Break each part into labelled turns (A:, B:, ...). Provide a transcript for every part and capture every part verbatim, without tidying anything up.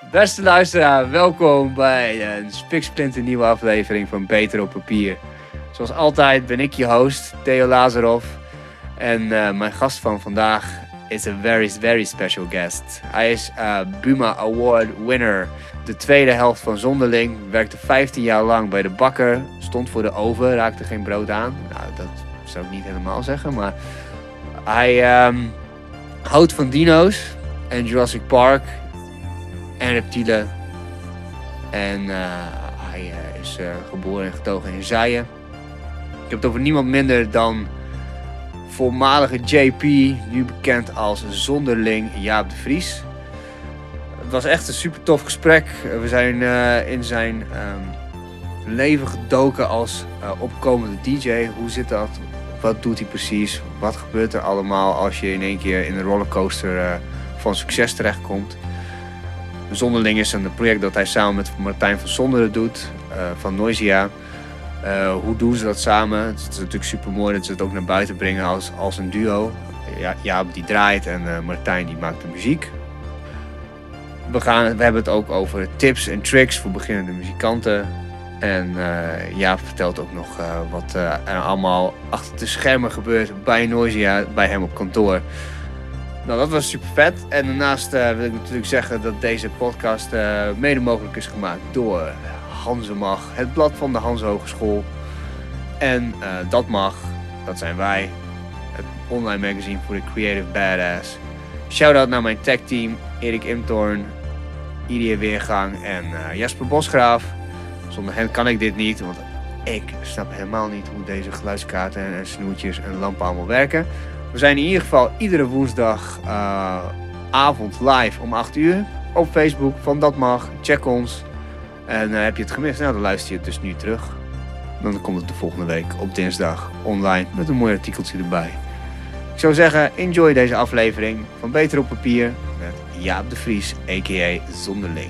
A: Beste luisteraar, welkom bij een spiksplinter nieuwe aflevering van Beter op Papier. Zoals altijd ben ik je host, Theo Lazarov. En uh, mijn gast van vandaag is een very, very special guest. Hij is uh, Buma Award winner. De tweede helft van Zonderling. Werkte vijftien jaar lang bij de bakker. Stond voor de oven, raakte geen brood aan. Nou, dat zou ik niet helemaal zeggen, maar hij um, houdt van dino's en Jurassic Park en reptielen. En uh, hij uh, is uh, geboren en getogen in Zaaien. Ik heb het over niemand minder dan voormalige J P, nu bekend als Zonderling, Jaap de Vries. Het was echt een super tof gesprek. We zijn uh, in zijn um, leven gedoken als uh, opkomende D J. Hoe zit dat? Wat doet hij precies? Wat gebeurt er allemaal als je in één keer in een rollercoaster uh, van succes terechtkomt? Zonderling is een project dat hij samen met Martijn van Sonderen doet, uh, van Noisia. Uh, hoe doen ze dat samen? Het is natuurlijk super mooi dat ze het ook naar buiten brengen als, als een duo. Ja, Jaap die draait en uh, Martijn die maakt de muziek. We, gaan, we hebben het ook over tips en tricks voor beginnende muzikanten. En uh, Jaap vertelt ook nog uh, wat uh, er allemaal achter de schermen gebeurt bij Noisia, bij hem op kantoor. Nou, dat was super vet. En daarnaast uh, wil ik natuurlijk zeggen dat deze podcast uh, mede mogelijk is gemaakt door Hanzemag, het blad van de Hanze Hogeschool. En uh, Dat Mag, dat zijn wij, het online magazine voor de Creative Badass. Shout-out naar mijn tech-team, Erik Imtorn, Irie Weergang en uh, Jasper Bosgraaf. Zonder hen kan ik dit niet, want ik snap helemaal niet hoe deze geluidskaarten en, en snoertjes en lampen allemaal werken. We zijn in ieder geval iedere woensdag uh, avond live om acht uur op Facebook van Dat Mag. Check ons. En uh, heb je het gemist? Nou, dan luister je het dus nu terug. Dan komt het de volgende week op dinsdag online met een mooi artikeltje erbij. Ik zou zeggen, enjoy deze aflevering van Beter op Papier met Jaap de Vries, a k a. Zonderling.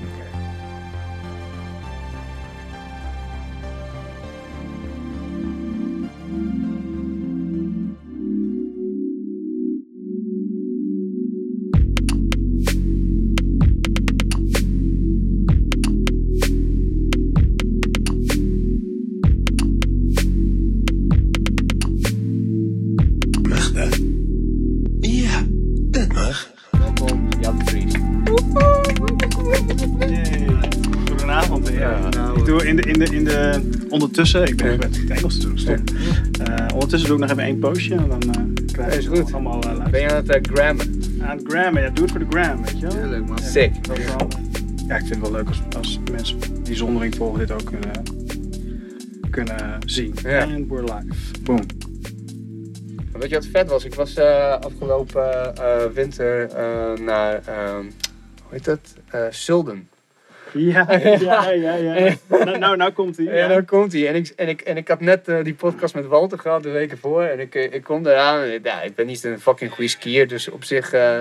B: Ondertussen, ik ben ook met het Engels te doen, stop. Uh, ondertussen doe ik nog even één postje en dan uh, krijg je
A: het goed.
B: allemaal uh, luisteren.
A: Ben je aan het uh, grammen?
B: Aan het grammen, ja, doe het voor de gram, weet je wel.
A: Ja, leuk man.
B: Ja,
A: sick.
B: Dat wel, ja, ik vind het wel leuk als, als mensen die Zonderling volgen dit ook kunnen, kunnen zien.
A: Ja.
B: And we're live. Boom.
A: Weet je wat vet was? Ik was uh, afgelopen uh, winter uh, naar, uh, hoe heet dat? Uh, Sulden.
B: Ja, ja, ja, ja. nou, nou, nou komt hij.
A: Ja, ja nou komt hij. En ik, en, ik, en ik had net uh, die podcast met Walter gehad de weken voor. En ik, ik kom eraan. En ik, ja, ik ben niet een fucking goede skier, dus op zich... Uh...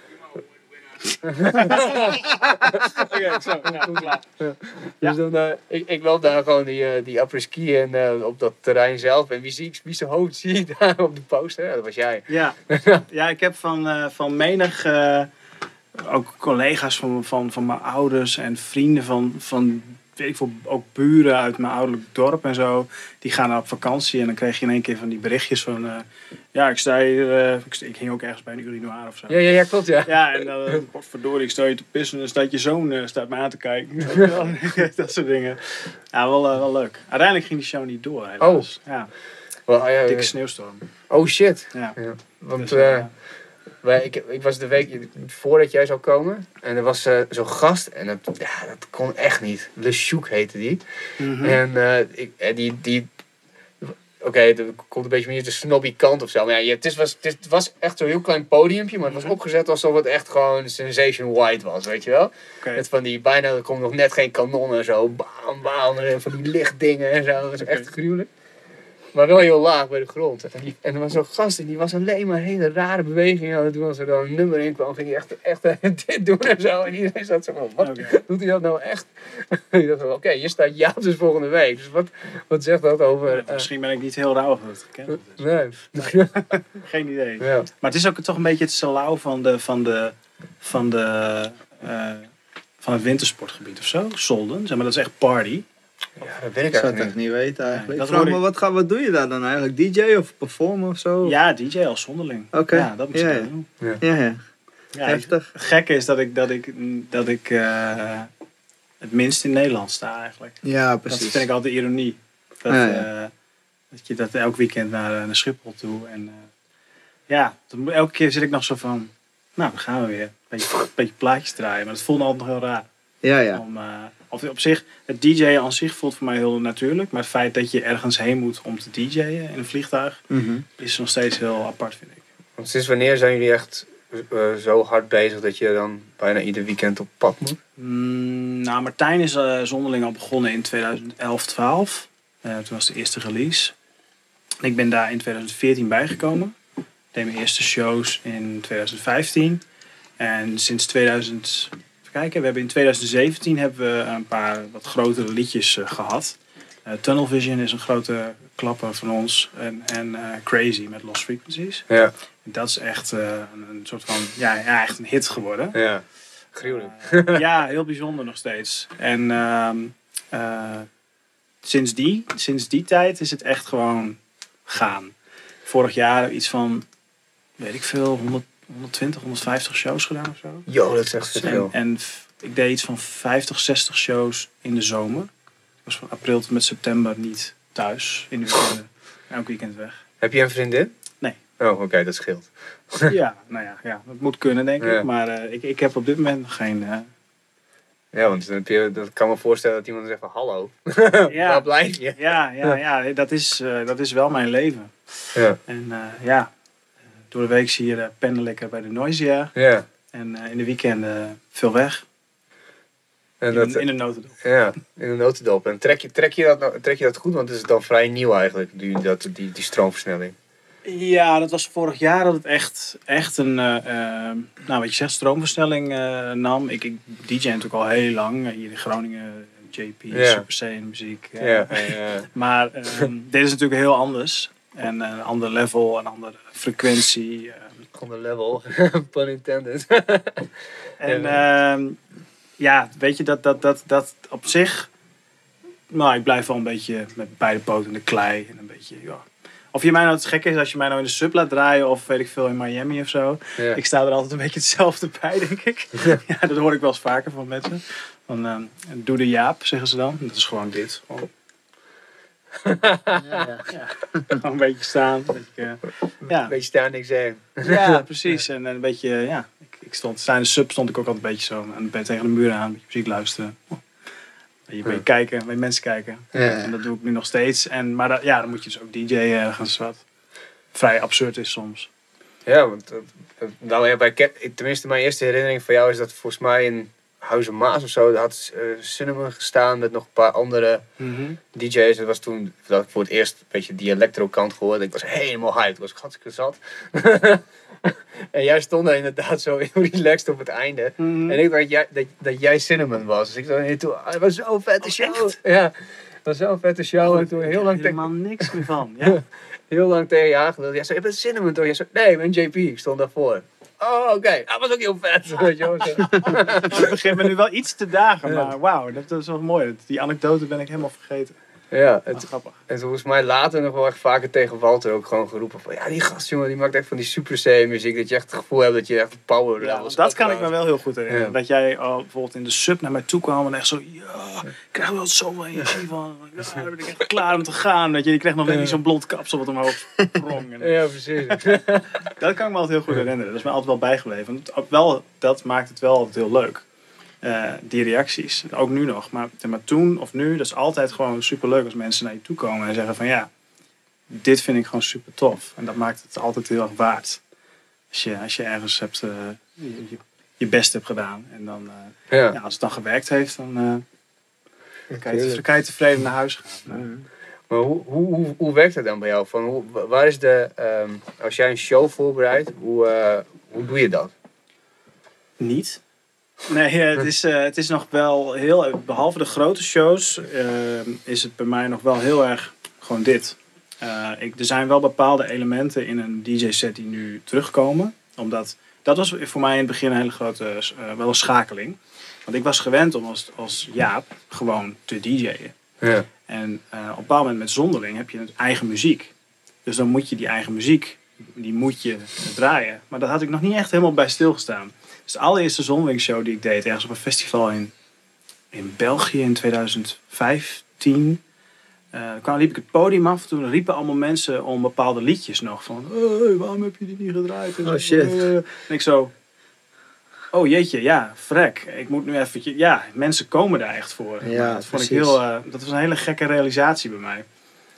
A: Oké,
B: okay, zo. Ja, klaar.
A: Ja. Dus dan, uh, ik, ik loop daar gewoon die, uh, die après-ski en uh, op dat terrein zelf. En wie zie ik, wie zijn hoofd zie ik daar op de poster? Dat was jij.
B: Ja, ja ik heb van, uh, van menig... Uh, ook collega's van, van, van mijn ouders en vrienden van, van weet ik veel, ook buren uit mijn ouderlijk dorp en zo. Die gaan dan op vakantie en dan kreeg je in één keer van die berichtjes van... Uh, ja, ik sta hier... Uh, ik, ik hing ook ergens bij een urinoir of zo.
A: Ja, ja, ja, klopt, ja.
B: Ja, en dan, uh, verdorie, ik sta je te pissen en dan staat je zoon uh, staat mij aan te kijken. Dat soort dingen. Ja, wel, uh, wel leuk. Uiteindelijk ging die show niet door, helaas.
A: Oh.
B: Ja.
A: Well, uh,
B: Dikke sneeuwstorm.
A: Oh, shit.
B: Ja.
A: Ja. Want...
B: Dus,
A: uh, Wij, ik, ik was de week voordat jij zou komen en er was uh, zo'n gast en dat, ja, dat kon echt niet. Le Chouk heette die.
B: Mm-hmm.
A: En uh, ik, die, die oké, okay, er komt een beetje meer de snobby kant of zo. Maar ja, het, is, was, het was echt zo'n heel klein podiumpje, maar het was opgezet alsof het echt gewoon Sensation White was, weet je wel.
B: Okay.
A: Met van die, bijna, er komt nog net geen kanon en zo, bam, bam, en van die lichtdingen en zo. Dat was okay. Echt gruwelijk. Maar wel heel laag bij de grond. En, die, en er was zo'n gast en die was alleen maar hele rare bewegingen aan het doen. Als er dan een nummer in kwam, ging hij echt, echt dit doen en zo. En iedereen zat zo van, wat okay. doet hij dat nou echt? Ik dacht van, oké, okay, hier staat Jaap dus volgende week. Dus wat, wat zegt dat over...
B: Ja, uh, misschien ben ik niet heel rauw over het gekend. Dus.
A: Nee.
B: nee. Geen idee. Ja. Maar het is ook toch een beetje het salau van de... Van de, van de uh, van het wintersportgebied of zo. Solden, zeg maar, dat is echt party.
A: Ja, dat weet ik
C: Ik zou het
A: eigenlijk
C: echt
A: niet.
C: niet weten eigenlijk.
B: Nee, dat
C: ik vraag
B: hoor
C: me,
B: ik.
C: wat, ga, wat doe je daar dan eigenlijk? D J of performen of zo?
B: Ja, D J als zonderling.
C: Oké.
B: Ja, dat moet je
C: Ja,
B: dan
C: ja.
B: doen.
C: Ja, ja.
B: Ja,
C: Heftig.
B: het gekke is dat ik, dat ik, dat ik uh, het minst in Nederland sta eigenlijk.
C: Ja, precies.
B: Dat vind ik altijd ironie. Dat,
C: Ja, ja.
B: uh, dat je dat elk weekend naar, naar Schiphol toe. En uh, ja, dan, elke keer zit ik nog zo van, nou, dan gaan we weer. Een beetje, een beetje plaatjes draaien. Maar dat voelt altijd nog heel raar.
C: Ja, ja.
B: Om, uh, of op zich, het D J'en aan zich voelt voor mij heel natuurlijk. Maar het feit dat je ergens heen moet om te D J'en in een vliegtuig,
C: Mm-hmm.
B: is nog steeds heel apart, vind ik.
A: Want sinds wanneer zijn jullie echt uh, zo hard bezig dat je dan bijna ieder weekend op pad moet?
B: Mm, nou, Martijn is uh, zonderling al begonnen in tweeduizend elf twaalf. Uh, toen was de eerste release. En ik ben daar in tweeduizend veertien bijgekomen. Ik deed mijn eerste shows in tweeduizend vijftien. En sinds tweeduizend... Even kijken, we hebben in tweeduizend zeventien hebben we een paar wat grotere liedjes uh, gehad. Uh, Tunnel Vision is een grote klapper van ons. En, en uh, Crazy met Lost Frequencies.
A: Ja,
B: En dat is echt uh, een, een soort van... Ja, ja, echt een hit geworden.
A: ja. Gruwelijk.
B: Uh, ja, heel bijzonder nog steeds. En uh, uh, sinds, die, sinds die tijd is het echt gewoon gaan. Vorig jaar iets van, weet ik veel, honderd, honderdtwintig, honderdvijftig shows gedaan of zo.
A: Jo, dat is echt
B: En,
A: veel.
B: en f- ik deed iets van vijftig, zestig shows in de zomer. Ik was van april tot met september niet thuis. In de weekenden. Elk weekend weg.
A: Heb je een vriendin?
B: Nee.
A: Oh, oké, okay, dat scheelt.
B: Ja, nou ja, ja, dat moet kunnen denk ik.
A: Ja.
B: Maar uh, ik, ik heb op dit moment nog geen... Uh,
A: Ja, want dan heb je, dat kan me voorstellen dat iemand zegt van hallo.
B: Ja.
A: Waar blijf je?
B: Ja, ja, ja dat, is, uh, dat is wel mijn leven.
A: Ja.
B: En uh, ja, door de week zie je uh, pendel ik bij de Noisia.
A: Ja.
B: En uh, in de weekenden veel weg.
A: En
B: In,
A: dat,
B: in een notendop.
A: ja, in een notendop. En trek je, trek, je dat, nou- trek je dat goed? Want het is dan vrij nieuw eigenlijk, die, dat, die, die stroomversnelling.
B: Ja, dat was vorig jaar dat het echt, echt een, uh, uh, nou wat je zegt, stroomversnelling uh, nam. Ik, ik D J natuurlijk al heel lang. Hier in Groningen, J P,
A: Ja.
B: Super C muziek. Uh,
A: Ja. ja.
B: Maar uh, dit is natuurlijk heel anders. En uh, een ander level, een andere frequentie. Uh,
A: Ander level. Pun intended.
B: En ja, uh, ja weet je, dat, dat, dat, dat op zich... Nou, ik blijf wel een beetje met beide poten in de klei. En een beetje, ja. Of je mij nou het gekke is als je mij nou in de sub laat draaien... of weet ik veel, in Miami of zo.
A: Ja.
B: Ik sta er altijd een beetje hetzelfde bij, denk ik.
A: Ja.
B: Ja, dat hoor ik wel eens vaker van mensen. Van, uh, doe de Jaap, zeggen ze dan. Dat is gewoon dit. Gewoon,
C: Ja, ja.
B: ja. Gewoon een beetje staan. Een beetje, uh, ja.
A: Beetje staan, niks zeggen.
B: Ja, precies. En een beetje, ja, ik, ik stond, in de sub stond ik ook altijd een beetje zo aan, ben tegen de muur aan, een beetje muziek luisteren. Een beetje, een beetje kijken, een beetje mensen kijken.
C: Ja.
B: En dat doe ik nu nog steeds. En, maar dat, ja, dan moet je dus ook D J'en ergens wat vrij absurd is soms.
A: Ja, want dat- dat- nou ja, bij Ke- tenminste mijn eerste herinnering van jou is dat volgens mij in Huizen Maas of zo, daar had uh, Cinnamon gestaan met nog een paar andere D J's. Dat was toen dat ik voor het eerst een beetje die electro-kant gehoord. Ik was helemaal hyped, ik was hartstikke zat. En jij stond daar inderdaad zo heel relaxed op het einde.
B: Mm-hmm.
A: En ik dacht dat jij, dat, dat jij Cinnamon was. Dus ik dacht, hey, toen, ah, het was zo'n vette
B: Oh,
A: show.
B: echt?
A: Ja, het was zo'n vette show. En toen heel lang, te-
B: helemaal niks meer van. Ja.
A: heel lang tegen je aangeluld. Jij zei, je bent Cinnamon toch? Jij zei, nee, ik ben J P. Ik stond daarvoor. Oh, oké. Okay. Dat was ook heel vet. Weet je wel, zo.
B: Het begint me nu wel iets te dagen,
A: Ja.
B: maar wauw, dat, dat is wel mooi. Die anekdote ben ik helemaal vergeten.
A: Ja,
B: Dat
A: het,
B: is grappig.
A: en volgens mij later nog wel echt vaker tegen Walter ook gewoon geroepen van... Ja, die gast, jongen, die maakt echt van die Super C muziek. Dat je echt het gevoel hebt dat je echt power
B: Ja,
A: levels
B: want dat kan ik me
A: opbouwt.
B: wel heel goed herinneren.
A: Ja.
B: Dat jij al bijvoorbeeld in de sub naar mij toe kwam en echt zo... Ja, ik krijg er wel zoveel energie van. Ja, daar ben ik echt klaar om te gaan. Dat je, je kreeg nog net niet zo'n blond kapsel wat omhoog sprong. En
A: Ja, precies.
B: dat kan ik me altijd heel goed herinneren. Dat is me altijd wel bijgebleven. Want ook wel, dat maakt het wel altijd heel leuk. Uh, die reacties. Ook nu nog. Maar, maar toen of nu, dat is altijd gewoon super leuk als mensen naar je toe komen en zeggen van ja, dit vind ik gewoon super tof. En dat maakt het altijd heel erg waard. Als je, als je ergens hebt, uh, je, je, je best hebt gedaan. En dan, uh,
A: Ja.
B: ja, als het dan gewerkt heeft, dan, uh, kan, je,
A: tuurlijk.
B: dan kan je tevreden naar huis gaan. Uh,
A: Maar hoe, hoe, hoe, hoe werkt het dan bij jou? Van hoe, waar is de, um, als jij een show voorbereidt, hoe, uh, hoe doe je dat?
B: Niet. Nee, het is, uh, het is nog wel heel... Behalve de grote shows uh, is het bij mij nog wel heel erg gewoon dit. Uh, ik, er zijn wel bepaalde elementen in een D J-set die nu terugkomen. Omdat... Dat was voor mij in het begin een hele grote... Uh, wel een schakeling. Want ik was gewend om als, als Jaap gewoon te DJ'en.
A: Ja.
B: En uh, op een bepaald moment met Zonderling heb je een eigen muziek. Dus dan moet je die eigen muziek, die moet je draaien. Maar daar had ik nog niet echt helemaal bij stilgestaan. Dus de allereerste Zonderling show die ik deed, ergens op een festival in, in België in tweeduizend vijftien. Uh, dan liep ik het podium af. Toen riepen allemaal mensen om bepaalde liedjes nog. Van, hey, waarom heb je die niet gedraaid?
C: Oh shit.
B: En ik zo... Oh jeetje, ja, vrek. Ik moet nu eventjes... Ja, mensen komen daar echt voor.
C: Ja,
B: dat vond ik
C: precies.
B: heel... Uh, dat was een hele gekke realisatie bij mij.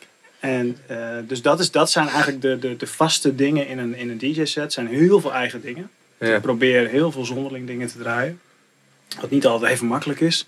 B: En uh, dus dat, is, dat zijn eigenlijk de, de, de vaste dingen in een, in een D J-set. Het zijn heel veel eigen dingen.
A: Ja.
B: Ik probeer heel veel Zonderling dingen te draaien. Wat niet altijd even makkelijk is.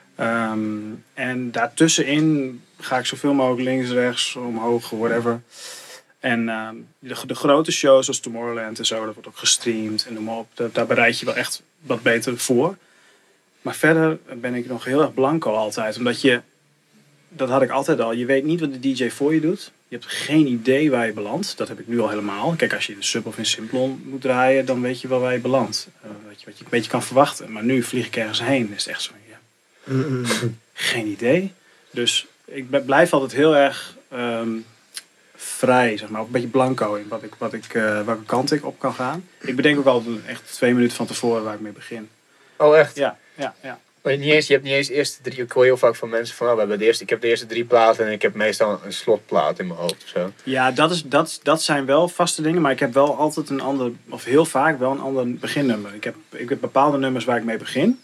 B: Um, en daartussenin ga ik zoveel mogelijk links, rechts, omhoog, whatever. En uh, de, de grote shows zoals Tomorrowland en zo, dat wordt ook gestreamd en noem maar op. Daar, daar bereid je wel echt wat beter voor. Maar verder ben ik nog heel erg blanco altijd. Omdat je, dat had ik altijd al, je weet niet wat de D J voor je doet. Je hebt geen idee waar je belandt. Dat heb ik nu al helemaal. Kijk, als je in de sub of in Simplon moet draaien, dan weet je wel waar je belandt. Uh, weet je, wat je een beetje kan verwachten. Maar nu vlieg ik ergens heen. Is het echt zo, ja.
C: Mm-mm.
B: Geen idee. Dus ik ben, blijf altijd heel erg um, vrij, zeg maar. Ook een beetje blanco in wat ik, wat ik, uh, welke kant ik op kan gaan. Ik bedenk ook altijd echt twee minuten van tevoren waar ik mee begin.
A: Oh, echt?
B: Ja, ja, ja.
A: Maar niet eens, je hebt niet eens de eerste drie... Ik hoor heel vaak van mensen van... Oh, we hebben de eerste, ik heb de eerste drie platen en ik heb meestal een slotplaat in mijn hoofd of zo.
B: Ja, dat, is, dat, dat zijn wel vaste dingen. Maar ik heb wel altijd een ander... Of heel vaak wel een ander beginnummer. Ik heb, ik heb bepaalde nummers waar ik mee begin.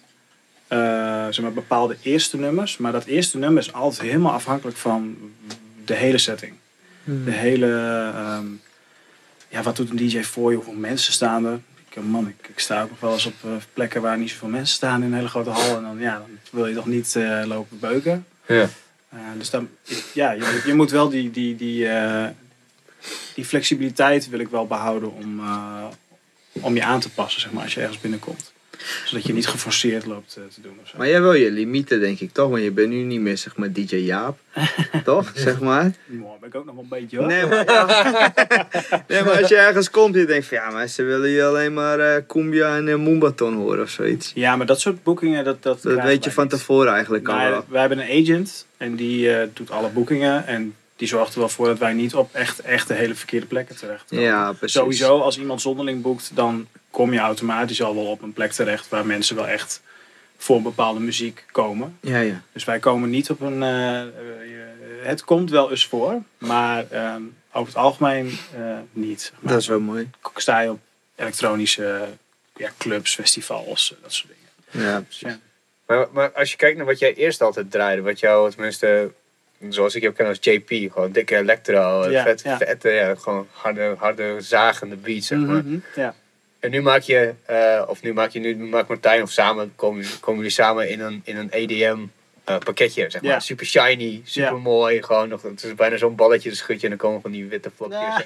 B: Uh, zeg maar bepaalde eerste nummers. Maar dat eerste nummer is altijd helemaal afhankelijk van de hele setting. Hmm. De hele... Um, ja, wat doet een D J voor je? Hoeveel mensen staan er? Ik, man, ik, ik sta ook nog wel eens op uh, plekken waar niet zoveel mensen staan in een hele grote hal. En dan, ja, dan wil je toch niet uh, lopen beuken.
A: Ja.
B: Uh, dus dan... Ja, je, je moet wel die... die, die uh, die flexibiliteit wil ik wel behouden om, uh, om je aan te passen, zeg maar, als je ergens binnenkomt. Zodat je niet geforceerd loopt uh, te doen. Of zo.
C: Maar jij wil je limieten, denk ik, toch? Want je bent nu niet meer, zeg maar, D J Jaap. Toch, zeg maar?
B: Mooi, ben ik ook nog wel een beetje, hoor.
C: Nee, maar, ja. nee, maar als je ergens komt, je denkt van, ja, maar ze willen je alleen maar uh, Cumbia en uh, Moombaton horen of zoiets.
B: Ja, maar dat soort boekingen, dat... Dat,
C: dat weet je van
B: niet.
C: tevoren eigenlijk al
B: nou,
C: wel.
B: Wij hebben een agent en die uh, doet alle boekingen en die zorgt er wel voor dat wij niet op echt, echt de hele verkeerde plekken terecht komen.
C: Ja, precies.
B: Sowieso, als iemand Zonderling boekt, dan kom je automatisch al wel op een plek terecht waar mensen wel echt voor bepaalde muziek komen.
C: Ja, ja.
B: Dus wij komen niet op een... Uh, uh, het komt wel eens voor, maar uh, over het algemeen uh, niet. Maar
C: dat is wel mooi.
B: sta je op elektronische ja, clubs, festivals, dat soort dingen.
C: Ja, precies.
B: Ja.
A: Maar, maar als je kijkt naar wat jij eerst altijd draaide, wat jou tenminste, zoals ik jou ken als J P, gewoon dikke electro,
B: Ja,
A: vet,
B: ja.
A: vette, ja, gewoon harde, harde zagende beats, zeg maar.
B: Mm-hmm, ja.
A: En nu maak je, uh, of nu maak je, nu maakt Martijn of samen, komen, komen jullie samen in een, in een E D M uh, pakketje, zeg maar.
B: Ja.
A: Super shiny, super
B: Ja.
A: mooi, gewoon nog, het is bijna zo'n balletje, dan schud je en dan komen van die witte vlokjes.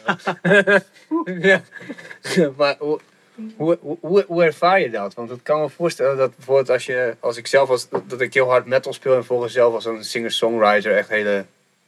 A: Ja. Ja. Maar hoe, hoe, hoe, hoe ervaar je dat? Want ik kan me voorstellen dat bijvoorbeeld als je, als ik zelf was, dat, dat ik heel hard metal speel en volgens zelf als een singer-songwriter echt hele...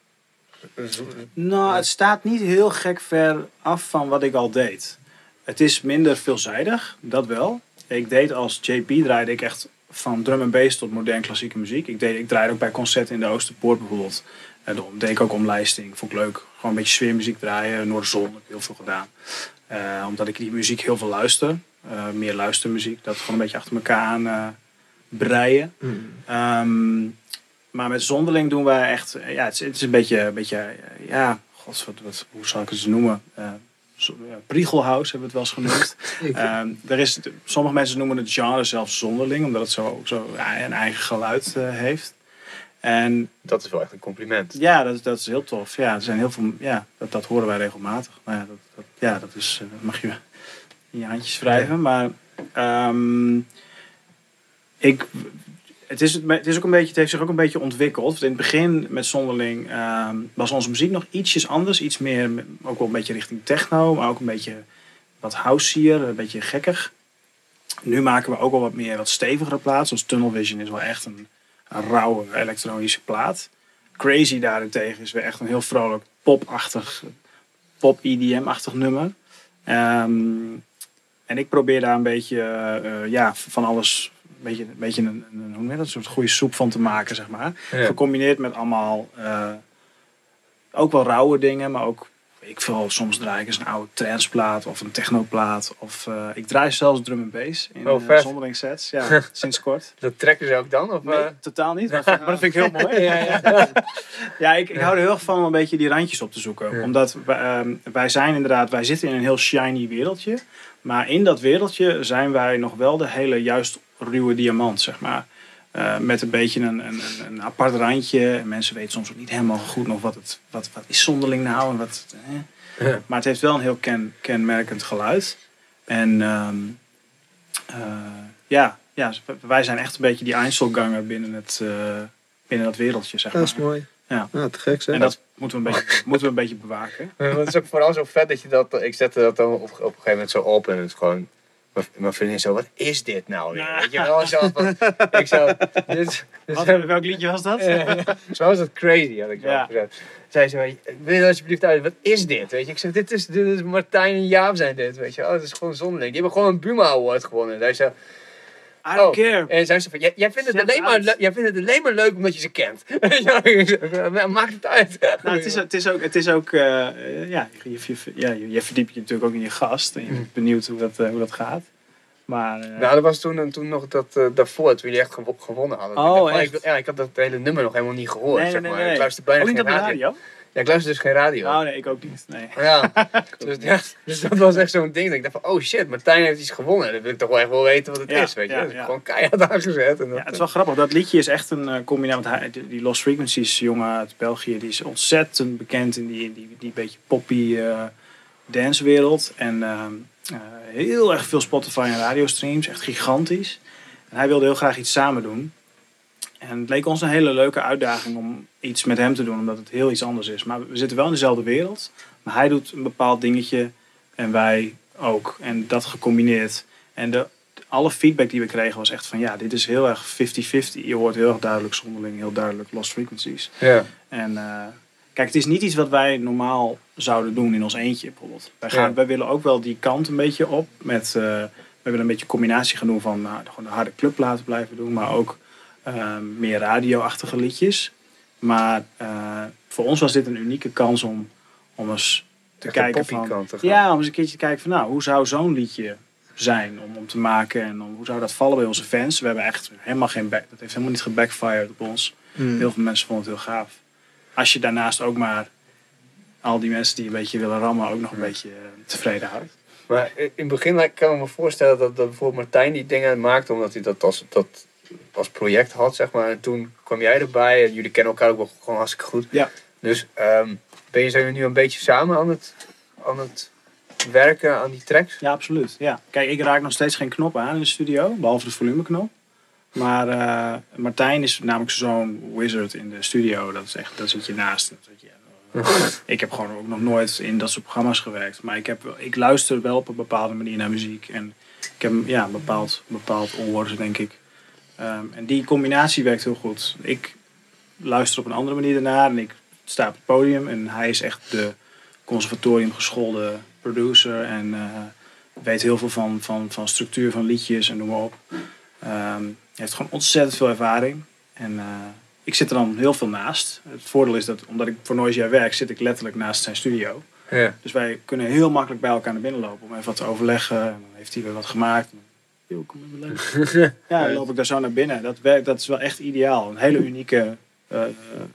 B: Nou, het staat niet heel gek ver af van wat ik al deed. Het is minder veelzijdig, dat wel. Ik deed als J P, draaide ik echt van drum en bass tot modern klassieke muziek. Ik, deed, ik draaide ook bij concerten in de Oosterpoort bijvoorbeeld. En dan deed ik ook omlijsting, vond ik leuk. Gewoon een beetje sfeermuziek draaien, Noorderzon heb ik heel veel gedaan. Uh, omdat ik die muziek heel veel luister. Uh, meer luistermuziek, dat gewoon een beetje achter elkaar aan uh, breien. Mm. Um, maar met Zonderling doen wij echt... Ja, het is, het is een beetje... Een beetje ja, god, wat, wat, hoe zal ik het noemen? Uh, Priegelhouse hebben we het wel eens genoemd. um, er is, sommige mensen noemen het genre zelfs Zonderling, omdat het zo, zo ja, een eigen geluid uh, heeft. En,
A: dat is wel echt een compliment.
B: Ja, dat, dat is heel tof. Ja, er zijn heel veel, ja, dat, dat horen wij regelmatig. Nou ja, dat, dat, ja, dat is, uh, mag je in je handjes wrijven. Maar um, ik... Het is, het, is ook een beetje, het heeft zich ook een beetje ontwikkeld. In het begin met Zonderling uh, was onze muziek nog ietsjes anders. Iets meer, ook wel een beetje richting techno. Maar ook een beetje wat houseier, een beetje gekkig. Nu maken we ook wel wat meer, wat stevigere plaat. Zoals Tunnel Vision is wel echt een, een rauwe elektronische plaat. Crazy daarentegen is weer echt een heel vrolijk pop-achtig, pop-E D M-achtig nummer. Um, en ik probeer daar een beetje uh, ja, van alles beetje, een, beetje een, een, hoe noem je dat? Een soort goede soep van te maken, zeg maar.
A: Ja.
B: Gecombineerd met allemaal, uh, ook wel rauwe dingen, maar ook, ik veel, soms draai ik eens een oude tranceplaat of een technoplaat. Of uh, ik draai zelfs drum en bass in
A: oh,
B: uh, zonderling sets, ja, sinds kort.
A: Dat trekken ze ook dan? Of,
B: nee,
A: uh...
B: totaal niet, maar, maar dat vind ik heel mooi. ja, ja. ja ik, ik hou er heel erg van om een beetje die randjes op te zoeken. Ja. Omdat wij, um, wij zijn inderdaad, wij zitten in een heel shiny wereldje. Maar in dat wereldje zijn wij nog wel de hele juist ruwe diamant, zeg maar. Uh, met een beetje een, een, een apart randje. En mensen weten soms ook niet helemaal goed nog wat het wat, wat is zonderling nou. En wat, eh. ja. Maar het heeft wel een heel ken, kenmerkend geluid. En um, uh, ja, ja, wij zijn echt een beetje die Einzelganger binnen, het, uh, binnen dat wereldje, zeg maar.
C: Dat is mooi.
B: Ja,
C: ja te gek zeg.
B: En dat moeten we een beetje, moeten we een beetje bewaken.
A: Ja, het is ook vooral zo vet dat je dat... Ik zette dat dan op, op een gegeven moment zo op en het is gewoon... Mijn vriendin zo, wat is dit nou weer? Weet je wel, zo van, ik zo, dit, dit,
B: wat, welk liedje was dat?
A: Uh, zo was dat crazy, had ik zo ja. gezegd. Zij zei, wil je alsjeblieft uit, wat is dit? Weet je, ik zeg, dit is, dit is Martijn en Jaap zijn dit, weet je. Oh, het is gewoon zonderling. Die hebben gewoon een Buma Award gewonnen. Hij zei,
B: I don't oh. care.
A: En zij zei van, jij, jij, vindt het alleen maar le- jij vindt het alleen maar leuk omdat je ze kent. Maakt het uit.
B: Nou, het is, het is ook, het is ook uh, ja, je, je, ja, je, je verdiept je natuurlijk ook in je gast. En je bent benieuwd hoe dat, uh, hoe dat gaat. Maar, uh...
A: nou, dat was toen, toen nog dat, uh, daarvoor, toen jullie echt gew- gewonnen hadden.
B: Oh,
A: ik, dacht,
B: echt?
A: Ik, ja, ik had dat hele nummer nog helemaal niet gehoord,
B: nee,
A: zeg
B: nee,
A: maar.
B: nee, nee.
A: Ik luister bijna
B: ook
A: geen
B: niet op de
A: radio.
B: radio?
A: Ja, ik luister dus geen radio.
B: Oh nee, ik ook niet. Nee.
A: Ja, dus, ja, dus dat was echt zo'n ding dat ik dacht van, oh shit, Martijn heeft iets gewonnen. Dan wil ik toch wel echt wel weten wat het
B: ja,
A: is, weet je.
B: Ja,
A: dat is
B: ja.
A: gewoon keihard aangezet. En dat,
B: ja, het is wel grappig. Dat liedje is echt een uh, combinatie. Want hij, die Lost Frequencies jongen uit België, die is ontzettend bekend in die, die, die beetje poppy uh, dancewereld. En uh, uh, heel erg veel Spotify en radiostreams, echt gigantisch. En hij wilde heel graag iets samen doen. En het leek ons een hele leuke uitdaging om iets met hem te doen, omdat het heel iets anders is. Maar we zitten wel in dezelfde wereld. Maar hij doet een bepaald dingetje en wij ook. En dat gecombineerd. En de, alle feedback die we kregen was echt van, ja, dit is heel erg vijftig vijftig. Je hoort heel erg duidelijk zonderling, heel duidelijk Lost Frequencies.
A: ja.
B: En uh, kijk, het is niet iets wat wij normaal zouden doen in ons eentje bijvoorbeeld. Wij, gaan, ja. wij willen ook wel die kant een beetje op. Met, uh, we willen een beetje een combinatie gaan doen van nou, gewoon de harde club laten blijven doen, maar ook Uh, meer radio-achtige liedjes. Maar uh, voor ons was dit een unieke kans om, om eens te
A: echt
B: kijken van...
A: Te
B: ja, om eens een keertje te kijken van nou, hoe zou zo'n liedje zijn om, om te maken en om, hoe zou dat vallen bij onze fans. We hebben echt helemaal geen back, dat heeft helemaal niet gebackfired op ons. Mm. Heel veel mensen vonden het heel gaaf. Als je daarnaast ook maar al die mensen die een beetje willen rammen ook nog een mm. beetje uh, tevreden houdt.
A: Maar in het begin kan ik me voorstellen dat, dat bijvoorbeeld Martijn die dingen maakte omdat hij dat als... Dat als project had, zeg maar. En toen kwam jij erbij en jullie kennen elkaar ook wel gewoon hartstikke goed.
B: Ja.
A: Dus um, ben je zijn we nu een beetje samen aan het, aan het werken aan die tracks?
B: Ja, absoluut. Ja. Kijk, ik raak nog steeds geen knop aan in de studio, behalve de volumeknop. Maar uh, Martijn is namelijk zo'n wizard in de studio. Dat is echt, daar zit je naast. Dat zit je, uh, ik heb gewoon ook nog nooit in dat soort programma's gewerkt. Maar ik, heb, ik luister wel op een bepaalde manier naar muziek. En ik heb ja, een bepaald, bepaald oor, denk ik. Um, en die combinatie werkt heel goed. Ik luister op een andere manier daarnaar en ik sta op het podium en hij is echt de conservatorium geschoolde producer en uh, weet heel veel van, van, van structuur van liedjes en noem maar op. Um, hij heeft gewoon ontzettend veel ervaring en uh, ik zit er dan heel veel naast. Het voordeel is dat omdat ik voor Noisia werk, zit ik letterlijk naast zijn studio.
A: Ja.
B: Dus wij kunnen heel makkelijk bij elkaar naar binnen lopen om even wat te overleggen. En dan heeft hij weer wat gemaakt. Yo, kom even leuk. Ja, dan loop ik daar zo naar binnen. Dat, werkt, dat is wel echt ideaal. Een hele unieke uh,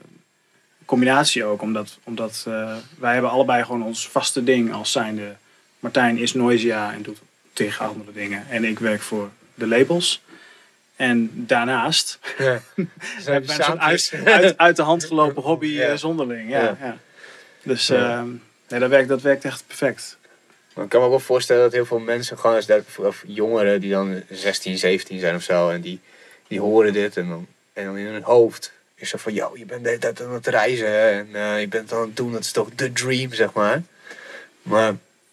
B: combinatie ook. Omdat, omdat uh, wij hebben allebei gewoon ons vaste ding als zijnde. Martijn is Noisia en doet tegen andere dingen. En ik werk voor de labels. En daarnaast
A: ja.
B: hebben we zo'n uit, uit, uit de hand gelopen hobby ja. uh, zonderling. Ja, ja. Ja. Dus uh, ja. nee, dat, werkt, dat werkt echt perfect.
A: Maar ik kan me ook wel voorstellen dat heel veel mensen, gewoon als dat, of jongeren die dan zestien, zeventien zijn of zo, en die, die horen dit en dan, en dan in hun hoofd is zo van, yo, je bent de hele tijd aan het reizen en uh, je bent aan het doen, dat is toch de dream, zeg maar. Maar...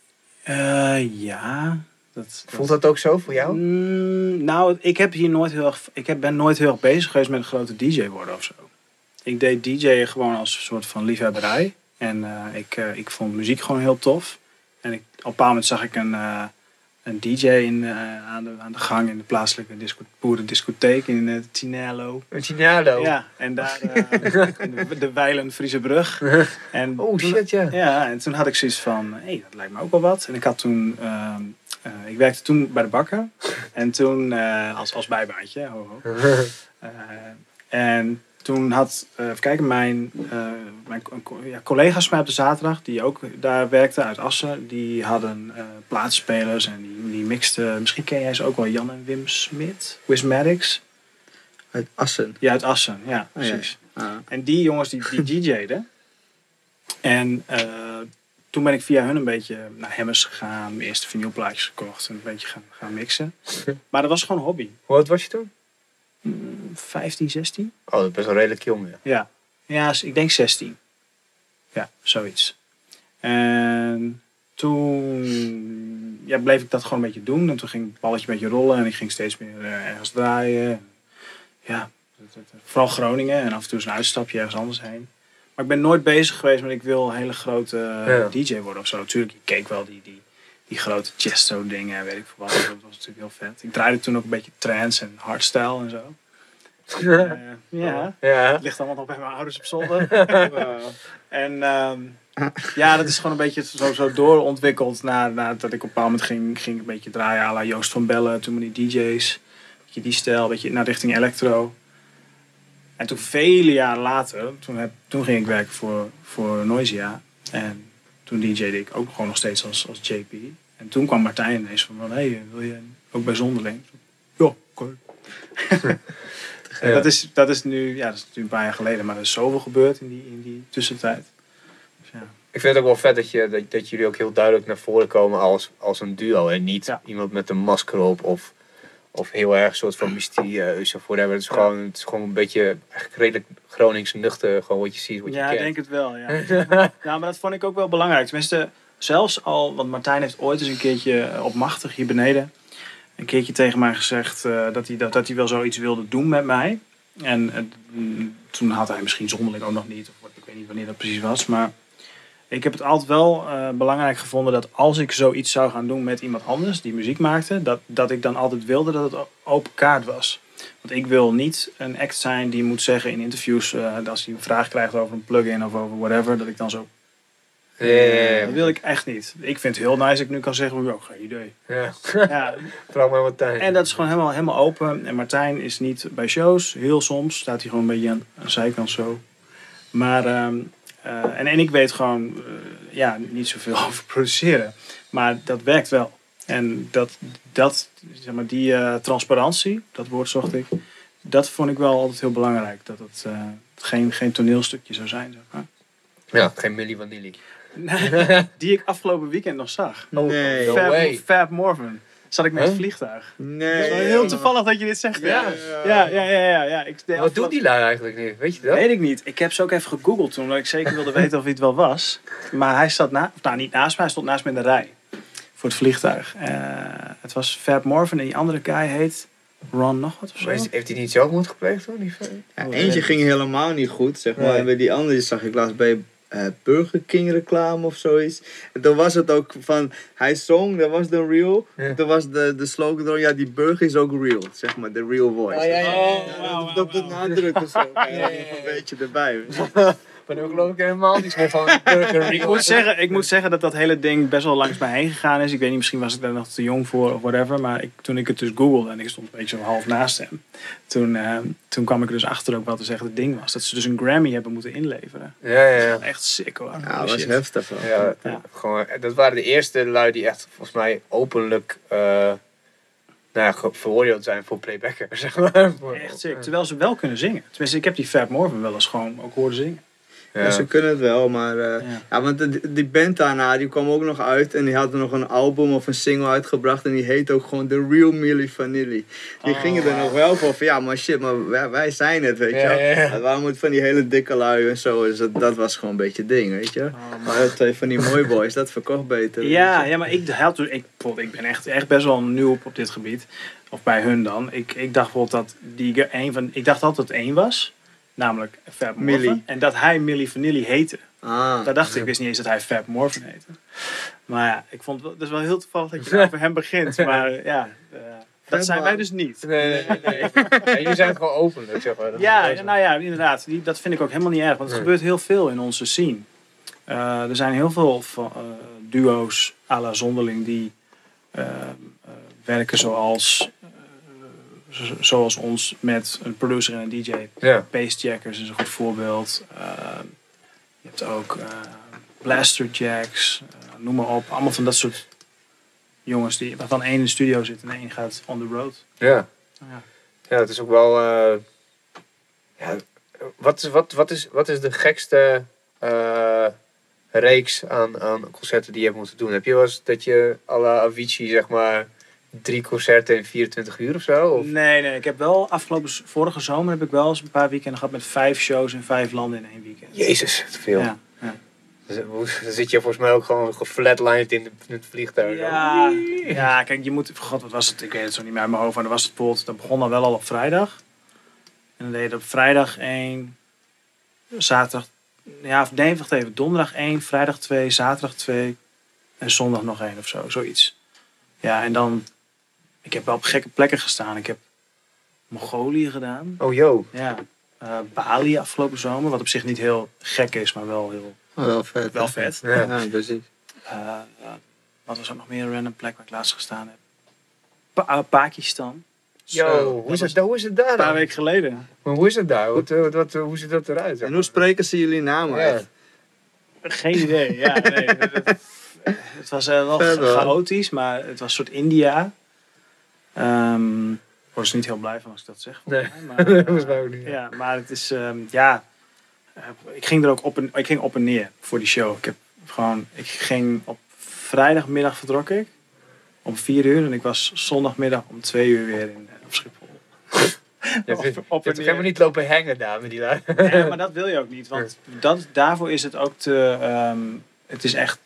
B: Uh, ja... Dat,
A: Voelt dat ook zo voor jou?
B: Mm, nou, ik heb hier nooit heel erg, ik heb, ben nooit heel erg bezig geweest met een grote D J worden of zo. Ik deed D J'en gewoon als een soort van liefhebberij. En uh, ik, uh, ik vond muziek gewoon heel tof. En ik, op een bepaald moment zag ik een, uh, een D J in, uh, aan, de, aan de gang in de plaatselijke disco, boerendiscotheek in uh, Tinello.
A: Tinello?
B: Ja, en daar uh, in de, de Weilen Friese brug. En
A: oh
B: toen,
A: shit, ja.
B: Ja, en toen had ik zoiets van, hé, hey, dat lijkt me ook wel wat. En ik had toen, uh, uh, ik werkte toen bij de bakker. En toen, uh, als, als bijbaantje, ho, ho. Uh, en toen had, uh, even kijken, mijn, uh, mijn ja, collega's van mij op de zaterdag, die ook daar werkten uit Assen, die hadden uh, plaatsspelers en die, die mixten, misschien ken jij ze ook wel, Jan en Wim Smit, Wismatics.
C: Uit Assen?
B: Ja, uit Assen, ja, precies.
C: Oh, ja. Ah.
B: En die jongens, die, die D J'den. En uh, toen ben ik via hun een beetje naar Hemmers gegaan, mijn eerste vinylplaatjes gekocht en een beetje gaan, gaan mixen. Maar dat was gewoon een hobby.
A: Hoe oud was je toen?
B: vijftien, zestien.
A: Oh, dat is best wel redelijk jong, ja.
B: Ja, ja, ik denk zestien. Ja, zoiets. En toen ja, bleef ik dat gewoon een beetje doen. En toen ging het balletje een beetje rollen en ik ging steeds meer uh, ergens draaien. Ja, vooral Groningen en af en toe eens een uitstapje ergens anders heen. Maar ik ben nooit bezig geweest met ik wil een hele grote uh, ja. D J worden of zo. Natuurlijk, ik keek wel die, die, die grote Chesto dingen en weet ik veel wat. Dat was natuurlijk heel vet. Ik draaide toen ook een beetje trance en hardstyle en zo. Uh, ja.
A: ja,
B: het ligt allemaal nog bij mijn ouders op zolder. En um, ja, dat is gewoon een beetje zo, zo doorontwikkeld nadat ik op een bepaald moment ging, ging een beetje draaien à la Joost van Bellen, toen met die D J's. Beetje die stijl, een beetje naar richting electro. En toen vele jaren later, toen, heb, toen ging ik werken voor, voor Noisia. En toen D J'de ik ook gewoon nog steeds als, als J P. En toen kwam Martijn ineens van, hé, hey, wil je ook bij Zonderling? Ja, oké. Okay. Ja. Dat, is, dat is nu, ja, dat is natuurlijk een paar jaar geleden, maar er is zoveel gebeurd in die, in die tussentijd. Dus ja.
A: Ik vind het ook wel vet dat, je, dat, dat jullie ook heel duidelijk naar voren komen als, als een duo en niet
B: ja.
A: iemand met een masker op of, of heel erg een soort van mysterieus of whatever. Het is, ja. gewoon, het is gewoon een beetje eigenlijk redelijk Gronings nuchter, gewoon wat je ziet, wat je
B: ja,
A: kent.
B: Ja, ik denk het wel. Ja. Ja, maar dat vond ik ook wel belangrijk. Tenminste, zelfs al, want Martijn heeft ooit eens een keertje op Machtig hier beneden een keertje tegen mij gezegd uh, dat, hij, dat, dat hij wel zoiets wilde doen met mij. En uh, toen had hij misschien Zonderling ook nog niet, of ik weet niet wanneer dat precies was. Maar ik heb het altijd wel uh, belangrijk gevonden dat als ik zoiets zou gaan doen met iemand anders die muziek maakte, dat, dat ik dan altijd wilde dat het open kaart was. Want ik wil niet een act zijn die moet zeggen in interviews, uh, als hij een vraag krijgt over een plugin of over whatever, dat ik dan zo...
A: Ja, ja, ja.
B: Dat wil ik echt niet. Ik vind het heel nice dat ik nu kan zeggen, oh, geen idee.
A: Ja.
B: Ja.
A: Vraag maar Martijn.
B: En dat is gewoon helemaal, helemaal open. En Martijn is niet bij shows. Heel soms staat hij gewoon een beetje aan de zijkant zo. Maar, um, uh, en, en ik weet gewoon, uh, ja, niet zoveel over produceren. Maar dat werkt wel. En dat, dat zeg maar, die uh, transparantie, dat woord zocht ik, dat vond ik wel altijd heel belangrijk. Dat het uh, geen, geen toneelstukje zou zijn, zeg maar.
A: Ja, geen Milli Vanilli.
B: Die ik afgelopen weekend nog zag.
C: Oh, nee.
B: Fab,
A: way.
B: Fab Morvan. Zat ik met
A: huh?
B: het vliegtuig.
C: Nee.
B: Het is wel heel toevallig dat je dit zegt.
A: Ja.
B: Ja, ja, ja. ja, ja. Ik,
A: Wat afgelop... doet die lui eigenlijk nu? Weet je dat?
B: Weet ik niet. Ik heb ze ook even gegoogeld toen, omdat ik zeker wilde weten of hij het wel was. Maar hij zat na, nou niet naast mij, hij stond naast me in de rij. Voor het vliegtuig. Uh, het was Fab Morvan en die andere guy heet Ron nog wat of zo.
A: Heeft, heeft hij niet zelfmoord gepleegd hoor?
C: Ja, eentje ging helemaal niet goed, zeg maar. Nee. En bij die andere zag ik laatst bij uh, Burger King reclame of zoiets. En toen was het ook van, hij zong, dat was de real. Ja. Toen was de, de slogan dan, ja die burger is ook real, zeg maar, de real voice.
A: Oh, ja, ja, ja, ja.
C: ja, dat, dat benadrukken zo, ja, ja, ja, ja. Een beetje erbij.
A: Maar nu geloof ik helemaal niets meer van burger.
B: ik, moet zeggen, ik moet zeggen dat dat hele ding best wel langs mij heen gegaan is. Ik weet niet, misschien was ik daar nog te jong voor of whatever. Maar ik, toen ik het dus googelde en ik stond een beetje zo half naast hem. Toen, uh, toen kwam ik er dus achter ook wat te zeggen het ding was. Dat ze dus een Grammy hebben moeten inleveren.
A: Ja, ja, ja.
B: Echt sick hoor.
C: Ja, dat was heftig.
A: Ja, ja. Gewoon, dat waren de eerste lui die echt volgens mij openlijk... Uh, nou ja, veroordeeld zijn voor playbacker, zeg maar.
B: Echt sick. Terwijl ze wel kunnen zingen. Tenminste, ik heb die Fab Morvan wel eens gewoon ook horen zingen.
C: Ja. Ja, ze kunnen het wel, maar... Uh, ja. ja, want de, die band daarna, die kwam ook nog uit en die hadden nog een album of een single uitgebracht en die heet ook gewoon The Real Milli Vanilli. Die oh, gingen er wow. nog wel voor van, ja, maar shit, maar wij, wij zijn het, weet je wel. Ja, ja, ja. Waarom moet van die hele dikke lui en zo, dus dat, dat was gewoon een beetje het ding, weet je. Oh, maar twee van die mooie boys, dat verkocht beter.
B: Ja, ja, maar ik, had, ik, ik ben echt, echt best wel nieuw op, op dit gebied. Of bij hun dan. Ik, ik dacht bijvoorbeeld dat die een van, ik dacht altijd dat het één was. Namelijk Fab Morvan. En dat hij Milli Vanilli heette.
C: Ah.
B: Daar dacht ik, ik wist niet eens dat hij Fab Morvan heette. Maar ja, ik vond het dus wel heel toevallig dat je daar over hem begint. Maar ja, uh, dat zijn wij dus niet.
A: Nee, nee, nee. nee. Jullie zijn het gewoon openlijk, zeg maar. Dat
B: Ja,
A: is
B: nou ja, inderdaad. Die, dat vind ik ook helemaal niet erg. Want het
A: Nee.
B: gebeurt heel veel in onze scene. Uh, er zijn heel veel van, uh, duo's à la Zonderling die uh, uh, werken zoals, uh, zo, zoals ons met een producer en een D J.
A: Ja.
B: Bassjackers is een goed voorbeeld. Uh, je hebt ook uh, Blaster Jacks, uh, noem maar op. Allemaal van dat soort jongens die, waarvan één in de studio zit en één gaat on the road.
A: Ja.
B: Ja.
A: Ja, het is ook wel... Uh, ja, wat, is, wat, wat, is, wat is de gekste uh, reeks aan, aan concerten die je hebt moeten doen? Heb je wel eens dat je à la Avicii, zeg maar, drie concerten in vierentwintig uur of zo? Of?
B: Nee, nee. Ik heb wel afgelopen vorige zomer heb ik wel eens een paar weekenden gehad met vijf shows in vijf landen in één weekend.
A: Jezus, te veel.
B: Ja, ja.
A: Dan zit je volgens mij ook gewoon geflatlined in, de, in het vliegtuig.
B: Ja, ja, kijk, je moet... God, wat was het? Ik weet het zo niet meer uit mijn hoofd. Maar dan was het bijvoorbeeld... Dat begon dan wel al op vrijdag. En dan deed je op vrijdag één... Zaterdag... Ja, nee, wacht even. Donderdag één, vrijdag twee, zaterdag twee... En zondag nog één of zo. Zoiets. Ja, en dan... Ik heb wel op gekke plekken gestaan. Ik heb Mongolië gedaan.
A: Oh, yo.
B: Ja. Uh, Bali afgelopen zomer. Wat op zich niet heel gek is, maar wel heel...
C: Oh, wel vet.
B: Wel vet.
A: Ja.
C: Ja, precies.
B: Uh, uh, wat was ook nog meer een random plek waar ik laatst gestaan heb? Pa- uh, Pakistan.
A: Yo,
C: Zo,
A: hoe is, het, hoe is het daar
B: Een paar
A: dan?
B: weken geleden.
A: Maar hoe is het daar? Wat, wat, wat, hoe ziet dat eruit? zeg
C: En hoe
A: maar?
C: spreken ze jullie namen
A: Ja.
C: uit?
B: Geen idee. Ja, nee. Het, het was uh, wel
C: Vet, hoor.
B: chaotisch, maar het was een soort India. Um, ik word er niet heel blij van als ik dat zeg.
A: Nee,
B: mij, maar, uh,
A: volgens mij ook niet.
B: ja, maar het is, um, ja... Uh, ik ging er ook op en, ik ging op en neer voor die show. Ik heb gewoon... Ik ging op vrijdagmiddag vertrok ik. Om vier uur. En ik was zondagmiddag om twee uur weer in, uh, op Schiphol.
A: Je hebt,
B: Op-
A: je
B: op
A: hebt
B: en
A: toch
B: neer.
A: helemaal niet lopen hangen daar met die lui?
B: Nee, maar dat wil je ook niet. Want dat, daarvoor is het ook te... Um, het is echt...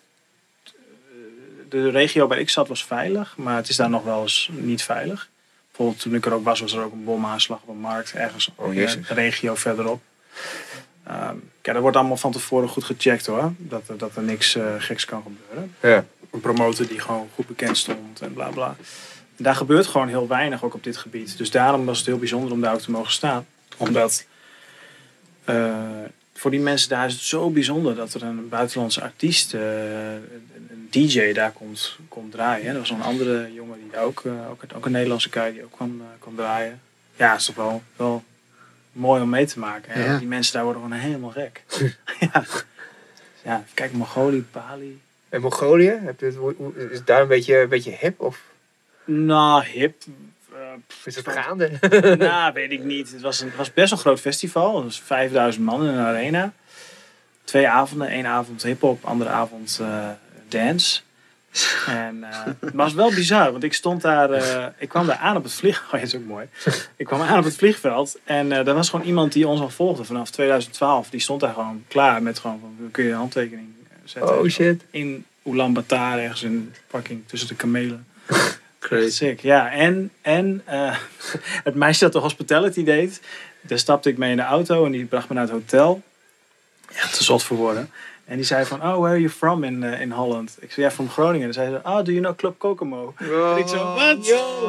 B: De regio waar ik zat was veilig. Maar het is daar nog wel eens niet veilig. Bijvoorbeeld toen ik er ook was, was er ook een bomaanslag op een markt. Ergens
A: Oh,
B: in
A: jezus.
B: de regio verderop. Um, ja, dat wordt allemaal van tevoren goed gecheckt hoor. Dat, er- dat er niks uh, geks kan gebeuren.
A: Ja.
B: Een promotor die gewoon goed bekend stond en bla bla. En daar gebeurt gewoon heel weinig ook op dit gebied. Dus daarom was het heel bijzonder om daar ook te mogen staan. Omdat uh, voor die mensen daar is het zo bijzonder dat er een buitenlandse artiest, uh, een D J daar komt, komt draaien. Er was nog een andere jongen die daar ook, uh, ook, ook een Nederlandse guy die ook kwam, uh, kwam draaien. Ja, het is toch wel, wel mooi om mee te maken. Hè?
C: Ja.
B: Die mensen daar worden gewoon helemaal gek. ja. ja, kijk, Mongolië, Bali.
A: En Mongolië? Heb je het, hoe- hoe- is het daar een beetje, een beetje hip? Of
B: Nou, hip. Uh,
A: is het gaande?
B: nou, weet ik niet. Het was, een, het was best een groot festival. Het was vijfduizend man in een arena. Twee avonden. Eén avond hip-hop, andere avond uh, dance. En uh, het was wel bizar, want ik stond daar. Uh, ik kwam daar aan op het vliegveld. Oh, dat is ook mooi. Ik kwam aan op het vliegveld en uh, er was gewoon iemand die ons al volgde vanaf tweeduizend twaalf. Die stond daar gewoon klaar met gewoon van, kun je een handtekening zetten.
A: Oh shit.
B: In Ulaanbaatar, ergens in fucking tussen de kamelen.
C: Crazy.
B: Sick, ja. En, en uh, het meisje dat de hospitality deed, daar stapte ik mee in de auto en die bracht me naar het hotel. Echt te zot voor woorden. En die zei van, oh, where are you from in, uh, in Holland? Ik zei, ja, from Groningen. En zei ze, oh, do you know Club Kokomo?
C: Wow.
B: En ik zo, wat?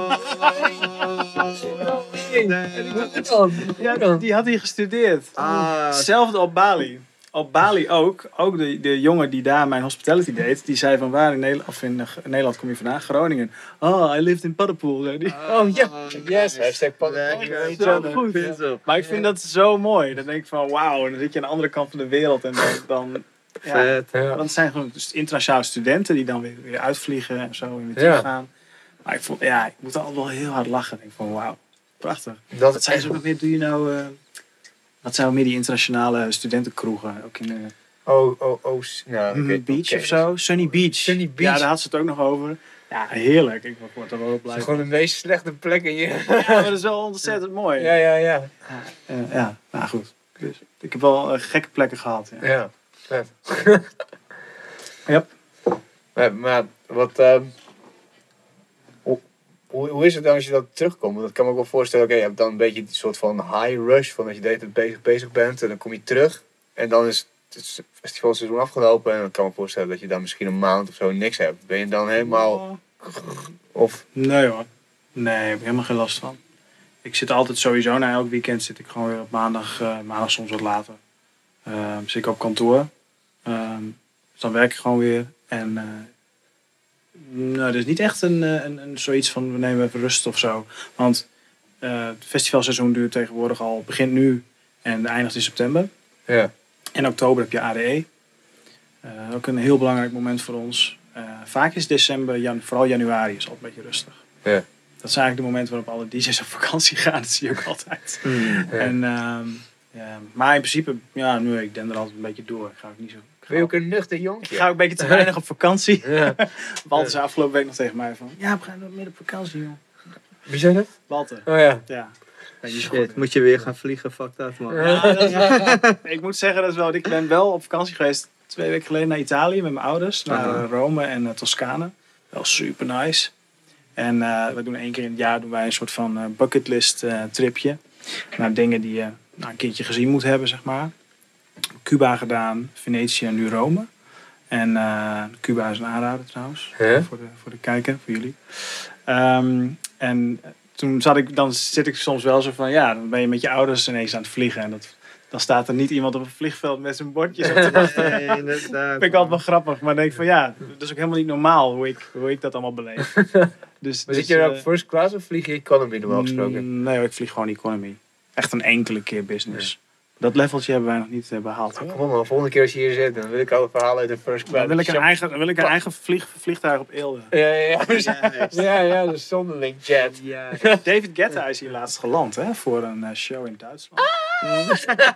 B: Ja, die had hier gestudeerd.
C: Ah,
B: Hetzelfde op Bali. Op Bali ook. Ook de, de jongen die daar mijn hospitality deed. Die zei van waar in Nederland, of in, uh, Nederland kom je vandaan? Groningen. Oh, I lived in Paddepoel. Zei die.
A: Oh ja. Yes. Hashtag
C: Lekker.
B: Zo goed.
C: Pins op.
B: Maar ik vind dat zo mooi. Dan denk ik van wauw. En dan zit je aan de andere kant van de wereld. En dan... dan ja,
C: Vet.
A: Ja.
B: want het zijn gewoon dus internationale studenten die dan weer, weer uitvliegen en zo in de
A: Ja.
B: team gaan. Maar ik vond, ja, ik moet altijd wel heel hard lachen. Ik denk van wauw, prachtig.
A: Dat
B: Wat zijn ze ook nog meer? Doe je nou? Uh, wat zijn ook meer die internationale studentenkroegen? Ook in de
A: Oh, oh, oh. s- Nou, ik weet-
B: Beach
A: oké.
B: of zo? Sunny Beach.
A: Sunny Beach.
B: Ja, daar had ze het ook nog over. Ja, heerlijk. Ik word er wel heel
A: Het
B: blij
A: is
B: van.
A: gewoon de meest slechte plek in je.
B: Ja, maar dat is wel ontzettend mooi.
A: Ja, ja, ja.
B: Uh, ja, nou goed. Dus, ik heb wel uh, gekke plekken gehad. Ja.
A: Ja, vet.
B: Yep.
A: Maar, maar wat... ehm, hoe, hoe, hoe is het dan als je dan terugkomt? Want dat kan me ook wel voorstellen. Oké, je hebt dan een beetje die soort van high rush. Van dat je de hele tijd bezig, bezig bent. En dan kom je terug. En dan is het festivalseizoen afgelopen en dan kan ik me voorstellen dat je dan misschien een maand of zo niks hebt. Ben je dan helemaal... Of...
B: Nee hoor. Nee, daar heb ik helemaal geen last van. Ik zit altijd sowieso, na elk weekend zit ik gewoon weer op maandag, uh, maandag soms wat later. Uh, zit ik op kantoor. Uh, dus dan werk ik gewoon weer. En uh, nou, er is niet echt een, een, een zoiets van we nemen even rust of zo. Want uh, het festivalseizoen duurt tegenwoordig al, begint nu en eindigt in september.
A: Ja.
B: In oktober heb je A D E. Uh, ook een heel belangrijk moment voor ons. Uh, vaak is december, jan- vooral januari is altijd een beetje rustig.
A: Ja.
B: Dat zijn eigenlijk de momenten waarop alle D J's op vakantie gaan. Dat zie je ook altijd. Mm, ja. En, uh, ja, maar in principe, ja, nu ik den er altijd een beetje door. Ik ga ook niet zo.
A: Ben je ook een nuchter jonkje?
B: Ik ga ook een beetje te weinig op vakantie.
A: Ja.
B: Walter zei afgelopen week nog tegen mij van, ja, we gaan nog meer op vakantie, joh.
A: Wie zei dat?
B: Walter.
A: Oh ja.
B: Ja.
C: Shit, moet je weer gaan vliegen, fuck dat man.
B: Ja, dat is wel, ik moet zeggen, dat is wel, ik ben wel op vakantie geweest twee weken geleden naar Italië met mijn ouders. Naar uh-huh. Rome en uh, Toscane. Wel super nice. En uh, we doen één keer in het jaar doen wij een soort van uh, bucketlist uh, tripje. Naar dingen die je nou, een keertje gezien moet hebben, zeg maar. Cuba gedaan, Venetië en nu Rome. En uh, Cuba is een aanrader trouwens.
A: Huh?
B: Voor, de, voor de kijker, voor jullie. Um, en toen zat ik, dan zit ik soms wel zo van, ja, dan ben je met je ouders ineens aan het vliegen. En dat, dan staat er niet iemand op een vliegveld met zijn bordjes op te wachten. Nee, dat vind ik altijd wel grappig. Maar dan denk ik van, ja, dat is ook helemaal niet normaal hoe ik, hoe ik dat allemaal beleef. Dus,
A: maar
B: dus,
A: zit je uh, op first class of vlieg je economy normaal gesproken?
B: Nee, ik vlieg gewoon economy. Echt een enkele keer business. Ja. Dat leveltje hebben wij nog niet uh, behaald.
A: Oh, kom op man, volgende keer als je hier zit, dan wil ik alle verhalen uit de first class.
B: Dan wil ik een eigen, dan wil ik een eigen vlieg, vliegtuig op Eelde.
A: Ja, ja, ja. ja, ja, ja de Sonderling jet.
B: Ja. David Guetta is hier laatst geland, hè, voor een uh, show in Duitsland. Ah!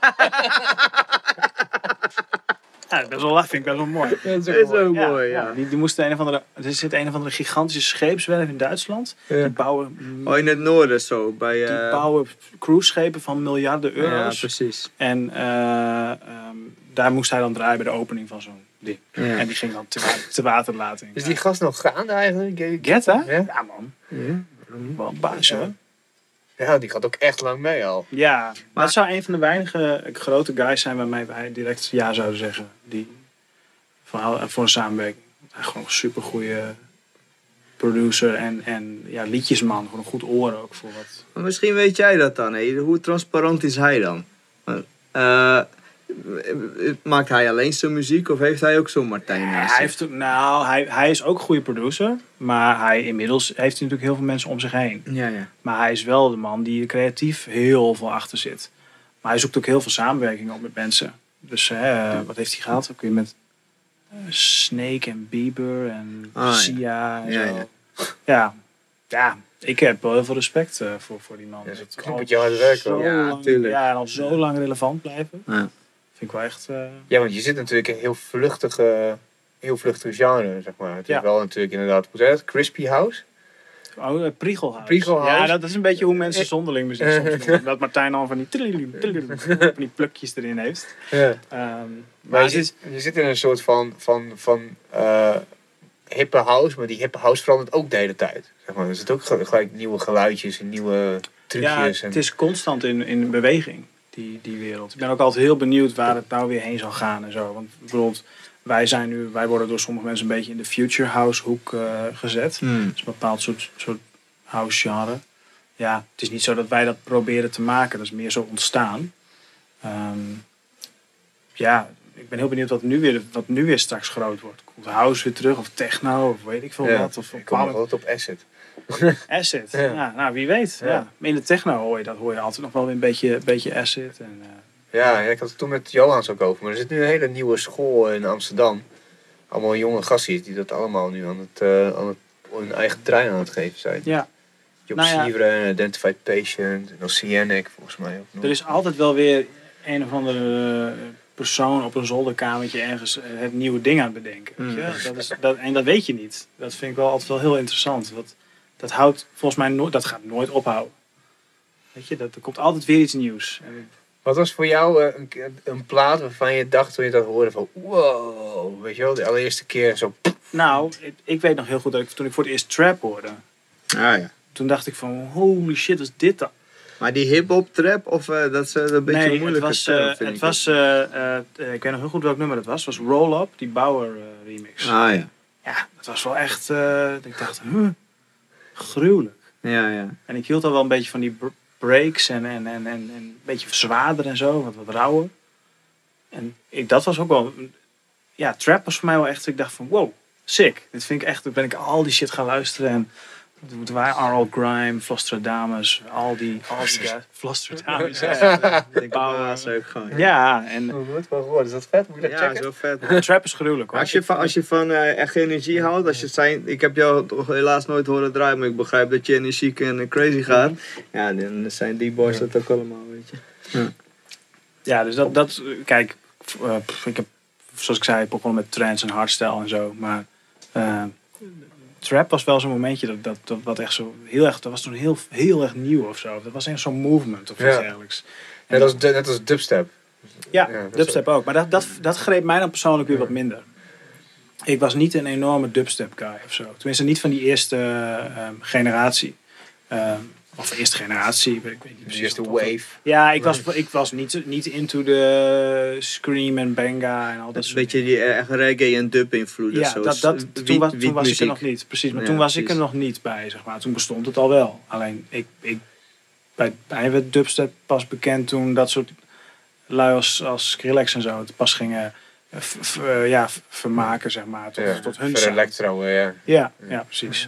B: Ja, dat is wel, vind ik best wel mooi.
C: Dat is ook mooi,
B: ja,
C: mooi ja.
B: ja. Die, die moesten een of andere, er zit een of andere gigantische scheepswerf in Duitsland. Ja. Die bouwen...
C: Oh, in het noorden zo. Bij, uh...
B: Die bouwen cruiseschepen van miljarden euro's.
C: Ja, precies.
B: En uh, um, daar moest hij dan draaien bij de opening van zo'n ding. Ja. En die ging dan te, wa- te waterlating.
A: Is die gast nog gaande eigenlijk?
B: Guetta?
A: Ja,
B: ja man. Ja. Wel een baas hoor.
A: Ja, die gaat ook echt lang mee al.
B: Ja, maar dat zou een van de weinige grote guys zijn waarmee wij direct ja zouden zeggen. Die voor, voor een samenwerking. Hij is gewoon een supergoeie producer en, en ja, liedjesman. Gewoon een goed oor ook voor wat.
C: Maar misschien weet jij dat dan. Hè? Hoe transparant is hij dan? Uh, maakt hij alleen zijn muziek of heeft hij ook zo'n Martijn
B: ja,
C: naast
B: hij heeft, Nou, hij, hij is ook een goede producer. Maar hij, inmiddels heeft hij natuurlijk heel veel mensen om zich heen.
C: Ja, ja.
B: Maar hij is wel de man die er creatief heel veel achter zit. Maar hij zoekt ook heel veel samenwerking op met mensen. Dus uh, wat heeft hij gehad? Ook weer met uh, Snake en Bieber en
C: ah,
B: Sia en
C: ja.
B: zo.
C: Ja,
B: ja. ja, ja. Ik heb wel heel veel respect uh, voor, voor die man.
A: Ja, dat knippert je hard werken.
C: Ja,
B: lang,
C: tuurlijk.
B: Ja, en al zo lang relevant blijven.
C: Ja.
B: Vind ik wel echt... Uh...
A: Ja, want je zit natuurlijk in een heel vluchtige, heel vluchtige genre, zeg maar. Het is
B: ja.
A: wel natuurlijk inderdaad, hoe zeg je dat? Crispy House?
B: Oh, uh, Priegelhouse.
A: Priegelhouse.
B: Ja, dat is een beetje hoe mensen zonderling muziek soms doen. Dat Martijn dan van die, trillium, trillium, van die plukjes erin heeft.
A: Ja.
B: Um,
A: maar
B: maar
A: je, zit, je zit in een soort van, van, van uh, hippe house, maar die hippe house verandert ook de hele tijd. Zeg maar. Er zitten ook gelijk nieuwe geluidjes en nieuwe trucjes.
B: Ja, het
A: en...
B: is constant in, in beweging, die, die wereld. Ik ben ook altijd heel benieuwd waar het nou weer heen zal gaan en zo. Want bijvoorbeeld, wij zijn nu, wij worden door sommige mensen een beetje in de future house hoek uh, gezet.
C: Hmm.
B: Dat is een bepaald soort, soort house genre. Ja, het is niet zo dat wij dat proberen te maken. Dat is meer zo ontstaan. Um, ja, ik ben heel benieuwd wat nu weer, wat nu weer straks groot wordt. Komt house weer terug of techno of weet ik veel
A: ja,
B: wat. Of
A: ik kom nog wat op acid.
B: Acid,
A: ja.
B: ja, nou wie weet. Ja. Ja. In de techno hoor je dat hoor je altijd nog wel weer een beetje, beetje acid. En, uh...
A: ja, ja, ik had het toen met Johans ook over. Maar er zit nu een hele nieuwe school in Amsterdam. Allemaal jonge gastjes die dat allemaal nu aan het, uh, aan het hun eigen trein aan het geven zijn.
B: Ja.
A: Job
B: nou ja.
A: Sieveren en Identified Patient en Oceanic volgens mij ook nog.
B: Er is altijd wel weer een of andere persoon op een zolderkamertje ergens het nieuwe ding aan het bedenken. Weet je? Mm. Dat is, dat, en dat weet je niet. Dat vind ik wel altijd wel heel interessant. Dat, dat houdt volgens mij nooit, dat gaat nooit ophouden. Weet je, dat, er komt altijd weer iets nieuws. En,
A: wat was voor jou uh, een, een plaat waarvan je dacht toen je dat hoorde van wow, weet je wel, de allereerste keer zo.
B: Nou, ik, ik weet nog heel goed dat ik toen ik voor het eerst trap hoorde.
C: Ah ja.
B: Toen dacht ik van holy shit, wat is dit dan?
C: Maar die hip-hop trap, of uh, dat is uh, een beetje
B: nee,
C: moeilijker
B: het was,
C: term,
B: uh,
C: vind
B: het
C: ik.
B: was uh, uh, ik weet nog heel goed welk nummer het was. Het was Roll Up, die Bauer uh, remix.
C: Ah ja.
B: Ja, dat was wel echt, uh, ik dacht, huh, gruwelijk.
C: Ja, ja.
B: En ik hield al wel een beetje van die breaks en, en, en, en, en een beetje zwaarder en zo, wat, wat rauwer. En ik, dat was ook wel, ja, trap was voor mij wel echt, ik dacht van wow, sick. Dit vind ik echt, toen ben ik al die shit gaan luisteren en toen waren R L Grime, Flostradamus, al die, al die guys. Flostradamus, ja.
C: Ik baas ook gewoon.
B: Ja, en
A: Hoe wordt wel gehoord? Is dat vet? Moet je dat
C: Ja,
A: checken?
C: zo vet.
B: trap is gruwelijk hoor.
C: Als je van, als je van uh, echt energie houdt, als je zijn, ik heb jou toch helaas nooit horen draaien, maar ik begrijp dat je energiek en crazy gaat. Ja, dan zijn die boys dat ook allemaal, weet je. Ja,
B: Ja, dus dat, dat kijk, uh, ik heb, zoals ik zei, begonnen met trance en hardstyle en zo, maar uh, trap was wel zo'n momentje dat, dat, dat wat echt zo heel erg, dat was toen heel, heel erg nieuw of zo. Dat was echt zo'n movement of iets
A: Ja.
B: dergelijks.
A: Net als, net als dubstep.
B: Ja,
A: Ja, dat
B: dubstep ook. Maar dat, dat, dat greep mij dan persoonlijk weer wat minder. Ik was niet een enorme dubstep guy of zo. Tenminste, niet van die eerste uh, generatie. Uh, of de eerste generatie, ik weet niet
A: De
B: precies.
A: eerste
B: wat dat-
A: wave.
B: Ja, ik was, ik was niet, niet into de scream en banga en al dat
C: een
B: soort
C: beetje die uh, echt reggae en dub invloeden.
B: Ja,
C: zoals
B: dat, dat,
C: wiet-
B: toen, was, toen was ik
C: wietmuziek.
B: er nog niet. Precies, maar
C: Ja,
B: toen was ik er
C: precies.
B: nog niet bij, zeg maar. Toen bestond het al wel. Alleen, ik, ik, bij mij werd dubstep pas bekend toen dat soort lui als, als Skrillex en zo het pas gingen uh, f, f, uh, ja, f- vermaken, zeg maar. Tot,
A: Ja,
B: tot hun
A: voor
B: sound.
A: electro, eh, ja.
B: Ja, ja, precies.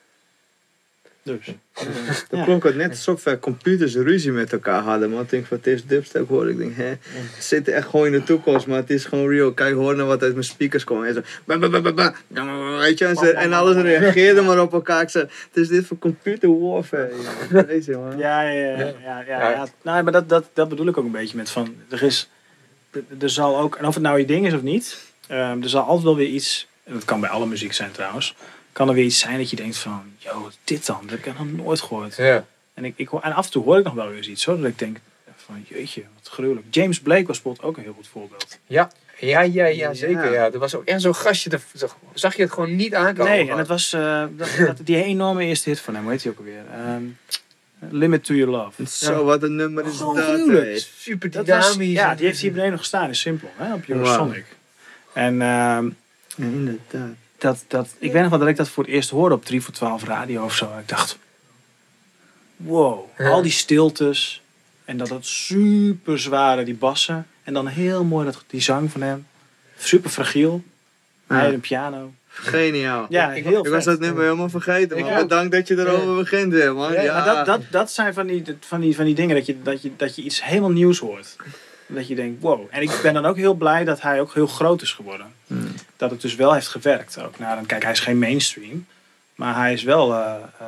B: Dus.
C: Dan
B: Ja.
C: klonk het net alsof uh, computers ruzie met elkaar hadden. Want ik denk van het is dubstep hoor. Ik denk, hè, het zit echt gewoon in de toekomst, maar het is gewoon real. Kijk, hoor naar wat uit mijn speakers komt. En zo, ba, ba, ba, ba, ba. Weet je, en, ze, en alles reageerde maar op elkaar. Ik zei, het is dit voor computer warfare. Ja, crazy, man.
B: Ja, ja, ja, ja, ja, ja, ja. Nou, maar dat, dat, dat bedoel ik ook een beetje met van, er is, er, er zal ook, en of het nou je ding is of niet, um, er zal altijd wel weer iets, en dat kan bij alle muziek zijn trouwens, kan er weer iets zijn dat je denkt van, yo, dit dan, dat heb ik nog nooit gehoord.
A: Ja.
B: En, ik, ik, hoor- en af en toe hoor ik nog wel weer eens iets, hoor, dat ik denk van, jeetje, wat gruwelijk. James Blake was bijvoorbeeld ook een heel goed voorbeeld.
A: Ja, ja, ja, ja, zeker.
C: Ja.
A: Ja. Er was ook echt zo'n gastje, dat zag, zag je het gewoon niet aankomen.
B: Nee, en het was uh, dat, dat, die enorme eerste hit van hem, hoe heet die ook alweer? Um, Limit to Your Love.
C: Zo, wat een nummer is
B: Gewoon
C: dat,
B: gruwelijk.
C: hè.
A: super
B: Dat was,
A: dynamisch.
B: ja, die heeft hier beneden nog gestaan in Simpel, hè, op Eurosonic. En uh,
C: Ja, inderdaad.
B: dat, dat, ik weet nog wel dat ik dat voor het eerst hoorde op drie voor twaalf radio of zo. Ik dacht, wow,
A: Ja.
B: al die stiltes. En dat het super zware, die bassen. En dan heel mooi dat, die zang van hem. Super fragiel. Hij
C: Ja.
B: een piano.
C: Geniaal.
B: Ja,
C: ik,
B: heel
C: ik was
B: vet.
C: dat nummer helemaal vergeten,
A: Ik
C: man.
A: ook.
C: Bedankt dat je erover begint, hè, man.
A: Ja,
C: Ja,
B: Maar dat, dat, dat zijn van die, van, die, van die dingen dat je, dat, je, dat je iets helemaal nieuws hoort. Dat je denkt, wow. En ik ben dan ook heel blij dat hij ook heel groot is geworden.
C: Hmm.
B: Dat het dus wel heeft gewerkt. Ook naar een, kijk, hij is geen mainstream. Maar hij is wel... uh, uh,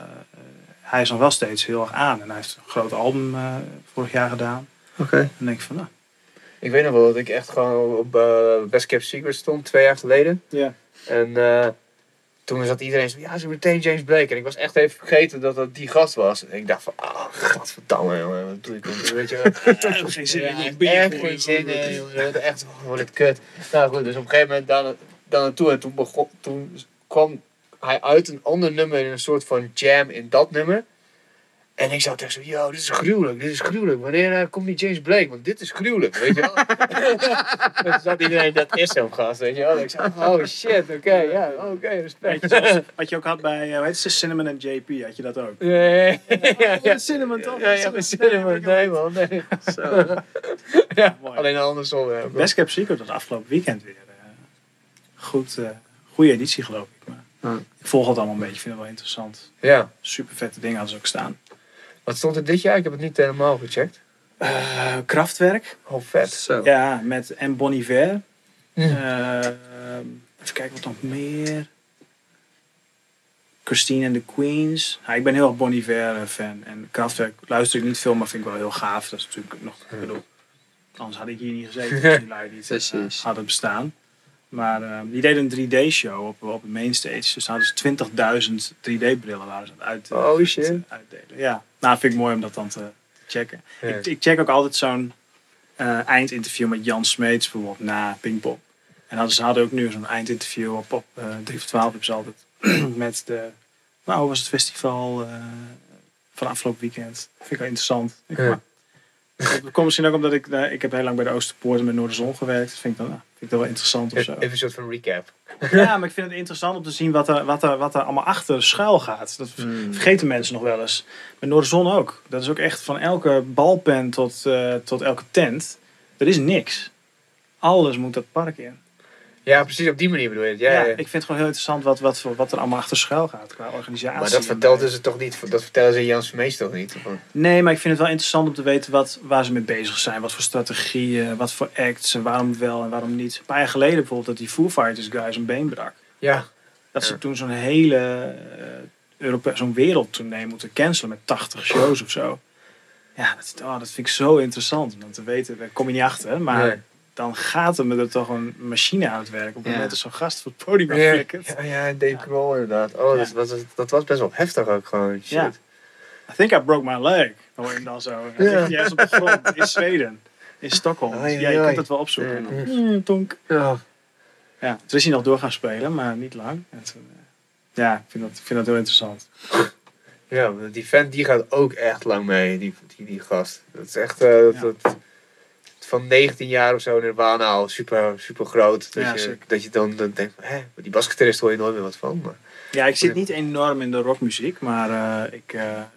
B: hij is nog wel steeds heel erg aan. En hij heeft een groot album uh, vorig jaar gedaan.
C: Oké.
B: En dan denk ik van, nou...
A: Ik weet nog wel dat ik echt gewoon op uh, Best Kept Secret stond, twee jaar geleden.
B: Ja.
A: En uh, toen zat iedereen zo, ja, zo meteen James Blake. En ik was echt even vergeten dat dat die gast was. En ik dacht van, ah, godverdamme, jongen, wat doe ik dan? Weet je wel?
B: geen zin in.
A: Ja,
B: Ik ben
A: echt
B: gewoon-
A: geen zin in, jongen. Echt, oh, wordt het kut. Nou goed, dus op een gegeven moment dan, dan naartoe. En toen, begon, toen kwam hij uit een ander nummer in een soort van jam in dat nummer. En ik zou tegen zo, yo, dit is gruwelijk, dit is gruwelijk. Wanneer uh, komt die James Blake? Want dit is gruwelijk, weet je wel. En toen zat iedereen, dat is hem gast, weet je wel. En ik zei, oh shit, oké, okay, ja, oké, okay, respect.
B: Weet je, zoals- wat je ook had bij, uh, hoe heet ze, Cinnamon en J P, had je dat ook?
A: Nee, ja, ja.
B: Cinnamon toch?
A: Ja, ja, met Cinnamon, nee man, nee.
C: Zo.
A: Ja,
B: Mooi.
A: alleen andersom. Ja.
B: Best Kept Secret was afgelopen weekend weer. Uh, goed, uh, goede editie geloof ik. Maar
C: Ja.
B: ik volg het allemaal een beetje, ik vind het wel interessant.
A: Ja,
B: Super vette dingen hadden ze ook staan.
A: wat stond er dit jaar? Ik heb het niet helemaal gecheckt.
B: Uh, Kraftwerk.
A: Oh, vet.
C: Zo.
B: Ja, met en Bon Iver.
A: Hm.
B: Uh, even kijken wat nog meer. Christine and the Queens. Ja, ik ben heel erg Bon Iver uh, fan. En Kraftwerk luister ik niet veel, maar vind ik wel heel gaaf. Dat is natuurlijk nog, ik bedoel, anders had ik hier niet gezeten als die lui niet uh,
C: Precies.
B: hadden bestaan. Maar uh, die deden een drie D-show op, op de mainstage. Dus dan hadden ze twintigduizend drie D-brillen waren ze aan het uit, uh,
A: Oh, shit.
B: uit- uitdelen. Ja, nou vind ik mooi om dat dan te checken.
A: Ja.
B: Ik, ik check ook altijd zo'n uh, eindinterview met Jan Smeets bijvoorbeeld na Pinkpop. En hadden, ze hadden ook nu zo'n eindinterview op, op uh, drie voor twaalf hebben ze altijd met de, nou hoe was het festival uh, van afgelopen weekend. Vind ik wel interessant. Ik,
A: Ja.
B: maar, dat komt misschien ook omdat ik... Uh, ik heb heel lang bij de Oosterpoort en bij Noorderzon gewerkt. Dat vind ik dan, uh, vind ik dan wel interessant of zo.
A: Even een soort van recap.
B: Ja, maar ik vind het interessant om te zien wat er, wat er, wat er allemaal achter schuil gaat. Dat
C: Hmm.
B: vergeten mensen nog wel eens. Bij Noorderzon ook. Dat is ook echt van elke balpen tot, uh, tot elke tent. Er is niks. Alles moet dat park in.
A: Ja, precies op die manier bedoel je het. Ja,
B: Ja,
A: ja.
B: ik vind het gewoon heel interessant wat, wat, voor, wat er allemaal achter schuil gaat qua organisatie.
A: Maar dat vertelt ze toch niet, dat vertellen ze Jan Vermees toch niet? Of?
B: Nee, maar ik vind het wel interessant om te weten wat, waar ze mee bezig zijn. Wat voor strategieën, wat voor acts en waarom wel en waarom niet. Een paar jaar geleden bijvoorbeeld dat die Foo Fighters guy zijn been brak.
A: Ja.
B: Dat ze
A: Ja.
B: toen zo'n hele uh, Europe- zo'n wereldtournee moeten cancelen met tachtig shows of zo. Ja, dat, oh, dat vind ik zo interessant om te weten. Daar kom je niet achter, maar
A: Nee.
B: dan gaat er met er toch een machine aan het werk. Op het
C: Ja.
B: moment dat zo'n gast voor het podium
A: Ja,
B: flikkert.
A: ja, ja, Dave Grohl inderdaad. Oh,
B: Ja.
A: dat, was, dat was best wel heftig ook gewoon. Shit.
B: Ja. I think I broke my leg. Dan hoor je hem dan zo. Hij ligt juist op de grond in Zweden. In Stockholm.
A: Ai,
B: Ja, je
A: ai,
B: kunt
A: ai.
B: het wel opzoeken.
A: Ja.
B: Mm, tonk.
A: Ja.
B: Ja, toen is hij nog door gaan spelen, maar niet lang. En toen, uh, ja, ik vind dat, ik vind dat heel interessant.
A: Ja, maar die vent die gaat ook echt lang mee, die, die, die gast. Dat is echt, uh, dat,
B: Ja.
A: dat, van negentien jaar of zo Nirvana al super, super groot. Dat,
B: Ja,
A: je,
B: zeker.
A: dat je dan, dan denkt, hè, die basgitarist hoor je nooit meer wat van. Maar,
B: Ja, ik zit niet enorm in de rockmuziek, maar uh, ik, uh, uh,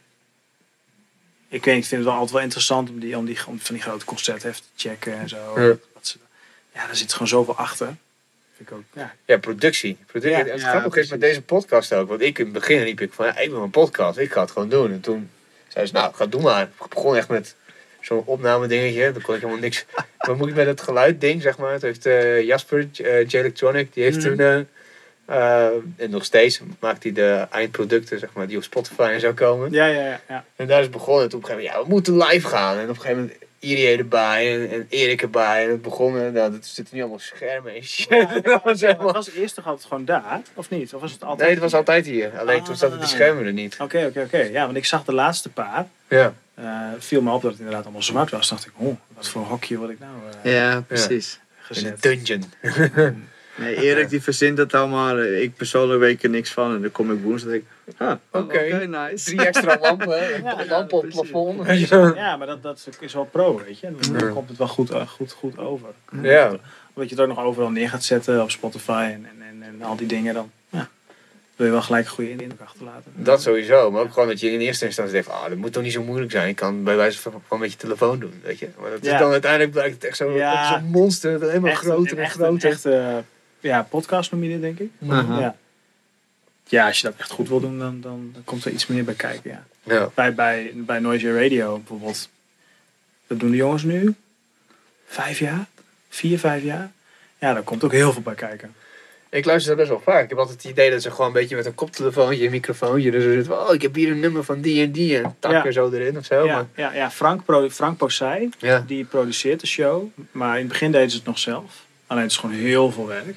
B: ik, weet, ik vind het wel altijd wel interessant om, die, om, die, om van die grote concerten even te checken en zo.
A: Ja.
B: Dat ze, ja, daar zit gewoon zoveel achter. Vind ik ook, ja.
A: ja, productie. productie.
B: Ja,
A: en het
C: ja,
A: grappige is met
C: precies.
A: deze podcast ook. Want ik in het begin riep ik van, ja, ik wil een podcast. Ik ga het gewoon doen. En toen zei ze, nou, ga het doen maar. Ik begon echt met zo'n opname dingetje. Dan kon ik helemaal niks. Wat moet ik met het geluid ding, zeg maar. Het heeft uh, Jasper, uh, J-Electronic, die heeft
B: Mhm.
A: toen... Uh, uh, en nog steeds maakt hij de eindproducten, zeg maar, die op Spotify en zo komen.
B: Ja, ja, ja, ja.
A: En daar is begonnen. En toen op een gegeven moment, ja, we moeten live gaan. En op een gegeven moment Irie erbij en, en Erik erbij. En het begon, nou, dat zitten nu allemaal schermen en shit. Dat was
B: Maar
A: helemaal...
B: was eerst toch altijd gewoon daar, of niet? Of was het altijd
A: Nee, het was altijd hier. Alleen toen zaten die
B: Ah.
A: schermen er niet.
B: Oké, oké, oké. Ja, want ik zag de laatste paar.
A: Ja.
B: Uh, viel me op dat het inderdaad allemaal zwart was. Dacht ik, oh, wat voor hokje word ik nou uh,
C: Ja, precies.
A: In de
B: gezet.
A: dungeon.
C: Nee, Erik die verzint dat allemaal. Ik persoonlijk weet er niks van. En dan kom ik woensdag en denk ik, ah, oké,
A: Oké.
C: nice.
A: Drie extra lampen.
B: Ja,
A: lampen op het
C: precies.
A: plafond.
B: Ja, maar dat, dat is wel pro, weet je. En dan
A: Ja.
B: komt het wel goed, uh, goed, goed over.
A: Ja.
B: Omdat je het ook nog overal neer gaat zetten op Spotify en, en, en, en al die dingen. Dan ja, wil je wel gelijk een goede indruk achterlaten.
A: Dat sowieso. Maar ook gewoon dat je in eerste instantie denkt, ah, dat moet toch niet zo moeilijk zijn. Ik kan bij wijze van gewoon met je telefoon doen, weet je. Maar dat is
B: Ja.
A: dan uiteindelijk blijkt het echt zo'n
B: Ja.
A: zo'n monster. Dat helemaal
B: Echt
A: groter
B: een,
A: en
B: echt
A: groter.
B: Een echte ja, podcast noem je dit, denk ik.
C: Aha.
B: Ja. Ja, als je dat echt goed wil doen, dan, dan, dan komt er iets meer bij kijken, ja.
A: Ja.
B: Bij, bij, bij Noise Radio bijvoorbeeld. Dat doen de jongens nu. Vijf jaar? Vier, vijf jaar? Ja, daar komt ook heel veel bij kijken.
A: Ik luister dat best wel vaak. Ik heb altijd het idee dat ze gewoon een beetje met een koptelefoontje, een microfoontje. Dus er zit van, oh, ik heb hier een nummer van die en die. En tak
B: Ja.
A: er zo erin of zo.
B: Ja,
A: Maar,
B: ja, ja Frank, Pro, Frank Posey,
A: ja.
B: die produceert de show. Maar in het begin deden ze het nog zelf. Alleen het is gewoon heel veel werk.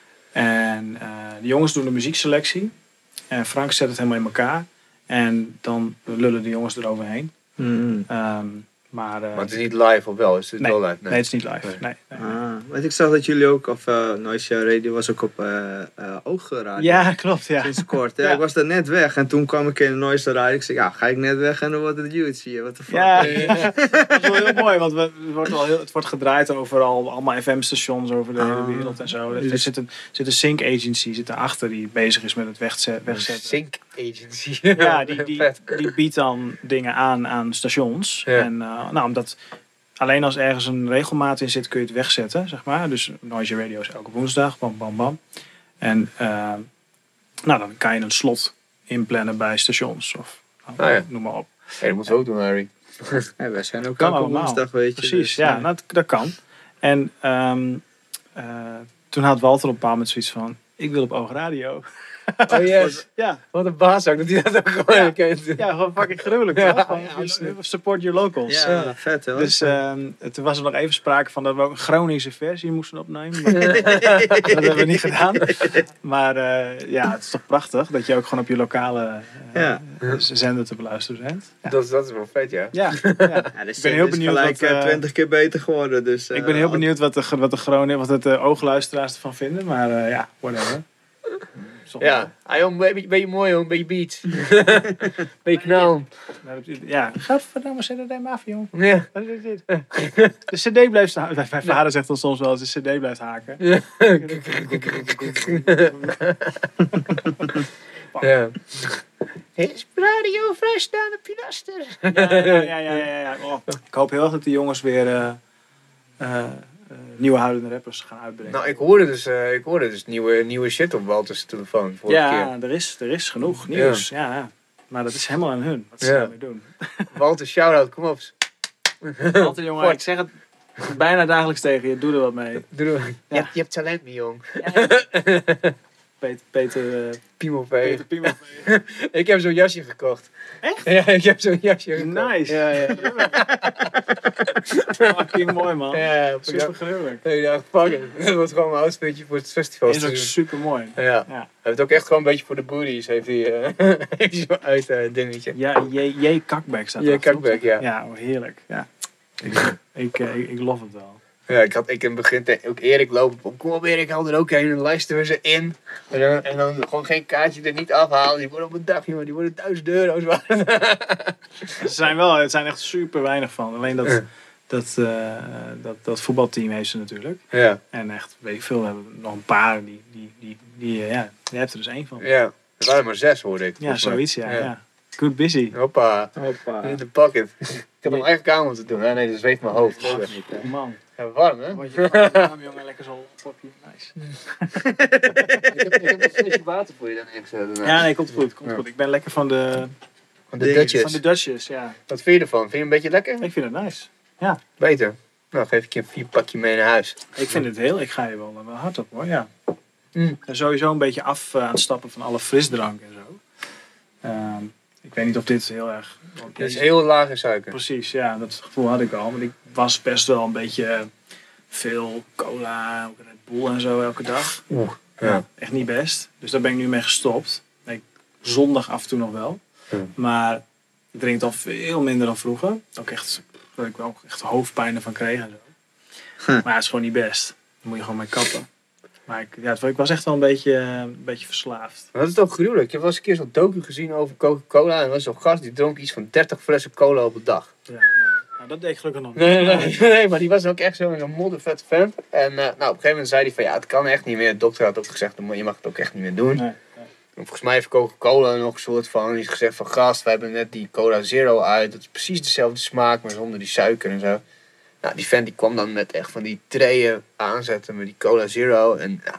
B: En uh, de jongens doen de muziekselectie. En Frank zet het helemaal in elkaar. En dan lullen de jongens eroverheen.
C: Mm.
B: Um, maar, uh,
A: Maar het is niet live of wel? Is het
B: Nee.
A: wel live?
B: nee, het is niet live.
A: Nee.
B: Nee. Nee, nee.
C: Ah, want ik zag dat jullie ook, of uh, Noise Radio was ook op uh, uh, Oogradio.
B: Ja, klopt. Ja.
C: Sinds kort. Ja,
B: Ja.
C: Ik was daar net weg en toen kwam ik in de Noise Radio. Ik zei, ja, ga ik net weg en dan wordt het huge hier. What the fuck.
B: Ja, dat is wel heel mooi, want we, het, wordt wel heel, het wordt gedraaid over al, allemaal F M-stations over de hele
C: Ah.
B: wereld en zo. Er
C: Dus-
B: zit een, zit een sync agency zit erachter die bezig is met het wegzet, wegzetten.
A: Sync Agency.
B: Ja, die, die,
A: Vet.
B: die biedt dan dingen aan aan stations.
A: Ja.
B: En uh, nou, omdat alleen als ergens een regelmaat in zit kun je het wegzetten, zeg maar. Dus Noise Radio is elke woensdag, bam, bam, bam. En uh, nou, dan kan je een slot inplannen bij stations of nou,
A: Ah, ja.
B: noem maar op.
A: Hey, dat moet we ook doen, Harry.
C: Ja, wij zijn ook
B: Kan
C: elke
B: allemaal.
C: woensdag, weet je.
B: Precies,
C: dus,
B: ja,
C: uh,
B: nou, dat, dat kan. En um, uh, toen had Walter op een bepaald moment zoiets van, ik wil op Oogradio.
A: Oh yes.
B: Ja,
A: Wat een baas ook, dat hij dat ook gewoon
B: Ja.
A: herkent.
B: ja, gewoon fucking gruwelijk.
A: Ja,
B: toch? Gewoon,
A: ja,
B: you-
A: absoluut.
B: support your locals.
C: ja, vet hoor.
B: Dus um, toen was er nog even sprake van dat we ook een Groningse versie moesten opnemen. Maar dat hebben we niet gedaan. Maar uh, ja, het is toch prachtig dat je ook gewoon op je lokale uh,
C: Ja.
B: zender te beluisteren bent. Ja,
A: Dat, dat is wel vet, ja.
B: ja, ja.
C: ja, dus
B: ik ben heel
C: is
B: benieuwd
C: gelijk
B: wat, uh,
C: twintig keer beter geworden. Dus, uh,
B: Ik ben heel benieuwd wat de, wat de Groningen, wat het uh, oogluisteraars ervan vinden. Maar uh, ja, whatever.
A: Ja, ah, joh, een beetje, beetje mooi joh, een beetje beats. beetje knal.
B: Ja, gadverdamme, zet het hem af, joh.
A: Ja.
B: Wat is dit? De cd blijft haken. Mijn vader zegt dan soms wel eens, de cd blijft haken.
A: Ja. Ja. Is radio vrijstaande pilaster?
B: Ja, ja, ja, ja, ja. Oh, ik hoop heel erg dat die jongens weer uh, uh, uh, nieuwe houdende rappers gaan uitbrengen.
A: Nou, ik hoorde dus, uh, ik hoorde dus nieuwe, nieuwe shit op Walter's telefoon vorige
B: ja,
A: keer.
B: Er is, er is genoeg nieuws. Ja. Ja, ja. Maar dat is helemaal aan hun. Wat ze
A: Ja.
B: daarmee doen.
A: Walter, shout-out, kom op.
B: Walter, jongen, ik zeg het bijna dagelijks tegen je. Doe er wat mee.
A: Doe er-
B: Ja.
A: je, hebt, je hebt talent, mijn jong.
B: Ja. Peter, Peter, uh,
A: Piemelvee.
B: Peter Piemel.
A: Ik heb zo'n jasje gekocht.
B: Echt?
A: Ja, ik heb zo'n jasje gekocht.
B: Nice.
A: Ja, ja.
B: Fucking mooi, man.
A: Ja,
B: Super gruwelijk.
A: ik dacht, fuck it. Dat was gewoon mijn outfitje voor het festival.
B: Is ook super mooi.
A: Ja.
B: Ja.
A: Hij heeft ook echt gewoon een beetje voor de booties. Heeft hij uh, heeft hij zo'n uit uh, dingetje.
B: Ja, J. J. Kakbeck staat
A: J.
B: erachter,
A: Kakbeck,
B: toch?
A: ja.
B: Ja, oh, heerlijk. Ja. Ik, ik, uh, ik, ik love het wel.
A: Ja, ik had ik in het begin te- ook Erik lopen op. Kom op Erik, haal er ook heen. En dan luisteren we ze in. En dan, en dan gewoon geen kaartje er niet afhalen. Die worden op een dag, jongen. Die worden duizend euro's waard.
B: Ze zijn wel, het zijn echt super weinig van. Alleen dat,
A: Ja.
B: dat, uh, dat, dat voetbalteam heeft ze natuurlijk.
A: Ja,
B: En echt, weet ik veel, we hebben nog een paar. Die, die, die, die, uh, ja, die hebt er dus één van.
A: ja. Er waren maar zes, hoorde ik.
B: Ja,
A: volgens mij.
B: zoiets, ja.
A: Ja.
B: ja. Good busy.
A: Hoppa.
C: Hoppa.
A: In de pocket. Ik heb hem echt kamer moeten doen. Ja, nee, dat zweet mijn hoofd.
C: Mag niet, hè.
B: Man.
A: Ja, warm, hè?
B: Word je van naam, jongen, lekker zo'n popje. Nice.
A: ik, heb, ik heb een flesje water voor je dan ingezet.
B: Ja, nee, komt goed. Komt
A: Ja.
B: goed. Ik ben lekker van de,
A: Van de
C: Dingen.
A: Dutchess.
B: van de Dutchess, ja.
A: Wat vind je ervan? Vind je hem een beetje lekker?
B: Ik vind het nice.
A: Beter. Nou, geef ik je een vier pakje mee naar huis.
B: Ik vind het heel, ik ga je wel, wel hard op hoor, ja.
A: Mm.
B: En sowieso een beetje af uh, aan het stappen van alle frisdrank en zo. Ehm, ik weet niet of dit heel erg... want
A: Het is
B: deze-
A: heel laag in suiker.
B: Precies, ja, dat gevoel had ik al. Want ik was best wel een beetje uh, veel cola, ook Red Bull en zo elke dag.
A: Oeh.
B: Ja.
A: Ja.
B: Echt niet best. Dus daar ben ik nu mee gestopt. Ik, zondag af en toe nog wel.
A: Ja.
B: Maar ik drink dan veel minder dan vroeger. Ook echt, dat ik wel echt hoofdpijn ervan kreeg en zo.
C: Huh.
B: Maar het is gewoon niet best. Daar moet je gewoon mee kappen. Maar ik, ja, het- ik was echt wel een beetje, uh, een beetje verslaafd.
A: Maar dat is toch gruwelijk. Ik heb wel eens een keer zo'n docu gezien over Coca-Cola. En er was zo'n gast die dronk iets van dertig flessen cola op een dag.
B: Ja, nee. Nou, dat deed ik gelukkig nog niet.
A: Nee, nee, nee, nee, maar die was ook echt zo'n zo moddervet vent. En uh, nou, op een gegeven moment zei hij van ja, het kan echt niet meer. De dokter had ook gezegd, je mag het ook echt niet meer doen.
B: Nee, nee.
A: En volgens mij heeft Coca-Cola nog een soort van, die heeft gezegd van gast, we hebben net die Cola Zero uit. Dat is precies dezelfde smaak, maar zonder die suiker en zo. Nou, die vent die kwam dan met echt van die trayen aanzetten met die Cola Zero. En nou,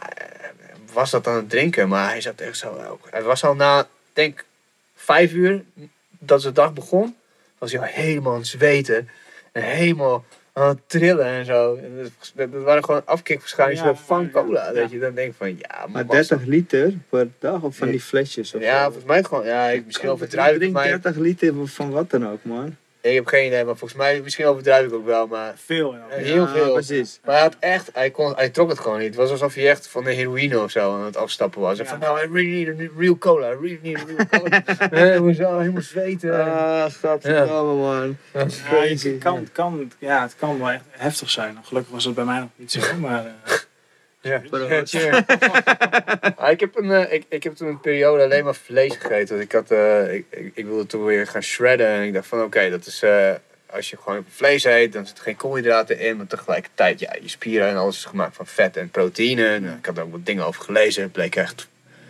A: was dat aan het drinken, maar hij zat echt zo ook. Hij was al na, denk vijf uur dat zijn dag begon, was hij al helemaal aan het zweten. En helemaal aan het trillen en zo. En dat, dat waren gewoon afkikverschijnselen
B: Ja,
A: van
B: ja,
A: cola.
B: ja.
A: Dat je dan denkt van ja,
C: Maar
A: was-
C: dertig liter per dag of van
A: Nee.
C: die flesjes? Of
A: Ja,
C: zo?
A: volgens mij gewoon, ja, ik- misschien
C: Ik
A: overdrijf ik,
C: drink
A: maar
C: dertig liter van wat dan ook, man.
A: ik heb geen idee, maar volgens mij, misschien overdrijf ik ook wel, maar
B: Veel, ja.
A: Ja. Heel
C: Ja,
A: veel.
C: precies.
A: Maar hij had echt, hij, kon, hij trok het gewoon niet. Het was alsof hij echt van de heroïne of zo aan het afstappen was. Hij
B: Ja.
A: van, nou, I really need a real cola, I really need a real cola. eh, hoezo, helemaal zweten.
C: Ah, godverdomme, man.
A: Dat is
B: Ja,
A: crazy.
B: het, kan, het, kan, ja, het kan wel echt heftig zijn. Gelukkig was het bij mij nog niet zo, maar... Uh,
A: Ja.
C: Proost.
A: Ja, cheers. Ah, ik, heb een, eh, ik, ik heb toen een periode alleen maar vlees gegeten. Want ik, had, eh, ik, ik, ik wilde toen weer gaan shredden. En ik dacht van oké, dat is... eh, als je gewoon vlees eet, dan zit er geen koolhydraten in. Maar tegelijkertijd, ja, je spieren en alles is gemaakt van vet en proteïne. Nou, ik had er ook wat dingen over gelezen. Het bleek echt,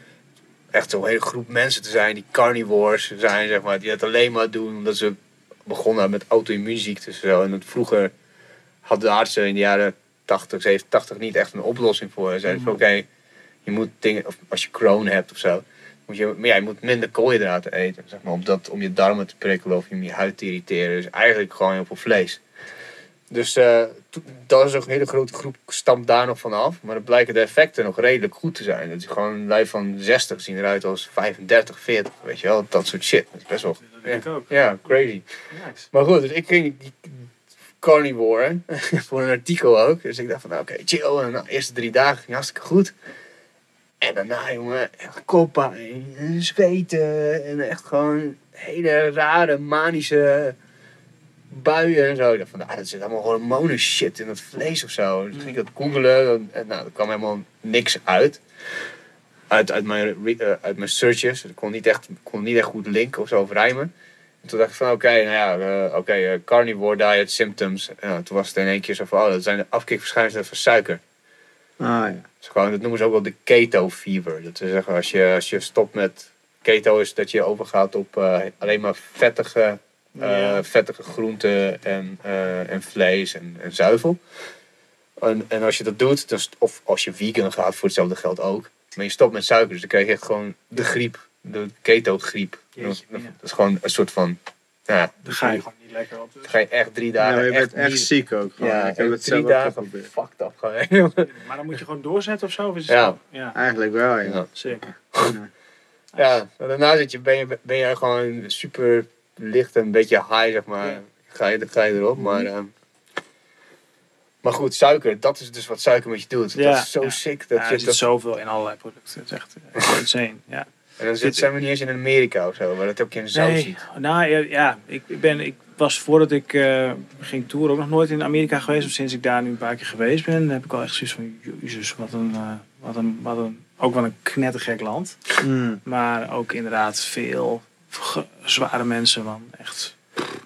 A: echt zo'n hele groep mensen te zijn die carnivores zijn, zeg maar. Die dat alleen maar doen omdat ze begonnen met auto-immuunziektes en zo. En dat vroeger hadden de artsen in de jaren tachtig, zeventig, tachtig niet echt een oplossing voor. Ze zeiden van oké, je moet dingen, of als je Crohn hebt of zo, moet je, maar ja, je moet minder koolhydraten eten, zeg maar, om, dat, om je darmen te prikkelen of om je huid te irriteren. Dus eigenlijk gewoon heel veel vlees. Dus uh, dat is een hele grote groep, stamt daar nog van af. Maar dan blijken de effecten nog redelijk goed te zijn. Dat is gewoon een lijf van zestig zien eruit als vijfendertig, veertig, weet je wel, dat soort shit. Dat is best wel,
B: dat denk ik ook.
A: ja, crazy.
B: Nice.
A: Maar goed, dus ik ging die carnivore, voor een artikel ook. Dus ik dacht van, nou, oké, chill. En nou, de eerste drie dagen ging hartstikke goed. En daarna, jongen, echt koppijn, en zweten en echt gewoon hele rare, manische buien en zo. Ik dacht van, nou, dat zit allemaal hormonen shit in dat vlees of zo. Dus ging ik dat googelen en nou, er kwam helemaal niks uit. uit, uit, mijn, uh, uit mijn searches. Ik kon niet echt, kon niet echt goed linken of zo of rijmen. En toen dacht ik van oké, okay, nou ja, uh, oké, okay, uh, carnivore diet symptoms. Uh, toen was het in één keer zo van, oh, dat zijn de afkikverschijnselen van suiker.
C: Ah ja.
A: Dus gewoon, dat noemen ze ook wel de keto fever. Dat wil zeggen, als je, als je stopt met keto is dat je overgaat op uh, alleen maar vettige, uh, ja. vettige groenten en, uh, en vlees en, en zuivel. En, en als je dat doet, dan st- of als je vegan gaat, voor hetzelfde geld ook. Maar je stopt met suiker, dus dan krijg je echt gewoon de griep. De keto-griep. Dat, dat is gewoon een soort van... Ja,
B: dan ga je gewoon niet lekker op. Dus.
A: Dan ga je echt drie dagen...
C: Ja, je bent echt,
A: echt
C: ziek ook. Gewoon.
A: Ja,
C: ik heb het
A: drie dagen fucked up gewoon.
B: Maar dan moet je gewoon doorzetten of zo? Of is het
A: ja.
B: gewoon, ja,
C: eigenlijk wel, ja.
A: ja.
B: Zeker.
C: Ja.
A: Ja, daarna zit je, ben, je, ben je gewoon super licht en een beetje high, zeg maar. Ja. Ga, je, ga je erop, maar... Uh, maar goed, suiker, dat is dus wat suiker met je doet.
B: Ja,
A: dat is zo
B: ja.
A: sick. Dat
B: ja,
A: je,
B: er zit
A: dat...
B: zoveel in allerlei producten. Het is echt, echt insane, ja.
A: En dan zit, zijn we niet eens in Amerika of zo, waar dat ook in zout
B: nee,
A: ziet.
B: Nou ja, ik, ik, ben, ik was voordat ik uh, ging toeren ook nog nooit in Amerika geweest. Of sinds ik daar nu een paar keer geweest ben, heb ik al echt zoiets van, jezus, wat een, uh, wat een, wat een, ook wel een knettergek land.
C: Mm.
B: Maar ook inderdaad veel ge- zware mensen, man. Echt...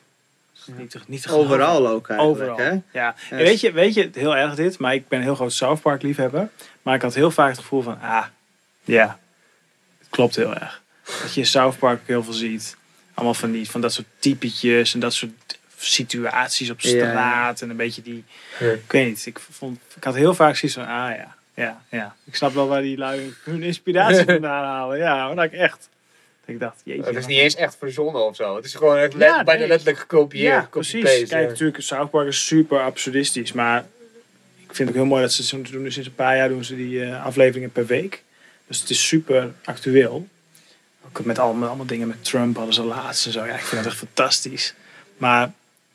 B: Niet te, niet te
C: Overal ook eigenlijk,
B: Overal.
C: hè?
B: Ja.
C: Yes.
B: En weet je, weet je, heel erg dit, maar ik ben een heel groot South Park liefhebber. Maar ik had heel vaak het gevoel van, ah, ja, het klopt heel erg. Dat je in South Park heel veel ziet. Allemaal van, die, van dat soort typetjes en dat soort situaties op straat. Ja. En een beetje die, ja. ik weet niet, ik, vond, ik had heel vaak zoiets van, ah ja, ja, ja. Ik snap wel waar die lui hun inspiratie vandaan halen. Ja, maar dat ik echt... Ik dacht, jeetje,
A: het is niet eens echt verzonnen of zo. Het is gewoon echt
B: ja,
A: let, bijna
B: nee.
A: letterlijk gekopieerd.
B: Ja, precies. Kijk, ja. natuurlijk, South Park is super absurdistisch. Maar ik vind het ook heel mooi dat ze zo doen. Sinds een paar jaar doen ze die uh, afleveringen per week. Dus het is super actueel. Ook met allemaal, allemaal dingen met Trump hadden ze laatst en zo. Ja, ik vind dat echt fantastisch. Maar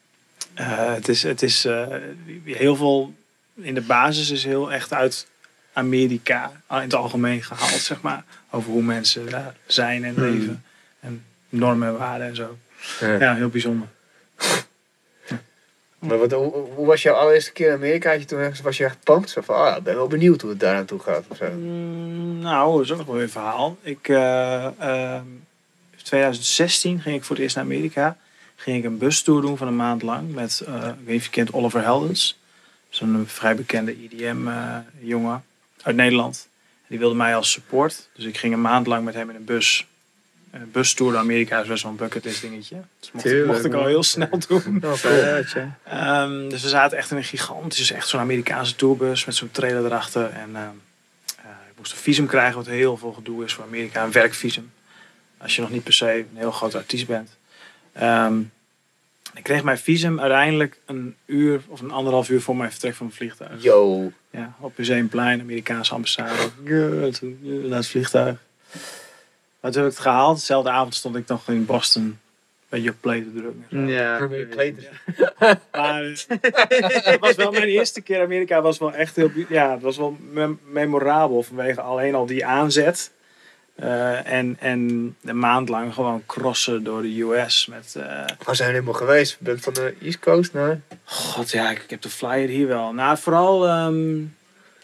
B: uh, het is, het is uh, heel veel... In de basis is heel echt uit Amerika in het algemeen gehaald, zeg maar. Over hoe mensen daar zijn en leven. Hmm. En normen en waarden en zo. Ja, ja heel bijzonder.
A: Ja. Maar wat, hoe, hoe was jouw allereerste keer in Amerika? Had je toen ergens, was je echt pumped? Zo van, ah, ik ben wel benieuwd hoe het daar naartoe gaat. Of zo.
B: Mm, nou, dat is ook nog wel een verhaal. Ik, uh, uh, in twintig zestien ging ik voor het eerst naar Amerika. Ging ik een bustour doen van een maand lang. Met, uh, ik weet niet of je kent Oliver Heldens. Zo'n vrij bekende E D M-jongen uh, uit Nederland. Die wilde mij als support. Dus ik ging een maand lang met hem in een bus. Een bustour door Amerika is best wel een bucketlist dingetje. Dus mocht, Tuurlijk, mocht ik al heel snel doen.
C: Oh, cool.
B: um, dus we zaten echt in een gigantische, echt zo'n Amerikaanse tourbus met zo'n trailer erachter. En uh, uh, ik moest een visum krijgen, wat heel veel gedoe is voor Amerika. Een werkvisum. Als je nog niet per se een heel groot artiest bent. Um, ik kreeg mijn visum uiteindelijk een uur of een anderhalf uur voor mijn vertrek van mijn vliegtuig.
A: Yo.
B: Ja, op Museumplein, Amerikaanse ambassade. Ja, toen, ja, naar het vliegtuig. Maar toen heb ik het gehaald. Dezelfde avond stond ik nog in Boston een beetje op play te drukken.
C: Ja.
B: ja. Maar het was wel mijn eerste keer in Amerika. Was wel echt heel, ja, het was wel mem- memorabel vanwege alleen al die aanzet. Uh, en, en een maand lang gewoon crossen door de U S met... Uh...
A: Waar zijn we helemaal geweest? Je bent van de East Coast naar...
B: God, ja, ik, ik heb de flyer hier wel. Nou, vooral... Um...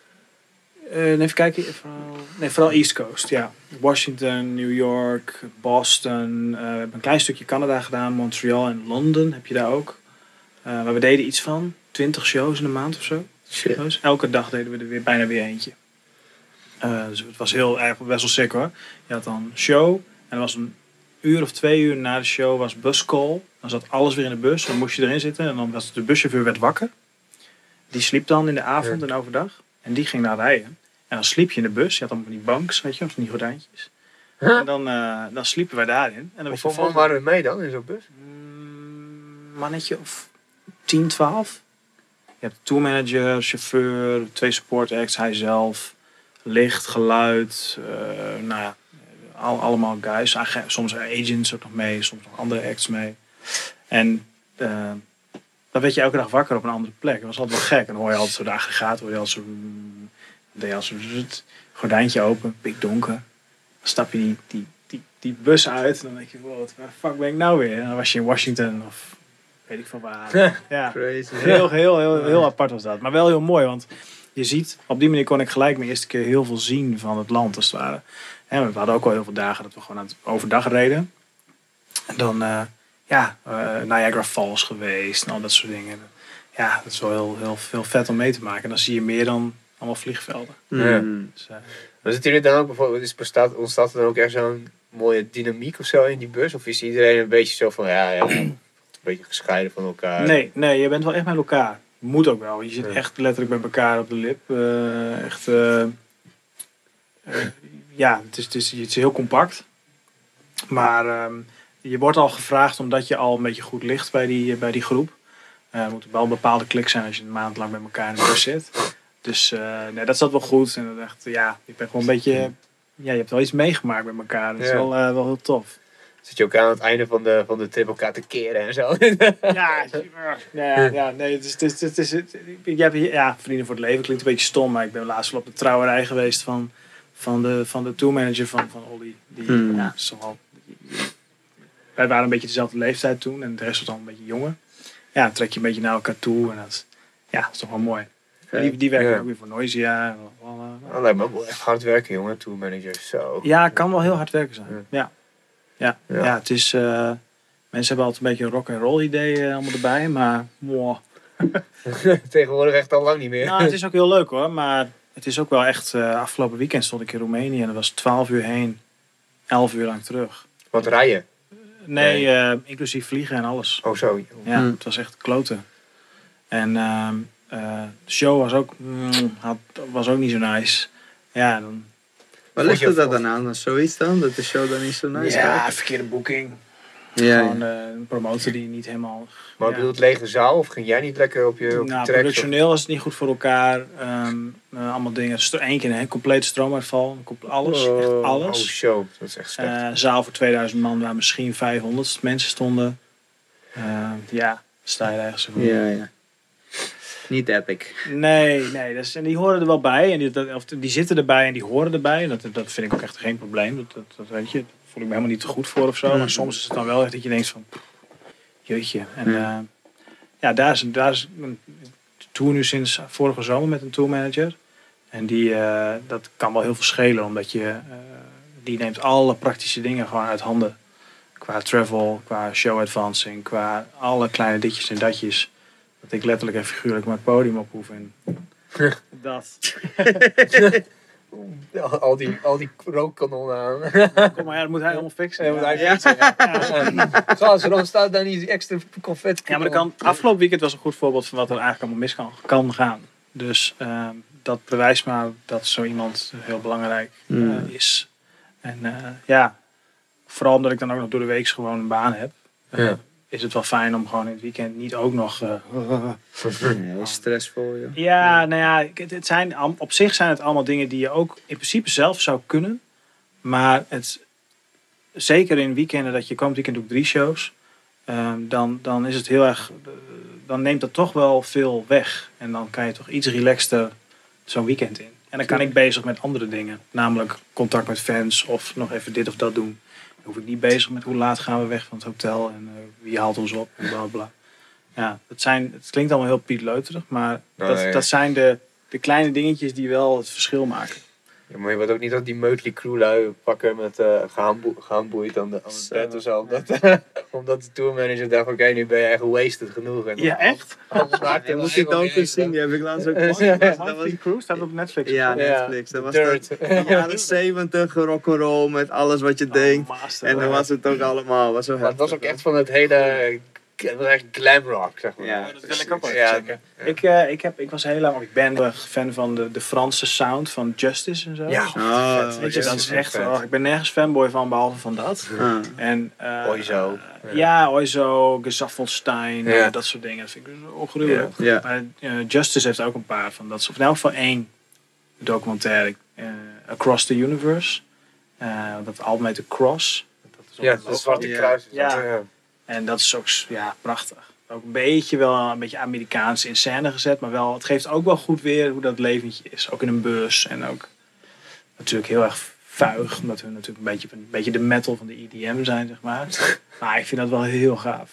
B: Uh, even kijken. Vooral... Nee, vooral East Coast, ja. Washington, New York, Boston. Uh, we hebben een klein stukje Canada gedaan. Montreal en Londen heb je daar ook. Uh, maar we deden iets van twintig shows in een maand of zo. Shit. Elke dag deden we er weer bijna weer eentje. Uh, dus het was heel erg best wel sick hoor. Je had dan een show en er was een uur of twee uur na de show was buscall. Dan zat alles weer in de bus, dan moest je erin zitten en dan was de buschauffeur werd wakker. Die sliep dan in de avond ja. en overdag en die ging naar rijden. En dan sliep je in de bus, je had dan van die banks, weet je, van die gordijntjes. Huh? En dan, uh, dan sliepen wij daarin. En dan
A: hoeveel man waren we mee dan in zo'n bus?
B: Mm, mannetje of tien, twaalf. Je hebt de tourmanager, chauffeur, twee support acts, hij zelf. Licht, geluid, uh, nou ja, al, allemaal guys. Soms agents ook nog mee, soms nog andere acts mee. En uh, dan werd je elke dag wakker op een andere plek. Dat was altijd wel gek. En dan hoor je altijd zo de aggregaat, hoor je altijd zo... Dan deed je als het gordijntje open, pikdonker. Dan stap je die, die, die, die bus uit en dan denk je, wow, waar de fuck ben ik nou weer? En dan was je in Washington of weet ik van waar. Ja,
C: crazy.
B: Heel, heel, heel, heel apart was dat. Maar wel heel mooi, want je ziet, op die manier kon ik gelijk mijn eerste keer heel veel zien van het land als het ware. En we hadden ook al heel veel dagen dat we gewoon aan het overdag reden. En dan, uh, ja, uh, Niagara Falls geweest en al dat soort dingen. Ja, dat is wel heel, heel veel vet om mee te maken. En dan zie je meer dan allemaal vliegvelden.
A: Ja.
B: Dus, uh,
A: Maar zit jullie dan ook bijvoorbeeld, is bestaat, ontstaat er dan ook echt zo'n mooie dynamiek of zo in die bus? Of is iedereen een beetje zo van, ja, ja een beetje gescheiden van elkaar?
B: nee, nee, je bent wel echt met elkaar. Moet ook wel. Je zit
A: Ja.
B: echt letterlijk bij elkaar op de lip. Uh, echt, uh, uh, ja, het is, het, is, het is heel compact. Maar um, je wordt al gevraagd omdat je al een beetje goed ligt bij die, bij die groep. Uh, er moet wel een bepaalde klik zijn als je een maand lang met elkaar in de bus zit. Dus uh, nee, dat zat wel goed. En dat echt, ja, ik ben gewoon een beetje... Ja, je hebt wel iets meegemaakt met elkaar. Dat is
A: Ja.
B: wel, uh, wel heel tof.
A: Zit je ook aan het einde van de, van de trip elkaar te keren en zo?
B: Ja, ja, ja, nee, het is, het is, het is, het is, je hebt, ja, vrienden voor het leven klinkt een beetje stom, maar ik ben laatst wel op de trouwerij geweest van, van de, van de tourmanager van, van Olly. Die,
C: Hmm.
B: ja, is toch wel, wij waren een beetje dezelfde leeftijd toen en de rest was dan een beetje jonger. Ja, dan trek je een beetje naar elkaar toe en dat, ja, dat is toch wel mooi. En die, die werken
A: Ja.
B: ook weer voor Noisia. En wel, uh,
A: Dat lijkt me ook wel echt hard werken, jongen, tourmanager. Zo.
B: ja, kan wel heel hard werken zijn. Ja, ja,
A: Ja.
B: ja. Het is, uh, mensen hebben altijd een beetje een rock and roll idee uh, allemaal erbij, maar wow.
A: Tegenwoordig echt al lang niet meer.
B: Nou, het is ook heel leuk hoor, maar het is ook wel echt... Uh, afgelopen weekend stond ik in Roemenië en dat was twaalf uur heen, elf uur lang terug.
A: Wat rijden?
B: Nee, uh, inclusief vliegen en alles.
A: Oh, zo.
B: Ja,
C: Hmm.
B: het was echt kloten. En uh, uh, de show was ook, mm, had, was ook niet zo nice. Ja, dan...
C: Waar ligt het dat dan aan? Dan zoiets dan? Dat de show dan niet zo nice
B: ja,
C: gaat?
B: verkeerde boeking.
C: Ja,
B: Gewoon
C: ja.
B: uh, een promotor die niet helemaal...
A: Maar
B: ja.
A: bedoel het lege zaal of ging jij niet lekker op je, op je
B: Nou,
A: track?
B: productioneel was het niet goed voor elkaar. Um, uh, allemaal dingen. Sto- Eén keer een complete stroomuitval. Alles.
A: Oh,
B: Echt
A: Oh,
B: alles.
A: show. Dat is echt slecht.
B: Uh, zaal voor tweeduizend man waar misschien vijfhonderd mensen stonden. Uh, ja, sta je er ergens voor.
C: Ja, ja. Niet epic.
B: Nee, nee. Dat is, en die horen er wel bij. En die, dat, of die zitten erbij en die horen erbij. Dat, dat vind ik ook echt geen probleem. Dat, dat, dat weet je. Daar voel ik me helemaal niet te goed voor of zo.
C: Mm.
B: Maar soms is het dan wel echt dat je denkt van... pff, jeetje. En
C: Mm.
B: uh, ja, daar is, daar is een tour nu sinds vorige zomer met een tourmanager. En die, uh, dat kan wel heel veel schelen. Omdat je... Uh, die neemt alle praktische dingen gewoon uit handen. Qua travel, qua show advancing, qua alle kleine ditjes en datjes. Dat ik letterlijk en figuurlijk mijn podium op hoef. En dat.
A: Al, al die, al die rookkanonnen aan.
B: Kom maar, ja, dat moet hij allemaal fixen.
A: Ja,
B: Ja,
A: moet hij
C: Ja.
A: fietsen, ja. Zoals er dan staat daar niet extra confetti.
B: Ja, maar dat kan, afgelopen weekend was een goed voorbeeld van wat er eigenlijk allemaal mis kan, kan gaan. Dus uh, dat bewijst maar dat zo iemand heel belangrijk uh,
C: Mm.
B: is. En uh, ja, vooral omdat ik dan ook nog door de week gewoon een baan heb. Uh,
A: Ja.
B: Is het wel fijn om gewoon in het weekend niet ook nog... Uh,
C: Nee, stressvol, joh.
B: Ja, nou ja, het, het zijn, al- op zich zijn het allemaal dingen die je ook in principe zelf zou kunnen. Maar het, zeker in weekenden, dat je komend weekend doe ik drie shows. Um, dan, dan is het heel erg, uh, dan neemt dat toch wel veel weg. En dan kan je toch iets relaxter zo'n weekend in. En dan kan ik bezig met andere dingen. Namelijk contact met fans of nog even dit of dat doen. Dan hoef ik niet bezig met hoe laat gaan we weg van het hotel. En uh, wie haalt ons op en bla bla. Ja, het, zijn, het klinkt allemaal heel pietleuterig, maar
A: Nou,
B: dat,
A: nee.
B: dat zijn de, de kleine dingetjes die wel het verschil maken.
A: Ja, maar je wordt ook niet dat die Mötley Crüe lui pakken met uh, gehambo- gehamboeid aan, de, aan het
C: Zo.
A: bed of zo. Omdat, omdat de tourmanager dacht, oké, okay, nu ben je echt wasted genoeg. En
B: Ja, echt?
A: Alles maakt
C: Ja,
A: er
C: moet ik dan ook eens zien? Die heb ik laatst ook gezien. Dat was,
B: Mötley Crüe staat op Netflix.
C: ja,
A: Ja.
C: Netflix. Dat was
A: Dirt.
C: dat de jaren zeventig rock'n'roll met alles wat je denkt.
B: Oh, master.
C: En dan was het ook allemaal. Was zo
A: Maar het was ook
C: heftig,
A: echt van het hele... Het was echt glam rock, zeg maar.
C: Ja,
B: dat wil ik ook wel
A: Ja,
B: checken.
A: ja.
B: Ik, uh, ik, heb, ik was heel lang, of ik ben heel erg fan van de, de Franse sound van Justice en zo.
A: Ja,
C: Oh,
A: vet.
B: Weet je, dat is
A: Justice
B: echt,
A: vet.
B: oh, ik ben nergens fanboy van behalve van dat.
C: Ah.
B: En, uh,
A: Oizo.
B: uh, ja, Oizo, Gesaffelstein,
A: Ja.
B: uh, dat soort dingen. Dat vind ik dus ook gruwelijk.
C: Ja.
B: Maar uh, Justice heeft ook een paar van dat soort. In elk geval één documentaire, uh, Across the Universe. Uh, dat album heet The Cross. Dat is ook
A: Ja,
B: een
A: de
B: logo.
A: Zwarte
C: Ja.
A: Kruis.
B: Ja.
A: ja.
B: En dat is ook ja, prachtig. Ook een beetje wel een beetje Amerikaans in scène gezet, maar wel, het geeft ook wel goed weer hoe dat leventje is. Ook in een bus en ook natuurlijk heel erg vuig, omdat we natuurlijk een beetje, een beetje de metal van de E D M zijn, zeg maar. Maar ik vind dat wel heel gaaf.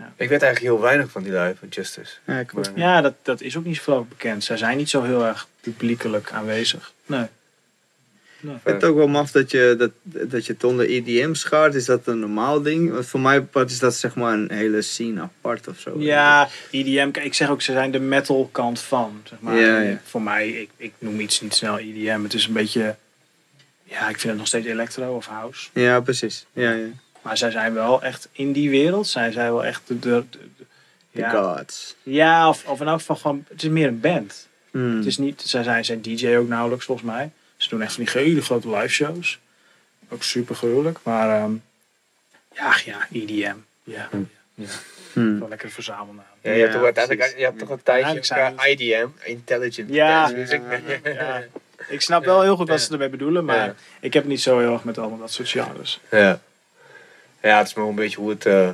B: Ja.
A: Ik weet eigenlijk heel weinig van die lui van Justice.
C: Ja, ik ook.
A: Maar-
B: Ja, dat, dat is ook niet zoveel bekend. Zij zijn niet zo heel erg publiekelijk aanwezig. Nee. nee.
C: Ik vind het ook wel maf dat je, dat, dat je het onder E D M schaart. Is dat een normaal ding? Want voor mij part is dat zeg maar een hele scene apart of zo.
B: Ja, E D M, ik zeg ook, ze zijn de metal kant van. Zeg maar.
C: Ja, ja.
B: Voor mij, ik, ik noem iets niet snel E D M. Het is een beetje, ja, ik vind het nog steeds electro of house.
C: Ja, precies. Ja, ja.
B: Maar zij zijn wel echt in die wereld. Zij zijn wel echt de, de, de- de-
C: The
B: ja,
C: gods.
B: ja, of, of in elk geval gewoon, het is meer een band.
C: Hmm.
B: Het is niet, zij zijn, zijn D J ook nauwelijks volgens mij. Ze doen echt van die hele grote live shows. Ook super gruwelijk. Maar ehm, ja, ja, E D M. Ja, ja.
C: Hmm.
B: Wel lekker verzamelnaam.
A: Ja, je hebt
C: Ja,
A: toch uiteindelijk
C: precies.
A: je hebt toch een tijdje
B: Ja, ik
A: elkaar I D M, Intelligent
B: Ja.
A: Dance Music.
B: Ja. Ik snap wel heel goed wat
A: Ja.
B: ze ermee bedoelen, maar
A: Ja.
B: ik heb het niet zo heel erg met allemaal dat soort genres.
A: Ja. Ja, het is maar een beetje hoe het... eh,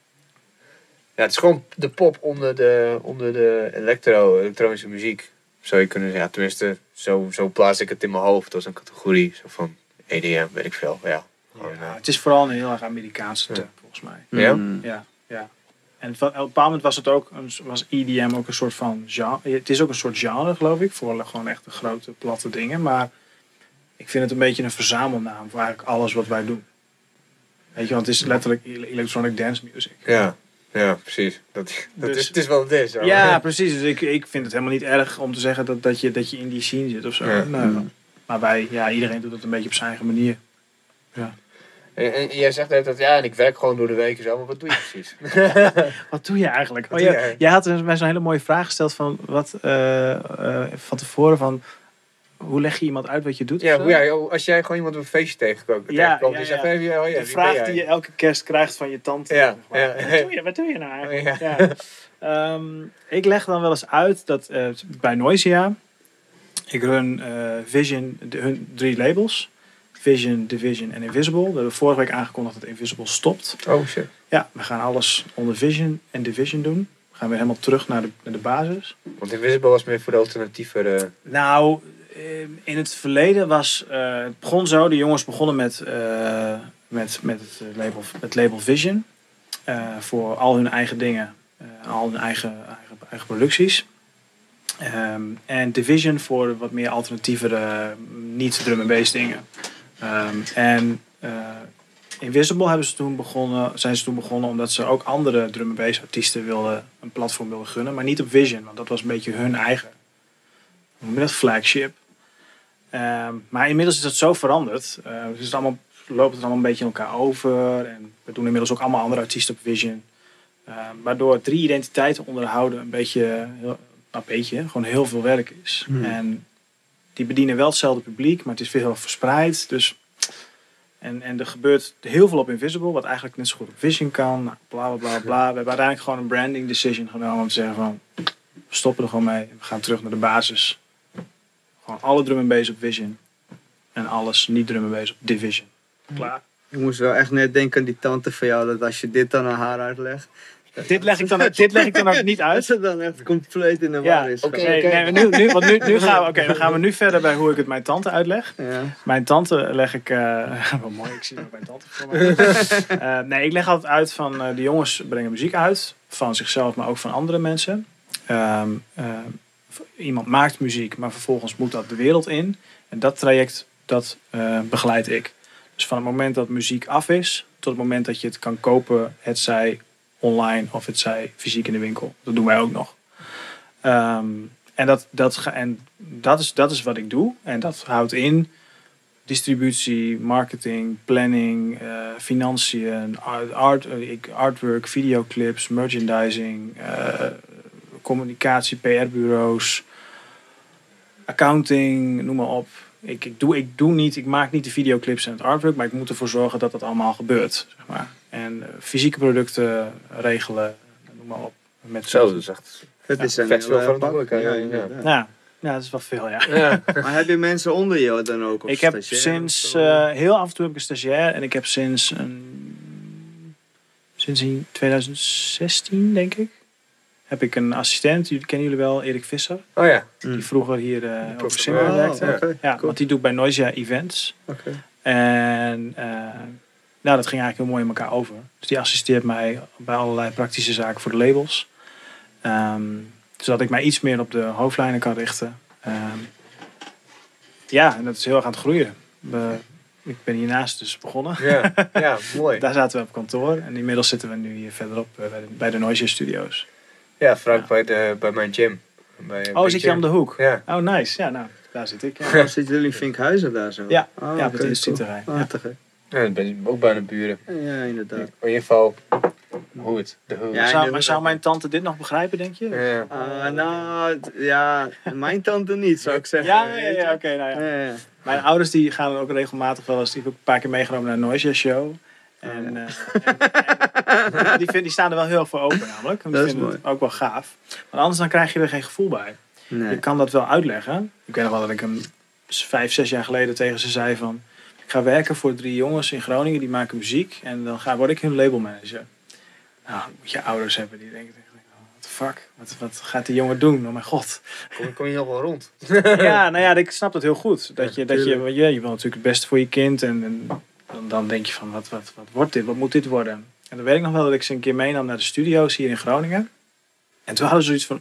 A: Ja, het is gewoon de pop onder de, onder de electro, elektronische muziek. Zou je kunnen zeggen. Ja, tenminste, zo, zo plaats ik het in mijn hoofd als een categorie. Zo van E D M, weet ik veel. Ja. Gewoon,
B: Ja,
A: eh,
B: het is vooral een heel erg Amerikaanse term, volgens mij.
A: Ja?
C: Hmm.
B: Ja, ja. En van, op een bepaald moment was het ook, een, was E D M ook een soort van genre. Het is ook een soort genre, geloof ik, voor gewoon echt de grote, platte dingen. Maar ik vind het een beetje een verzamelnaam voor eigenlijk alles wat wij doen. Weet je, want het is letterlijk ele- electronic dance music.
A: Ja, ja, precies. Dat, dat
B: Dus-
A: is, het is wel wat het is. hoor.
B: Ja, precies. Dus ik, ik vind het helemaal niet erg om te zeggen dat, dat, je, dat je in die scene zit of zo.
A: Ja.
B: Nee. Maar wij, ja, iedereen doet het een beetje op zijn eigen manier.
A: En, en jij zegt net dat ja, en ik werk gewoon door de week en zo, maar wat doe je precies?
B: Wat doe je eigenlijk?
A: Wat
B: Oh,
A: doe
B: ja,
A: jij?
B: jij had dus mij zo'n hele mooie vraag gesteld van wat eh, eh, van tevoren van hoe leg je iemand uit wat je doet?
A: Ja,
B: of zo?
A: hoe, ja, joh, als jij gewoon iemand op een feestje tegenkomt,
B: Ja,
A: tegenkomt
B: ja,
A: die
B: ja.
A: zegt, hey, wie- oh ja,
B: de
A: wie
B: vraag
A: ben
B: die
A: jij?
B: je elke kerst krijgt van je tante.
A: Ja,
B: zeg maar.
A: ja.
B: Wat, doe je, wat doe je nou eigenlijk?
A: Ja.
B: Ja. Ehm, ik leg dan wel eens uit dat eh, bij Noisia, ik run eh, Vision, de, hun drie labels. Vision, Division en Invisible. We hebben vorige week aangekondigd dat Invisible stopt.
A: Oh shit.
B: Ja, we gaan alles onder Vision en Division doen. We gaan weer helemaal terug naar de, naar de basis.
A: Want Invisible was meer voor de alternatieve...
B: Nou, eh, in het verleden was... eh, het begon zo. De jongens begonnen met, eh, met, met het, label, het label Vision. eh, voor al hun eigen dingen. eh, al hun eigen, eigen, eigen producties. Ehm, en Division voor de wat meer alternatievere, niet drum and bass dingen. Ehm, en eh, Invisible hebben ze toen begonnen, zijn ze toen begonnen omdat ze ook andere drum and bass artiesten wilden, een platform wilden gunnen. Maar niet op Vision, want dat was een beetje hun eigen, hoe noem je dat, flagship. Ehm, maar inmiddels is dat zo veranderd. Uh, dus het allemaal, loopt het allemaal een beetje in elkaar over. En we doen inmiddels ook allemaal andere artiesten op Vision. Ehm, waardoor drie identiteiten onderhouden een beetje, heel, nou, een beetje, gewoon heel veel werk is.
C: Hmm.
B: En die bedienen wel hetzelfde publiek, maar het is veel verspreid. Dus, en, en er gebeurt heel veel op Invisible, wat eigenlijk net zo goed op Vision kan. Nou, bla bla bla bla. We hebben uiteindelijk gewoon een branding decision genomen om te zeggen van, we stoppen er gewoon mee. We gaan terug naar de basis. Gewoon alle drum and bass op Vision. En alles niet drum and bass op Division. Klaar.
C: Ik moest wel echt net denken aan die tante van jou, dat als je dit dan aan haar uitlegt,
B: Dit leg ik dan, dit leg ik dan ook niet
C: dat
B: uit.
C: ze dan echt compleet in de
B: Ja,
C: war is.
A: oké.
B: Nee, nee, maar nu, nu, want nu, nu, gaan we, oké, dan gaan we nu verder bij hoe ik het mijn tante uitleg.
C: Ja.
B: Mijn tante leg ik... eh wat mooi, ik zie ook mijn tante voor me. Eh, nee, ik leg altijd uit van... eh, de jongens brengen muziek uit. Van zichzelf, maar ook van andere mensen. Ehm, eh, iemand maakt muziek, maar vervolgens moet dat de wereld in. En dat traject, dat eh, begeleid ik. Dus van het moment dat muziek af is... tot het moment dat je het kan kopen... het zij online of het zij fysiek in de winkel. Dat doen wij ook nog. Ehm, en dat, dat, ga- en dat, is, dat is wat ik doe. En dat houdt in distributie, marketing, planning, eh, financiën, art, art, eh, ik- artwork, videoclips, merchandising, eh, communicatie, P R-bureaus, accounting, noem maar op. Ik, ik, doe, ik doe niet, ik maak niet de videoclips en het artwork, maar ik moet ervoor zorgen dat dat allemaal gebeurt. Zeg maar. En eh, fysieke producten regelen, noem maar op. Met
A: Zo, dat is echt...
C: Het is een
A: vet veel
C: hele pak.
A: verantwoordelijkheid,
C: Ja,
A: ja.
C: inderdaad.
B: Ja, ja, dat is wel veel, ja.
A: Ja.
C: Maar heb je mensen onder je dan ook? Of
B: Ik heb
C: stagiair
B: sinds,
C: of zo?
B: eh, heel af en toe heb ik een stagiair en ik heb sinds, een, sinds in twintig zestien, denk ik, heb ik een assistent. Jullie kennen jullie wel, Erik Visser.
A: Oh ja.
B: Die vroeger hier uh, over
A: Professor.
B: Simmer
C: Oh,
B: werkte.
C: oké,
B: Ja,
C: cool.
B: want die doet bij Noisia Events.
C: Oké.
B: En uh, nou, dat ging eigenlijk heel mooi in elkaar over. Dus die assisteert mij bij allerlei praktische zaken voor de labels. Um, zodat ik mij iets meer op de hoofdlijnen kan richten. Um, ja, en dat is heel erg aan het groeien. We, ik ben hiernaast dus begonnen.
A: Ja, ja, mooi.
B: Daar zaten we op kantoor. En inmiddels zitten we nu hier verderop uh, bij de, bij de Noisia Studios.
A: Ja, Frank
B: Ja.
A: Bij, de, bij mijn gym. Bij,
B: Oh,
A: bij
B: zit je
A: gym.
B: om de hoek?
A: Ja.
B: Oh, nice. Ja, nou, daar zit ik. Ja,
C: Oh, zitten jullie in Vinkhuizen daar zo?
B: ja,
C: Oh,
B: ja op
C: oké,
B: het industrieterrein.
C: cool.
B: Ja.
C: Ah, te gek.
A: Ja, dat ben ik ook bijna buren.
C: Ja, inderdaad.
A: In ieder geval, hoe het, de hoe.
C: Ja,
B: zou,
C: inderdaad.
B: maar zou mijn tante dit nog begrijpen, denk je?
A: Ja.
C: Ah, nou, t- ja, mijn tante niet, zou ik zeggen.
B: Ja, ja, ja, oké. nou ja.
C: Ja, ja.
B: Mijn ouders die gaan ook regelmatig wel eens. Die heb ik een paar keer meegenomen naar een Noisia show. En, uh, en, en die, vind, die staan er wel heel erg voor open namelijk. Die
C: Dat is
B: vinden het ook wel gaaf. Want anders dan krijg je er geen gevoel bij.
C: Nee.
B: Je kan dat wel uitleggen. Ik weet nog wel dat ik hem vijf, zes jaar geleden tegen ze zei van... Ik ga werken voor drie jongens in Groningen, die maken muziek. En dan ga, word ik hun labelmanager. Nou, moet je ouders hebben die denken... What the fuck? Wat, wat gaat die jongen doen? Oh mijn god.
A: Kom, kom je nog wel rond?
B: Ja, nou ja, ik snap dat heel goed. Dat je, dat je,
C: tuurlijk.
B: je, je wil natuurlijk het beste voor je kind. En, en dan, dan denk je van, wat, wat, wat wordt dit? Wat moet dit worden? En dan weet ik nog wel dat ik ze een keer meenam naar de studio's hier in Groningen. En toen hadden ze zoiets van...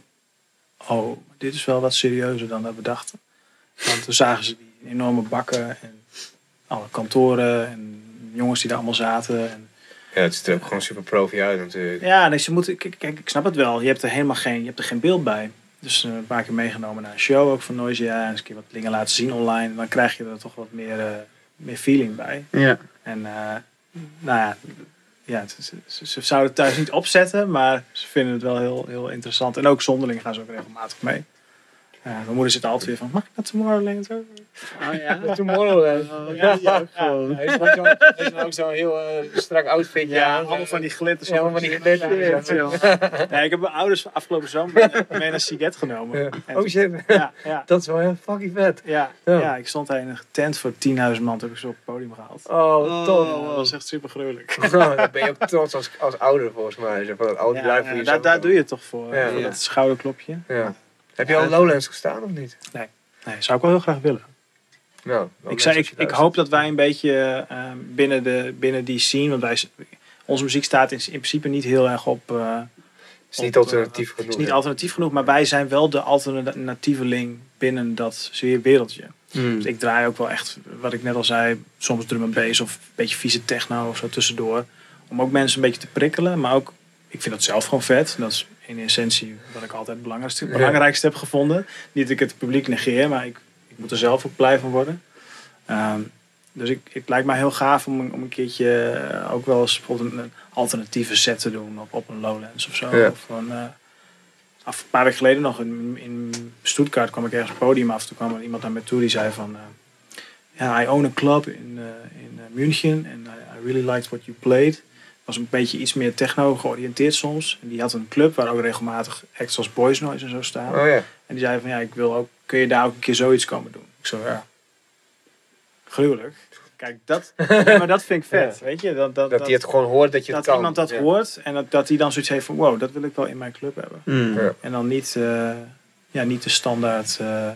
B: Oh, dit is wel wat serieuzer dan dat we dachten. Want toen zagen ze die enorme bakken en alle kantoren en jongens die daar allemaal zaten. En
A: Ja, het ziet er ook gewoon super profi uit natuurlijk.
B: ja, nee, ze moeten... Kijk, kijk, ik snap het wel. Je hebt er helemaal geen... Je hebt er geen beeld bij. Dus uh, een paar keer meegenomen naar een show ook van Noisia. En eens een keer wat dingen laten zien online. En dan krijg je er toch wat meer, uh, meer feeling bij.
C: Ja.
B: En uh, nou ja... Ja, het, ze, ze, ze zouden het thuis niet opzetten. Maar ze vinden het wel heel, heel interessant. En ook zonderling gaan ze ook regelmatig mee. Uh, mijn moeder zit altijd weer van... Mag ik naar Tomorrowland?
C: Oh ja.
A: Tomorrowland.
C: Oh,
B: Ja,
C: ja,
B: ja,
C: gewoon.
A: Hij is ook zo- hij is ook zo'n heel uh, strak outfitje
B: Ja,
A: aan.
B: allemaal van die glitters.
A: Ja, allemaal van die glitters.
B: Ja. Ja, ik heb mijn ouders afgelopen zomer mee naar Siget genomen.
A: Ja.
B: En-
A: Oh shit,
B: ja, ja,
A: dat is wel heel fucking vet.
B: ja,
A: Ja.
B: ja, ik stond daar in een tent voor tienduizend man. Toen heb ik zo op het podium gehaald.
A: Oh, tof.
B: Ja, dat was echt super gruwelijk.
A: Nou, dan ben je ook trots als, als ouder volgens mij. Zo van dat oude
B: Ja,
A: lijf
B: ja,
A: voor je
B: daar,
A: zoon.
B: daar doe je het toch voor.
A: Ja.
B: Voor
C: Ja.
B: dat schouderklopje.
A: Ja. Heb je al Lowlands gestaan of niet?
B: Nee, zou ik wel heel graag willen.
A: Nou,
B: Ik, zei, ik, ik hoop dat wij een beetje uh, binnen, de, binnen die scene... Want wij, onze muziek staat in, in principe niet heel erg op... Uh,
A: Het is niet
B: op,
A: alternatief
B: uh,
A: genoeg.
B: Het is niet
A: hè?
B: alternatief genoeg, maar wij zijn wel de alternatieveling binnen dat zeer wereldje.
C: Hmm.
B: Dus ik draai ook wel echt, wat ik net al zei, soms drum en bass of een beetje vieze techno of zo tussendoor. Om ook mensen een beetje te prikkelen, maar ook, ik vind dat zelf gewoon vet. Dat is in essentie wat ik altijd het belangrijkste, belangrijkste heb gevonden. Niet dat ik het publiek negeer, maar ik, ik moet er zelf ook blij van worden. Um, dus ik, het lijkt mij heel gaaf om, om een keertje uh, ook wel eens bijvoorbeeld een, een alternatieve set te doen op, op een Lowlands of zo.
A: Ja.
B: Of een, uh, af, een paar weken geleden nog in, in Stuttgart kwam ik ergens op het podium af. Toen kwam er iemand naar me toe die zei van... Uh, ja, I own a club in, uh, in uh, München and I, I really liked what you played. Was een beetje iets meer techno georiënteerd soms. En die had een club waar ook regelmatig acts als Boys Noise en zo staan.
A: Oh ja.
B: En die zei van ja, ik wil ook, kun je daar ook een keer zoiets komen doen? Ik zo, ja. Gruwelijk. Kijk, dat, ja, maar dat vind ik vet,
A: Ja.
B: weet je? Dat, dat,
A: Dat hij het gewoon hoort dat je
B: dat
A: het kan.
B: iemand dat
A: Ja.
B: hoort en dat, dat hij dan zoiets heeft van wow, dat wil ik wel in mijn club hebben.
C: Hmm.
A: Ja.
B: En dan niet, uh, ja, niet de standaard uh,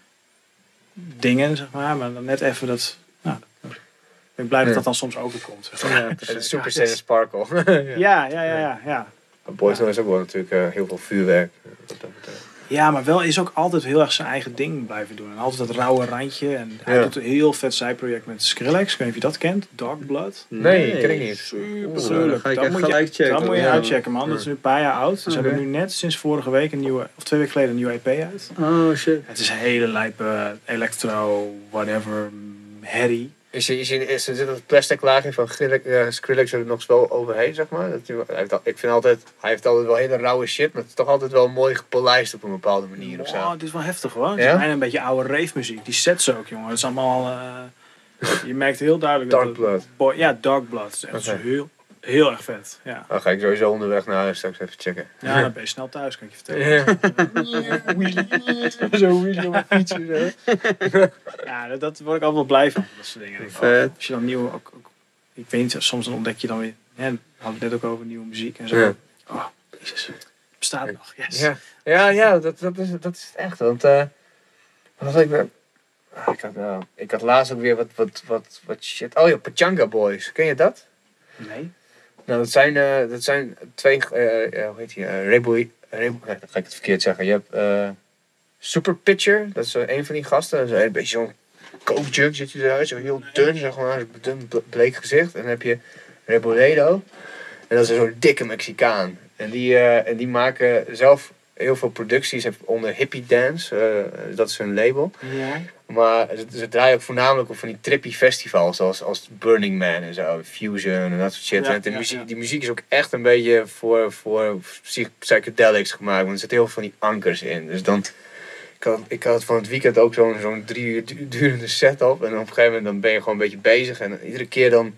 B: dingen, zeg maar, maar dan net even dat... Nou, ik ben blij dat
A: Ja.
B: dat dan soms overkomt. Zeg maar.
C: Ja,
A: Het
C: precies.
A: is Super Saiyan Sparkle. ja.
B: Ja, ja, ja, ja, ja.
A: Boys Noise is ook wel natuurlijk uh, heel veel vuurwerk. uh, wat dat betreft.
B: Ja, maar wel is ook altijd heel erg zijn eigen ding blijven doen. En altijd dat rauwe randje. En hij
A: Ja.
B: doet een heel vet zijproject met Skrillex. Ik weet niet of je dat kent. Dark Blood.
A: Nee, ken ik niet.
B: Super
C: Oeh,
B: gruwelijk.
C: dan ga ik
B: Dat
C: echt
B: moet je,
C: gelijk checken.
B: dat moet je
C: Ja.
B: uitchecken, man. Dat is nu een paar jaar oud. Ze
C: Oké.
B: hebben nu net sinds vorige week een nieuwe, of twee weken geleden, een nieuwe E P uit.
C: Oh shit.
B: Het is een hele lijpe electro, whatever, herrie.
A: Is er, is er, is er zit een plastic laagje van Skrillex, uh, Skrillex er nog wel overheen, zeg maar? Dat hij, hij heeft al, ik vind altijd, hij heeft altijd wel hele rauwe shit, maar het is toch altijd wel mooi gepolijst op een bepaalde manier of zo.
B: Wow, dit is wel heftig hoor. Het
A: Ja?
B: is bijna een beetje oude rave muziek. Die sets ook, jongen. Het is allemaal... Uh, je merkt heel duidelijk...
A: Dark
B: dat het-
A: Blood.
B: Boy, ja, Dark Blood. Het is echt
A: Oké.
B: heel, heel erg vet. Ja.
A: Dan ga ik sowieso onderweg naar huis straks even checken.
B: Ja, dan ben je snel thuis, kan ik je vertellen.
A: Ja. Zo wheelie op een fietsje. Zo.
B: Ja, dat, dat word ik altijd wel blij van, dat soort dingen. Ik denk,
C: Vet.
B: oh, als je dan nieuw, ook, ook, ik weet niet, soms dan ontdek je dan weer, hè, we hadden het net ook over nieuwe muziek en zo.
A: Ja.
B: Oh, jezus, het bestaat nog, yes.
A: Ja, ja, ja dat, dat, is, dat is het echt. Want uh, wat had ik nou? Ah, ik, had, nou, ik had laatst ook weer wat, wat, wat, wat shit. Oh ja, Pachanga Boys. Ken je dat?
B: Nee.
A: Nou, dat zijn, uh, dat zijn twee, uh, uh, hoe heet die, uh, Rebo, Rebo, dan ga ik het verkeerd zeggen. Je hebt uh, Super Pitcher, dat is uh, een van die gasten. Dat is een beetje zo'n coke jug zit je eruit, zo heel dun, zeg maar, dun bleek gezicht. En dan heb je Reboledo, en dat is zo'n dikke Mexicaan. En die, uh, en die maken zelf heel veel producties onder Hippie Dance, uh, dat is hun label.
B: Ja.
A: Maar ze, ze draaien ook voornamelijk op van die trippy festivals, zoals als Burning Man en zo, Fusion en dat soort shit.
B: Ja,
A: en de
B: ja,
A: muziek,
B: ja.
A: die muziek is ook echt een beetje voor, voor psych- psychedelics gemaakt, want er zitten heel veel van die ankers in. Dus dan, ik had, ik had van het weekend ook zo'n zo'n drie uur du- durende set op en op een gegeven moment dan ben je gewoon een beetje bezig en iedere keer dan...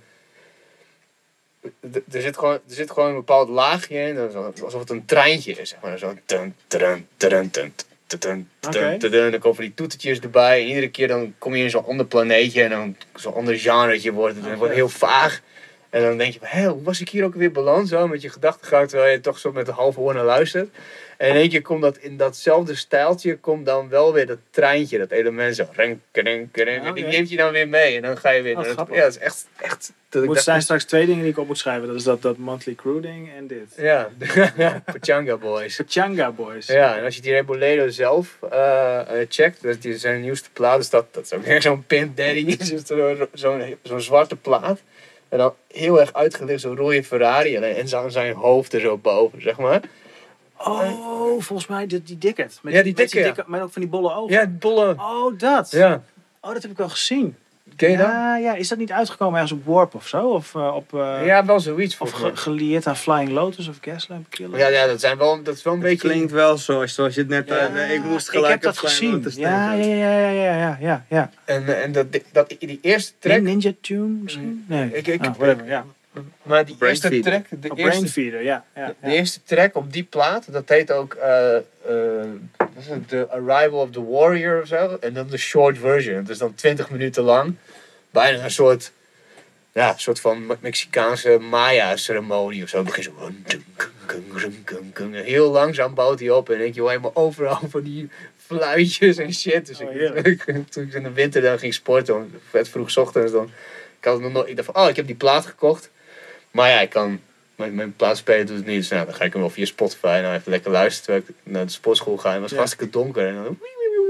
A: Er zit, gewoon, er zit gewoon een bepaald laagje in, alsof het een treintje is, zeg maar. Zo dun, dun, dun, dun, dun,
B: Oké.
A: dan komen die toetertjes erbij en iedere keer dan kom je in zo'n ander planeetje en dan zo'n ander genretje wordt het. En het wordt heel vaag. En dan denk je, hé, hoe was ik hier ook weer beland? Zo met je gedachtegang, terwijl je toch zo met een halve oor naar luistert. En in één keer komt dat in datzelfde stijltje, komt dan wel weer dat treintje, dat element zo. Renk, renk, renk, en die
B: Oké.
A: neemt je dan weer mee. En dan ga je weer
B: Oh,
A: naar het,
B: grappig.
A: ja, dat is echt, echt dat ik
B: Er
A: dacht,
B: zijn straks twee dingen die ik op moet schrijven. Dat is dat, dat Monthly Crew ding en dit.
A: ja, Pachanga Boys.
B: Pachanga Boys.
A: Ja, en als je die Reboledo zelf uh, uh, checkt, dus die zijn nieuwste plaat, dus dat, dat is ook weer zo'n Pimp Daddy, zo'n zo'n zo'n zwarte plaat. En dan heel erg uitgelicht, zo'n rode Ferrari en, en zo zijn hoofd er zo boven, zeg maar.
B: Oh, volgens mij die, die dikke. Met,
A: Ja, die
B: met
A: dikke, ja.
B: Met ook van die bolle ogen.
A: Ja, bolle.
B: Oh, dat.
A: Ja,
B: Oh, dat heb ik wel gezien.
A: ken je dat?
B: Ja, ja, is dat niet uitgekomen ergens op Warp of zo? Of, uh, op, uh,
A: Ja, wel zoiets
B: of
A: volgens
B: ge
A: mij.
B: gelieerd aan Flying Lotus of Gaslamp Killer?
A: Ja, ja, dat, zijn wel, dat is wel een
C: Het
A: beetje...
C: klinkt wel zo, zoals je het net...
B: Ja,
C: eh, ik moest
B: ik
C: gelijk
B: heb dat
C: op Flying
B: gezien.
C: Lotus
B: Ja, ja,
C: denken.
B: ja, ja, ja, ja, ja, ja.
A: En, en dat, dat, die eerste track...
B: Ninja Tune misschien? Nee.
A: Ik, ik,
B: Ah, whatever, ja.
A: maar die
C: Brain
A: eerste
C: Feeder.
A: track... De
B: Op
A: eerste
B: Brainfeeder, ja. ja,
A: De,
B: ja.
A: de eerste track op die plaat, dat heet ook uh, uh, wat is het, The Arrival of the Warrior of zo. En dan de short version. Het is dan twintig minuten lang. Bijna een soort, ja, een soort van Me- Mexicaanse Maya-ceremonie of zo. Het begint zo... Heel langzaam bouwt hij op en denk je, helemaal overal van die fluitjes en shit. Dus
B: Oh,
A: ik, toen ik in de winter dan ging sporten, om- vet vroeg 's ochtends, dan... Ik had het nog nooit... Ik dacht van, oh, ik heb die plaat gekocht. Maar ja, ik kan... Mijn, mijn plaatspeler doet het niet, dus nou, dan ga ik hem wel via Spotify nou even lekker luisteren terwijl ik naar de sportschool ga. En het was
B: Ja.
A: hartstikke donker en dan...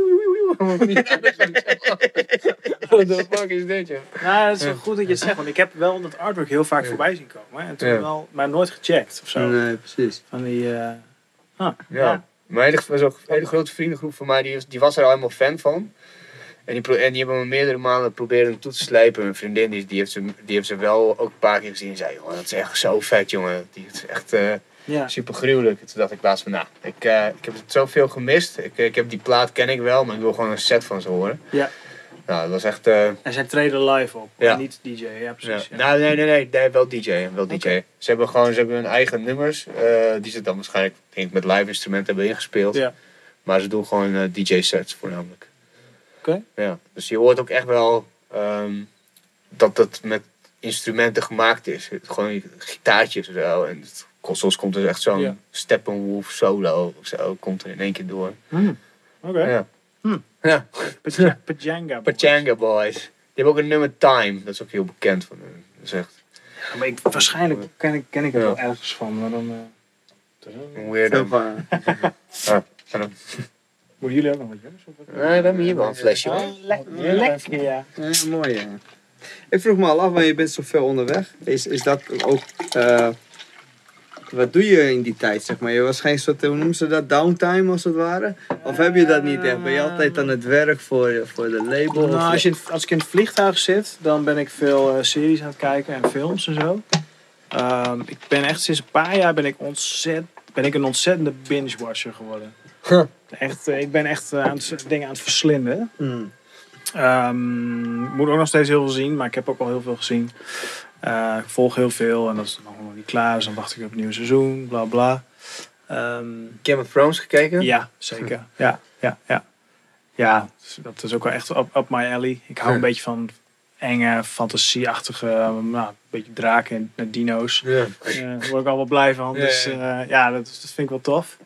A: What the fuck is dit, joh?
B: Nou, dat is wel goed dat je het zegt, want ik heb wel dat artwork heel vaak voorbij zien komen. Hè, en toen
A: Ja.
B: wel, maar nooit gecheckt of zo.
C: Nee, precies.
B: Van die... uh, huh,
A: Ja. Mijn hele, zo'n hele grote vriendengroep van mij, die, die was er al helemaal fan van. En die, pro- en die hebben me meerdere malen proberen toe te slijpen. Mijn vriendin die, die, heeft ze, die heeft ze wel ook een paar keer gezien en zei, joh, dat is echt zo vet, jongen. Die is echt uh,
B: ja.
A: super gruwelijk. En toen dacht ik laatst van, nou, ik, uh, ik heb het zoveel gemist. Ik, ik heb die plaat, ken ik wel, maar ik wil gewoon een set van ze horen.
B: Ja.
A: Nou, dat was echt... Uh,
B: En zij treden live op,
A: Ja.
B: niet D J, ja
A: ja.
B: precies. Ja.
A: Nou, nee, nee, nee, nee, wel D J, wel D J.
B: Oké.
A: Ze hebben gewoon, ze hebben hun eigen nummers, uh, die ze dan waarschijnlijk denk ik, met live instrumenten hebben ingespeeld.
B: Ja.
A: Maar ze doen gewoon uh, D J sets voornamelijk.
B: Oké.
A: Ja, dus je hoort ook echt wel um, dat het met instrumenten gemaakt is. Het, gewoon gitaartjes en zo. En het, soms komt er echt zo'n
B: Ja.
A: Steppenwolf solo of zo, komt er in één keer door.
B: Hmm. Oké.
A: Ja.
B: Hmm.
A: Ja.
B: Paja- Pajanga Boys.
A: Pachanga Boys. Die hebben ook een nummer Time, dat is ook heel bekend van hun. Dat is echt
B: Ja, maar ik, waarschijnlijk ken ik, ken ik het
A: Ja.
B: wel ergens van, maar dan... Uh,
A: een weirdo. Ah, ah,
B: moeten jullie ook nog wat jongens? Of wat?
A: nee, we hebben hier wel een flesje hoor.
B: Oh, lekker. Lekker, ja.
C: Ja, mooi ja. Ik vroeg me al af, want je bent zo veel onderweg. Is, is dat ook... eh, wat doe je in die tijd, zeg maar? Je waarschijnlijk soort, hoe noemen ze dat, downtime als het ware? Of heb je dat niet echt? Ben je altijd aan het werk voor, voor de label?
B: Nou,
C: of-
B: als, je, als ik in het vliegtuig zit, dan ben ik veel uh, series aan het kijken en films en zo. Um, ik ben echt sinds een paar jaar ben ik, ontzet, ben ik een ontzettende binge-watcher geworden.
A: Huh.
B: Echt, uh, ik ben echt uh, aan het, dingen aan het verslinden.
C: Hmm.
B: Um, ik moet ook nog steeds heel veel zien, maar ik heb ook al heel veel gezien. Uh, ik volg heel veel en dat is nog nog niet klaar, dus dan wacht ik op het nieuwe seizoen, bla bla. Um,
A: Game of Thrones gekeken?
B: ja, zeker. Ja, ja, ja. Ja, dat is ook wel echt up, up my alley. Ik hou
A: Ja.
B: een beetje van enge, fantasieachtige, nou, een beetje draken en dino's.
A: Ja.
B: Uh, daar word ik al wel blij van.
A: Ja,
B: Dus
A: ja.
B: uh, ja, dat, dat vind ik wel tof.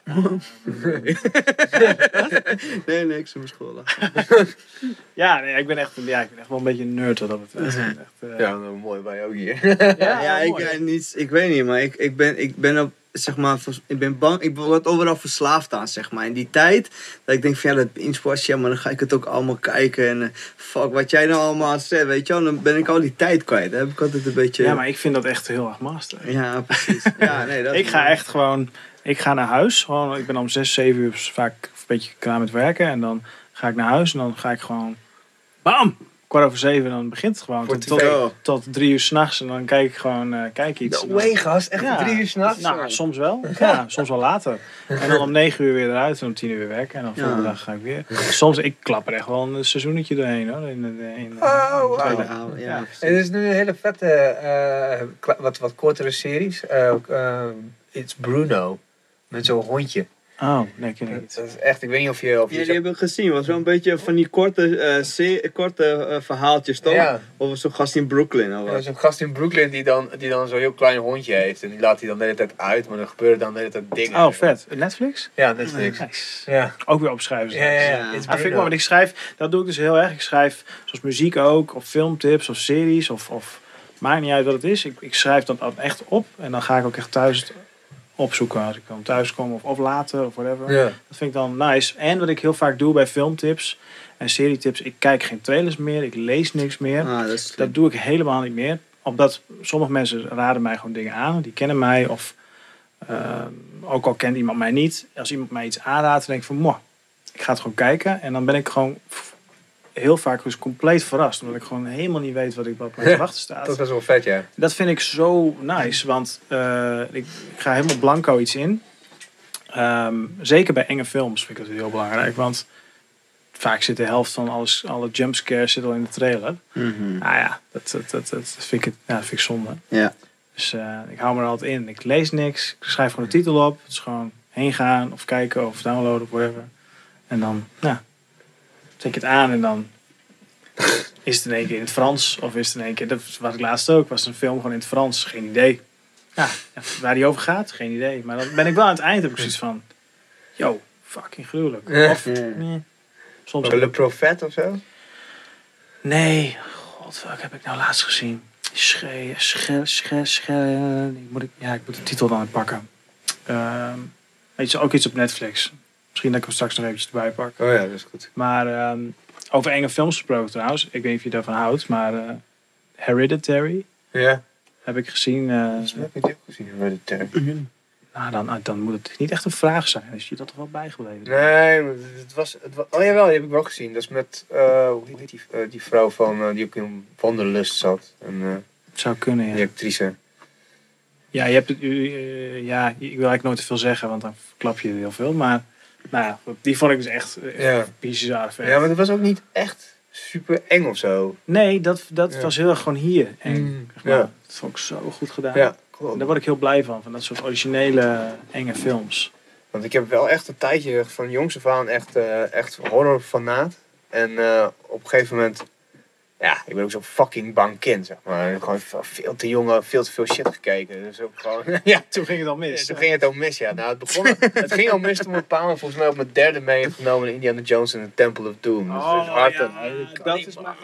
C: nee, nee, ik zou mijn school lachen.
B: Ja, nee, ik ben echt, ja, ik ben echt wel een beetje een nerd wat dat betreft. Echt, uh...
D: Ja, nou, mooi bij jou ook hier.
C: Ja, ja ik,
B: mooi.
C: uh, niet, ik weet niet, maar ik, ik, ben, ik ben op, zeg maar, ik ben bang, ik word overal verslaafd aan, zeg maar. In die tijd, dat ik denk van ja, dat binge-watch, ja, maar dan ga ik het ook allemaal kijken. En uh, fuck, wat jij nou allemaal zegt, weet je wel, dan ben ik al die tijd kwijt. Dan heb ik altijd een beetje...
B: Ja, maar ik vind dat echt heel erg master.
C: Ja, precies. Ja, nee, dat
B: ik ga echt gewoon, ik ga naar huis. Gewoon, ik ben om zes, zeven uur vaak een beetje klaar met werken. En dan ga ik naar huis en dan ga ik gewoon, bam! Kwart over zeven, dan begint het gewoon. Tot, tot, tot drie uur s'nachts en dan kijk ik gewoon, uh, kijk iets.
D: No way, gast. Echt
B: ja,
D: drie uur s'nachts?
B: Nou, soms wel. Ja, soms wel later. En dan om negen uur weer eruit en om tien uur weer werken. En dan volgende ja. dag ga ik weer. Soms, ik klap er echt wel een seizoenetje doorheen hoor. In, in, in,
D: oh, wow.
C: Tweede avond, ja.
D: ja. En er is nu een hele vette, uh, wat, wat kortere series. Uh, uh, It's Bruno. Met zo'n hondje.
B: Oh, nee, ken ik niet.
D: Dat is echt, ik weet niet of je... Of je
C: ja, die hebben we gezien. Het was wel een beetje van die korte, uh, se- korte uh, verhaaltjes, toch?
D: Ja.
C: Of zo'n gast in Brooklyn. Of
D: ja, zo'n gast in Brooklyn die dan, die dan zo'n heel klein hondje heeft. En die laat hij dan de hele tijd uit, maar dan gebeuren dan de hele tijd dingen.
B: Oh, vet. Netflix?
D: Ja, Netflix.
B: Nice.
D: Ja.
B: Ook weer opschrijven.
D: Ja, ja, ja.
C: ja.
D: It's
B: Ah, vind ik
D: Bruno.
B: wel, want ik schrijf, dat doe ik dus heel erg. Ik schrijf zoals muziek ook, of filmtips, of series, of, of maakt niet uit wat het is. Ik, ik schrijf dat echt op en dan ga ik ook echt thuis opzoeken als ik dan thuis kom of, of later of whatever.
D: Ja.
B: Dat vind ik dan nice. En wat ik heel vaak doe bij filmtips en serietips, ik kijk geen trailers meer, ik lees niks meer.
C: Ah, dat, is
B: Dat doe ik helemaal niet meer. Omdat sommige mensen raden mij gewoon dingen aan, die kennen mij of uh, ook al kent iemand mij niet. Als iemand mij iets aanraadt, dan denk ik van, moh, ik ga het gewoon kijken en dan ben ik gewoon heel vaak dus compleet verrast. Omdat ik gewoon helemaal niet weet wat ik wat mij te wachten staat.
D: Dat is best wel vet, ja.
B: Dat vind ik zo nice. Want uh, ik, ik ga helemaal blanco iets in. Um, zeker bij enge films vind ik dat heel belangrijk. Want vaak zit de helft van alles, alle jumpscares zit al in de trailer.
C: Mm-hmm.
B: Nou ja, dat, dat, dat, dat, vind, ik, ja, dat vind ik zonde.
C: Ja.
B: Dus uh, ik hou me er altijd in. Ik lees niks. Ik schrijf gewoon de titel op. Het is gewoon heen gaan of kijken of downloaden of whatever. En dan, nou... zet je het aan en dan is het in één keer in het Frans. Of is het in één keer, dat was ik laatst ook, was een film gewoon in het Frans. Geen idee. Ja, waar die over gaat, geen idee. Maar dan ben ik wel aan het eind, heb ik zoiets van, yo, fucking gruwelijk. Of, nee, soms
D: Le Prophet of zo?
B: Nee, god, wat heb ik nou laatst gezien? Sche, sche, sche, sche, moet ik, ja, ik moet de titel dan pakken. Uh, weet je, ook iets op Netflix. Misschien dat ik hem straks nog eventjes erbij pak.
D: Oh ja, dat is goed.
B: Maar um, over enge films gesproken trouwens. Ik weet niet of je daarvan houdt, maar uh, Hereditary
D: ja.
B: heb ik gezien. Uh,
D: Volgens mij heb ik die ook gezien, Hereditary.
B: Nou, dan, dan moet het niet echt een vraag zijn. Is je dat toch wel bijgebleven?
D: Nee, maar het was, het was... Oh jawel, die heb ik wel gezien. Dat is met... Uh, hoe heet die, uh, die vrouw van... Uh, die ook in Wanderlust zat. En, uh,
B: het zou kunnen, ja.
D: Die actrice.
B: Ja, je hebt het... Uh, ja, ik wil eigenlijk nooit te veel zeggen, want dan klap je heel veel. Maar... Nou ja, die vond ik dus echt uh,
D: ja.
B: bizar vet.
D: Ja, maar dat was ook niet echt super eng of zo.
B: Nee, dat, dat ja. was heel erg gewoon hier eng.
D: Mm,
B: zeg maar.
D: Ja.
B: Dat vond ik zo goed gedaan.
D: Ja, klopt.
B: Daar word ik heel blij van, van dat soort originele enge films.
D: Want ik heb wel echt een tijdje van jongs af aan echt, uh, echt horrorfanaat. En uh, op een gegeven moment... Ja, ik ben ook zo'n fucking bang kind, zeg maar. Gewoon veel te jong, veel te veel shit gekeken. Dus ook gewoon... ja,
B: toen ging het al mis.
D: Ja, toen ging het al mis, ja. Nou, het, begon, het ging al mis toen mijn pa me volgens mij op mijn derde mee heeft genomen in Indiana Jones en the Temple of Doom. Dus
B: oh,
D: dus hard
B: ja,
D: en,
B: dat is maar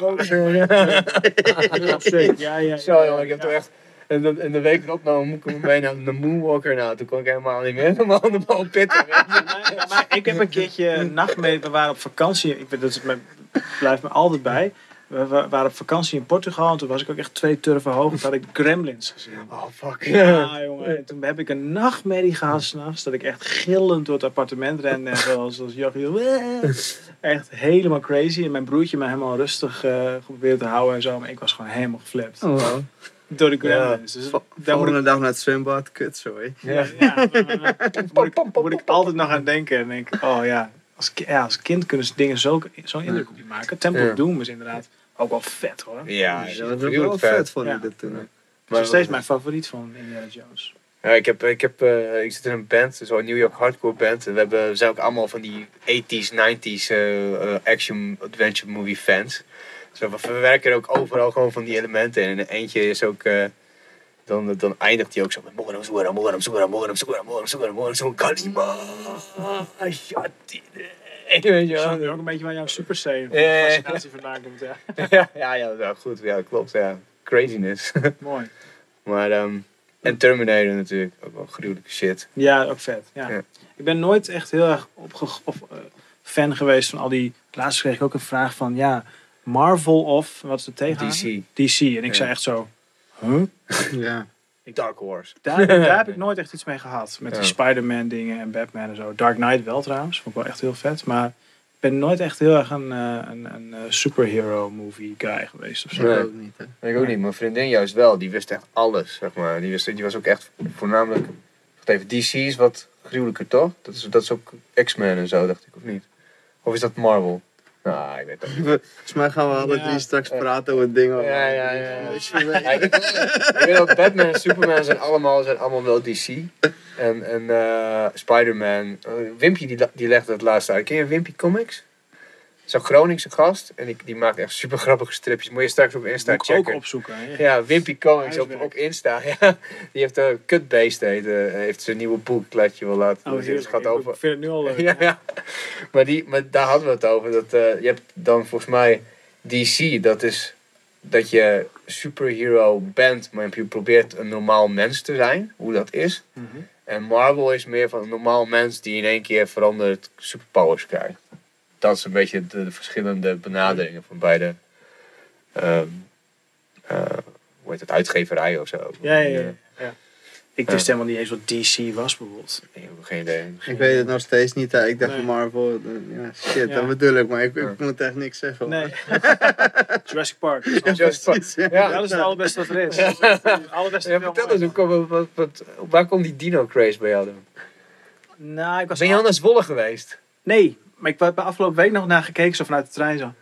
B: gewoon... ja, ja.
D: Zo, jongen, ik heb toch echt... En de, en de week erop nou, moet ik hem mee naar de Moonwalker. Nou, toen kon ik helemaal niet meer helemaal de pitten.
B: maar, maar ik heb een keertje een nacht mee... We waren op vakantie. Ik weet, dat is me, blijft me altijd bij. We waren op vakantie in Portugal en toen was ik ook echt twee turven hoog. Toen had ik Gremlins gezien.
D: Oh, fuck.
B: Ja, jongen. En toen heb ik een nachtmerrie gehad s'nachts. Dat ik echt gillend door het appartement rende. En zoals, zoals Jochie. Echt helemaal crazy. En mijn broertje me helemaal rustig uh, geprobeerd te houden en zo. Maar ik was gewoon helemaal geflipt.
C: Oh, wow.
B: Door de Gremlins.
C: Ja.
B: Dus
C: volgende
B: ik...
C: dag naar het zwembad. Kut, sorry.
B: Ja, ja, maar, moet, ik, moet ik altijd nog aan denken. En denk ik, oh ja. Als, ja, als kind kunnen ze dingen zo, zo'n indruk op je maken. Temple of Doom is inderdaad ook wel vet hoor.
D: Ja,
C: ja dat was wel vet, vet vond ik
B: ja.
C: dat toen.
B: Dat is nog steeds mijn favoriet van Indiana Jones.
D: Ja, ik, heb, ik, heb, uh, ik zit in een band, zo'n New York hardcore band. We, hebben, we zijn ook allemaal van die eighties, nineties uh, uh, action adventure movie fans. Dus we verwerken er ook overal gewoon van die elementen in. En eentje is ook... Uh, dan, dan eindigt hij ook zo met Moram Zoeram, Moram Zoeram, Moram Zoeram, Moram Zoeram, Moram Zoeram, Kalima. Weet je
B: Ik snap nu
D: wel.
B: ook een beetje waar jouw Super Saiyan
D: Ja, ja, ja.
B: fascinatie vandaan komt. Ja.
D: Ja, ja, ja, ja, goed. Ja, klopt. Ja. Craziness.
B: Mooi.
D: Maar, ehm en Terminator natuurlijk. Ook wel gruwelijke shit.
B: Ja, ook vet. Ja.
D: Ja.
B: Ik ben nooit echt heel erg opge- of, uh, fan geweest van al die... Laatst kreeg ik ook een vraag van, ja, Marvel of, wat is het tegen?
D: D C.
B: D C. En ik
D: Ja.
B: zei echt zo, huh?
C: Ja.
D: Dark Horse.
B: Daar, daar heb ik nooit echt iets mee gehad. Met die
D: Ja.
B: Spider-Man dingen en Batman en zo. Dark Knight wel trouwens. Vond ik wel echt heel vet. Maar ik ben nooit echt heel erg een, uh, een, een uh, superhero movie guy geweest of zo.
D: Nee.
C: Ik ook niet, hè.
D: Ik ook niet. Mijn vriendin juist wel. Die wist echt alles, zeg maar. Die, wist, die was ook echt voornamelijk... Wacht even, D C is wat gruwelijker, toch? Dat is, dat is ook X-Men en zo, dacht ik, of niet? Of is dat Marvel? Nou, ik weet het ook niet.
C: Volgens mij gaan we alle
B: Ja.
C: drie straks praten over dingen.
D: Ja, ja, ja.
C: Weet je wel.
D: Ja, ik, ik weet dat Batman en Superman zijn allemaal, zijn allemaal wel D C. En, en uh, Spider-Man. Uh, Wimpy die, die legde het laatst uit. Ken je Wimpy Comics? Zo'n Groningse gast. En die, die maakt echt super grappige stripjes. Moet je straks op Insta
B: Moet ik ook
D: checken.
B: opzoeken. Hè?
D: Ja, Wimpy Comics op,
B: Huiswerk.
D: op Insta. Ja. Die heeft een Cutbeest heet, uh, heeft zijn nieuwe boek. Ik laat je wel laten.
B: Oh,
D: zien.
B: heerlijk.
D: Het gaat
B: Ik
D: over.
B: vind het nu al leuk.
D: Ja, ja. Maar, die, maar daar hadden we het over. Dat, uh, je hebt dan volgens mij D C, dat is dat je superhero bent, maar je probeert een normaal mens te zijn, hoe dat is.
B: Mhm.
D: En Marvel is meer van een normaal mens die in één keer veranderd superpowers krijgt. Dat is een beetje de, de verschillende benaderingen van beide, um, uh, hoe heet het, uitgeverijen of zo.
B: Ja, ja, ja.
D: Uh,
B: ja. Ik
D: Ja.
B: wist helemaal niet eens wat D C was bijvoorbeeld.
D: ik heb geen idee.
C: Ik weet het nog steeds niet. Hè. Ik dacht
B: Nee.
C: Marvel. Ja, shit,
B: Ja.
C: dat bedoel ik. Maar ik, ik
D: Ja.
C: moet echt niks zeggen. hoor.
B: Nee. Jurassic Park. Dat is
C: Ja,
B: alles-
D: Just
C: precies, ja.
B: Ja, dat is het allerbeste wat er is. Dat is het allerbeste
D: Ja,
B: film
D: vertel eens, hoe
B: ooit.
D: kom- wat, wat, waar komt die dino craze bij jou dan?
B: Nou, ik was
D: Ben je al naar Zwolle geweest?
B: Nee, maar ik heb de afgelopen week nog naar gekeken, zo vanuit de trein zo.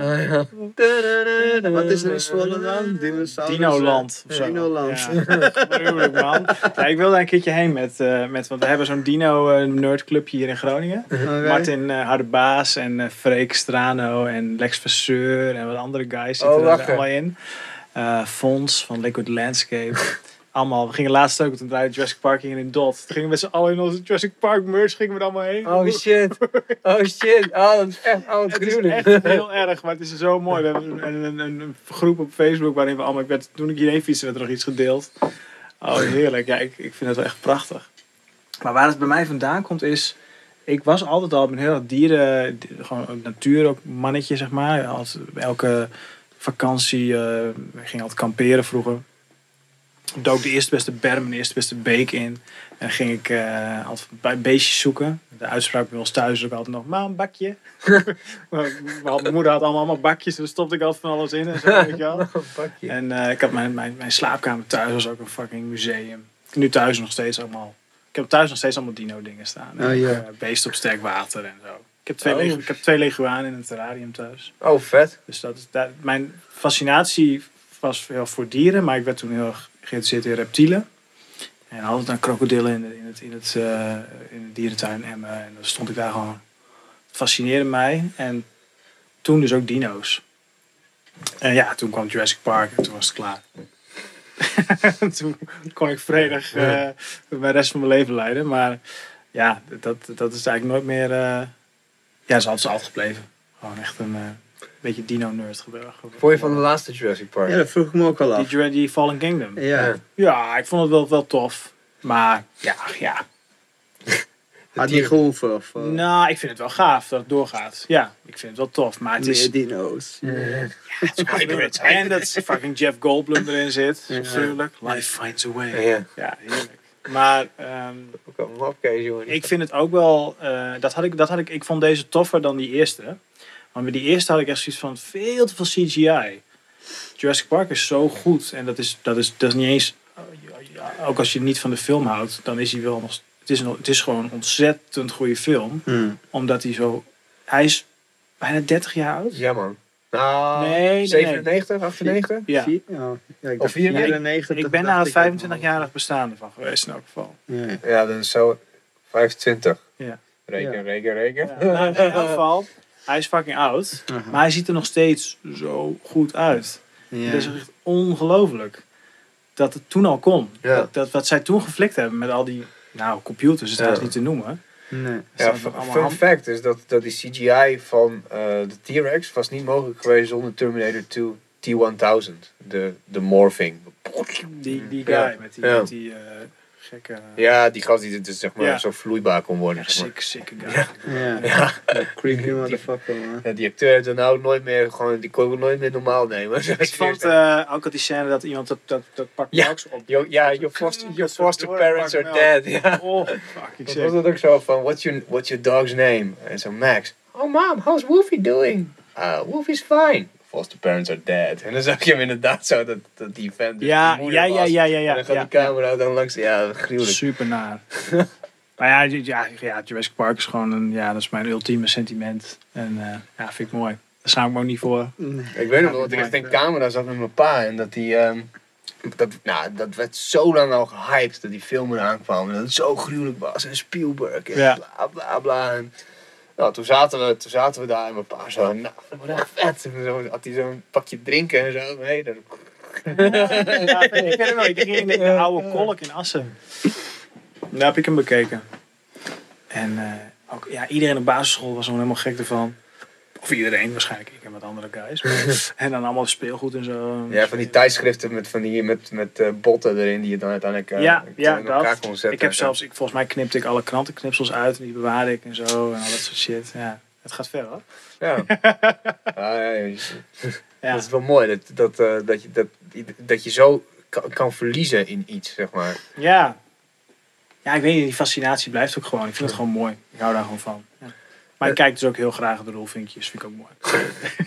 C: Wat is er in Zwolle dan? Dinosaurus?
B: Dinoland. of zo.
C: Dinoland.
B: Ja, gruwelijk, man. Ja, ik wil daar een keertje heen met, uh, met want we hebben zo'n dino uh, nerdclubje hier in Groningen.
C: Oké.
B: Martin uh, Hardebaas en uh, Freek Strano en Lex Verseur en wat andere guys zitten
D: Oh,
B: er
D: lachen.
B: allemaal in. Uh, Fons van Liquid Landscape. Allemaal, we gingen laatst ook, toen draaide Jurassic Park hier in Dot. Toen gingen we met z'n allen in onze Jurassic Park merch, gingen we er allemaal heen.
D: Oh shit. Oh shit. Oh, dat is echt oud
B: Het is
D: gruwelijk.
B: echt heel erg, maar het is zo mooi. We hebben een, een, een, een groep op Facebook waarin we allemaal... Ik werd, toen ik hierheen fietste, werd er nog iets gedeeld. Oh, heerlijk. Ja, ik, ik vind het wel echt prachtig. Maar waar het bij mij vandaan komt is... Ik was altijd al een heel erg dieren... di- Gewoon een natuur ook mannetje, zeg maar. Als, elke vakantie... Uh, we gingen altijd kamperen vroeger. Dook de eerste beste berm en de eerste beste beek in. En ging ik uh, altijd bij beestjes zoeken. De uitspraak bij ons thuis is ook altijd nog... Maar een bakje. Mijn moeder had allemaal, allemaal bakjes. En daar stopte ik altijd van alles in. En, zo, weet je wel.
D: Pakje.
B: En uh, ik had mijn, mijn, mijn slaapkamer thuis. was ook een fucking museum. Nu thuis nog steeds allemaal... Ik heb thuis nog steeds allemaal dino dingen staan. En
C: Oh,
B: ook,
C: ja.
B: uh, beesten op sterk water en zo. Ik heb twee,
D: Oh.
B: legu- ik heb twee leguanen in een terrarium thuis.
D: Oh, vet.
B: Dus dat is, dat, mijn fascinatie was heel voor dieren, maar ik werd toen heel erg geïnteresseerd in reptielen. En altijd naar krokodillen in, de, in, het, in, het, uh, in de dierentuin Emmen. En dan stond ik daar gewoon. Het fascineerde mij. En toen dus ook dino's. En ja, toen kwam Jurassic Park en toen was het klaar. Toen kon ik vredig uh, de rest van mijn leven leiden. Maar ja, dat, dat is eigenlijk nooit meer... Uh, ja, is altijd, is altijd gebleven. Gewoon echt een... Uh, beetje dino-nerd gebeuren.
D: Vond je van de laatste Jurassic Park?
C: Ja, dat vroeg ik me ook al af.
B: Die, die Fallen Kingdom.
C: Ja.
B: Ja, ik vond het wel, wel tof. Maar ja, ja.
C: Had niet gehoeven? Of, uh,
B: Nou, ik vind het wel gaaf dat het doorgaat. Ja, ik vind het wel tof. Maar het is...
C: meer dino's.
B: Ja, het is hybrids. En dat Fucking Jeff Goldblum erin zit.
C: Ja.
B: Natuurlijk. Life finds a way.
D: Ja.
B: Ja, heerlijk. Maar um,
D: Ook wel een mapcase, jongen.
B: ik vind het ook wel... Uh, dat had ik, dat had ik, ik vond deze toffer dan die eerste. Maar met die eerste had ik echt zoiets van veel te veel C G I. Jurassic Park is zo goed. En dat is, dat is, dat is niet eens... Ook als je niet van de film houdt, dan is hij wel nog... Het is, nog, het is gewoon een ontzettend goede film.
C: Hmm.
B: Omdat hij zo... Hij is bijna dertig jaar oud.
D: Ja, man. Nou,
B: Nee, nee, nee.
D: zevenennegentig, achtennegentig?
B: Ja.
C: Vier- ja. Ja, ik
D: Of
C: dacht
D: vier-
C: vierennegentig,
B: Ik ben
C: dacht
B: na het
C: ik
B: vijfentwintigjarig bestaan ervan geweest in elk geval.
C: Ja.
D: Ja, dan is zo vijfentwintig.
B: Ja.
D: Reken,
C: Ja.
D: reken, reken.
B: Ja, nou, in elk geval, hij is fucking oud.
C: Aha.
B: Maar hij ziet er nog steeds zo goed uit.
C: Ja.
B: Dat is echt ongelooflijk. dat het toen al kon.
D: Ja.
B: Dat, dat wat zij toen geflikt hebben met al die nou, computers, is
D: Ja.
B: trouwens niet te noemen.
C: Nee.
B: Dat
D: Ja,
B: zijn
D: fun
B: allemaal
D: fun
B: hand-
D: fact is dat, dat die C G I van uh, de T-Rex was niet mogelijk geweest zonder Terminator twee T honderd. De, de morphing.
B: Die, die guy
D: Ja.
B: met die,
D: Ja.
B: met die uh, gekke...
D: Ja, die gast die dus zeg maar
B: Ja.
D: zo vloeibaar kon worden.
B: Echt
D: Zeg maar.
B: sick, sick guy.
C: Ja.
D: Ja.
C: Creepy motherfucker, man.
D: Ja, die acteur heeft er nou nooit meer gewoon, die kon ik nooit meer normaal nemen.
B: Ik vond uh, ook al die scène dat iemand dat, dat, dat pak
D: Ja.
B: melks op.
D: Yo, ja, your foster, your foster
B: Door,
D: parents
B: pak
D: are
B: melk.
D: dead. Ja.
B: Oh, fucking
D: Dat
B: sick.
D: was het ook zo van, what's your, what's your dog's name? En zo, Max. Oh mom, how's Wolfie doing? Uh, Wolfie's fine. Foster parents are dead. En dan zag je hem inderdaad zo, dat, dat die vent dus
B: Ja,
D: die moeder
B: ja, ja,
D: was.
B: ja, ja, ja.
D: En dan gaat
B: ja,
D: die camera dan langs, ja, gruwelijk.
B: Super naar. Maar ja, ja, ja, Jurassic Park is gewoon een, ja, dat is mijn ultieme sentiment. En uh, ja, vind ik mooi. Daar sta ik me ook niet voor.
C: Nee.
D: Ik weet nog wel dat ik echt in camera zat met mijn pa en dat die, um, dat, nou, dat werd zo lang al gehyped dat die film eraan kwam en dat het zo gruwelijk was en Spielberg en
B: Ja.
D: bla bla bla. En, nou, toen zaten, we, toen zaten we daar en mijn pa zo, nou, dat wordt echt vet. En zo had hij zo'n pakje drinken en zo. Nee, dan,
B: Ja, ik weet het nog. Ik ging in de oude kolk in Assen. Daar heb ik hem bekeken. En uh, ook, ja, iedereen op basisschool was gewoon helemaal gek ervan. Of iedereen, waarschijnlijk ik en wat andere guys. Maar, en dan allemaal speelgoed en zo.
D: ja, van die tijdschriften met, van die, met, met uh, botten erin die je dan uiteindelijk uh,
B: Ja, ja,
D: in elkaar
B: dat.
D: kon zetten.
B: Ik heb
D: en zo.
B: zelfs, ik, volgens mij knipte ik alle krantenknipsels uit en die bewaarde ik en zo. En al dat soort shit. Ja, het gaat ver hoor.
D: Ja. Ah, ja, ja.
B: Ja.
D: Dat is wel mooi, dat, dat, uh, dat, je, dat, dat je zo kan, kan verliezen in iets, zeg maar.
B: Ja. Ja, ik weet niet, die fascinatie blijft ook gewoon. Ik vind het gewoon mooi. Ik hou daar gewoon van. Ja. Maar ik kijk dus ook heel graag de rolvinkjes. Vind ik ook mooi.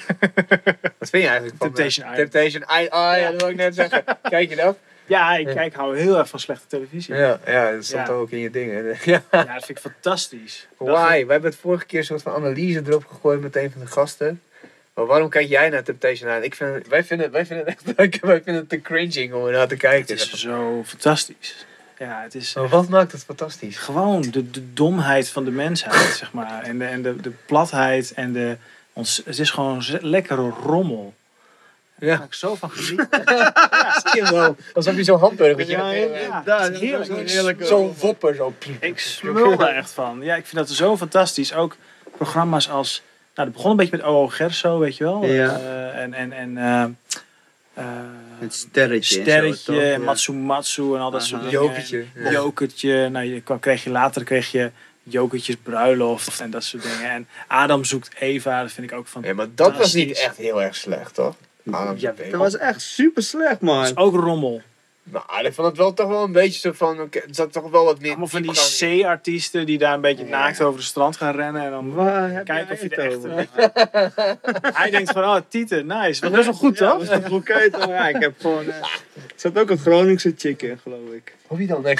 D: Wat vind je eigenlijk van
B: Temptation
D: uh,
B: Island.
D: Temptation Island? Oh ja, dat wil ik net zeggen. Kijk je dat?
B: Ja, ik kijk, hou heel erg van slechte televisie. Ja,
D: Ja, ja dat stond
B: Ja.
D: ook in je dingen. Ja.
B: dat vind ik fantastisch. Dat
D: Why?
B: vind ik-
D: We hebben het vorige keer een soort van analyse erop gegooid met een van de gasten. Maar waarom kijk jij naar Temptation Island? Ik vind, wij, vinden, wij vinden het echt leuk. Wij vinden het te cringing om er naar te kijken.
B: Het is zo fantastisch. Ja, het is
D: Maar wat maakt het fantastisch?
B: gewoon de, de domheid van de mensheid, zeg maar. En de, en de, de platheid en de... Ons, het is gewoon z- lekkere rommel. Daar
D: Ja.
B: ga ik zo van genieten.
D: Zie je wel? Alsof je zo'n hamburgertje
B: Ja,
D: hebt.
B: ja.
C: Daar,
B: het is heerlijk.
C: zo'n
B: Ik-
C: heerlijke-
D: Zo'n wopper, zo.
B: Ik smul daar echt van. Ja, ik vind dat zo fantastisch. Ook programma's als... Nou, dat begon een beetje met O O Gerso, weet je wel.
C: Ja.
B: Uh, en en, en uh, uh,
C: Het sterretje. en zo,
B: Sterretje,
C: toch?
B: en
C: Ja.
B: Matsumatsu en al dat
C: Aha.
B: soort dingen.
D: Jokertje.
B: En Jokertje. Nou, je kwam- kreeg je later kreeg je Jokertjes bruiloft en dat soort dingen. En Adam zoekt Eva, dat vind ik ook
D: Ja,
B: fantastisch.
D: maar dat was niet echt heel erg slecht, toch? Adam
B: Ja,
D: Baby.
C: Dat was echt super slecht,
B: Dat is
C: man.
B: ook rommel.
D: Nou, ik vond het wel toch wel een beetje zo van... oké, er zat toch wel wat meer...
B: Allemaal van die
D: diepgang in.
B: C-artiesten die daar een beetje
D: Ja.
B: naakt over de strand gaan rennen. En dan
C: Waar heb
B: kijken
C: jij
B: of je
C: het
B: de
C: over?
B: echte... Hij denkt van, oh, Tieten, nice. Dat is wel goed,
C: Ja,
B: toch?
C: dat is toch oké, toch? Ja, ik heb gewoon... eh, er zat ook een Groningse chick in, geloof ik.
D: Hoe wie dan? Nee.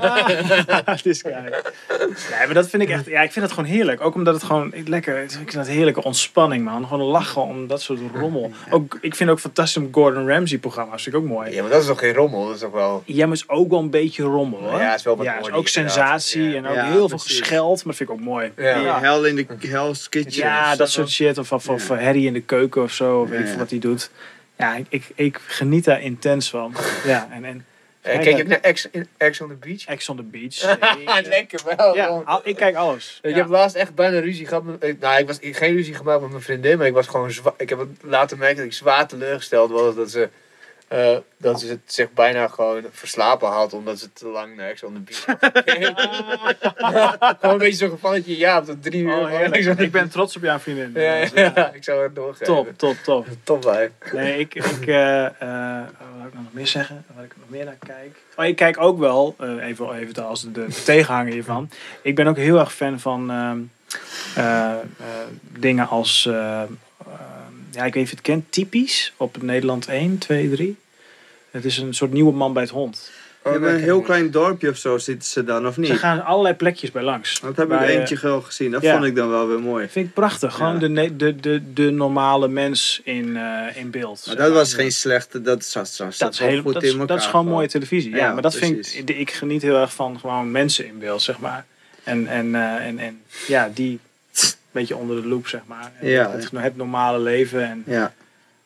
B: This guy. Nee, maar dat vind ik echt... Ja, ik vind dat gewoon heerlijk. Ook omdat het gewoon lekker... Ik vind dat heerlijke ontspanning, man. Gewoon lachen om dat soort rommel. Ook, ik vind ook fantastisch om Gordon Ramsay programma's. Vind ik ook mooi.
D: Ja, maar dat is toch geen rommel? Dat is toch wel...
B: Ja, maar is ook wel een beetje rommel, hoor.
D: Ja, is wel wat
B: Ja, is
D: ordy,
B: ook sensatie
D: inderdaad.
B: en ook
C: Ja,
B: heel veel
C: precies.
B: gescheld. Maar dat vind ik ook mooi.
D: Ja.
C: Die Hell in the Hell's Kitchen.
B: Ja,
C: of
B: dat
C: zo.
B: soort shit. Of, of, of
C: Ja.
B: Harry in de keuken of zo. Of weet ik
C: Ja,
B: veel
C: ja.
B: wat hij doet. Ja, ik, ik, ik geniet daar intens van. Ja, en, en
D: Eh, Kijk je ook naar Ex, in- Ex on the Beach?
B: Ex on the Beach. zeker.
D: Lekker wel.
B: Ja,
D: gewoon.
B: al- ik kijk alles.
D: Ik
B: Ja.
D: heb laatst echt bijna ruzie gehad. Met, ik- nou, ik was ik, geen ruzie gemaakt met mijn vriendin, maar ik was gewoon zwa- ik heb het laten merken dat ik zwaar teleurgesteld was dat ze, eh, dat ze het zich bijna gewoon verslapen had omdat ze te lang naar Ex on the Beach had gekeken. Gewoon een beetje zo'n gevalletje, ja, op de drie uur.
B: Oh,
D: van
B: heerlijk.
D: Ex on the
B: Ik ben trots op jouw vriendin.
D: Beach. Ja, ja, ja, ik zou het doorgeven.
B: Top, top, top.
D: Top wijf.
B: Nee, ik, ik eh, eh, wat wil ik nog meer zeggen? Waar ik nog meer naar kijk. Oh, ik kijk ook wel, eh, even, even als de, de tegenhanger hiervan. Ik ben ook heel erg fan van ehm, eh, eh, dingen als, eh, ehm, ja, ik weet niet of je het kent, Typisch op Nederland één, twee, drie. Het is een soort nieuwe man bij het hond.
C: Je hebt een heel klein dorpje of zo zitten ze dan, of
B: Ze
C: niet?
B: gaan allerlei plekjes bij langs.
C: Dat heb ik
B: Bij, eh,
C: eentje wel gezien. Dat
B: ja.
C: vond ik dan wel weer mooi.
B: Vind ik prachtig. Gewoon
C: Ja.
B: de, ne- de, de, de normale mens in, eh, in beeld.
C: Maar
B: zeg
C: dat was geen slechte, dat zat, zat,
B: Dat
C: zat
B: is,
C: wel
B: heel,
C: goed
B: dat,
C: in
B: is,
C: elkaar.
B: dat is gewoon mooie televisie. Ja,
C: Ja,
B: maar dat vind
C: precies.
B: ik, ik geniet heel erg van gewoon mensen in beeld, zeg maar. En, en, eh, en, en ja, die een beetje onder de loep, zeg maar. En
C: Ja,
B: het, het normale leven. En
C: Ja,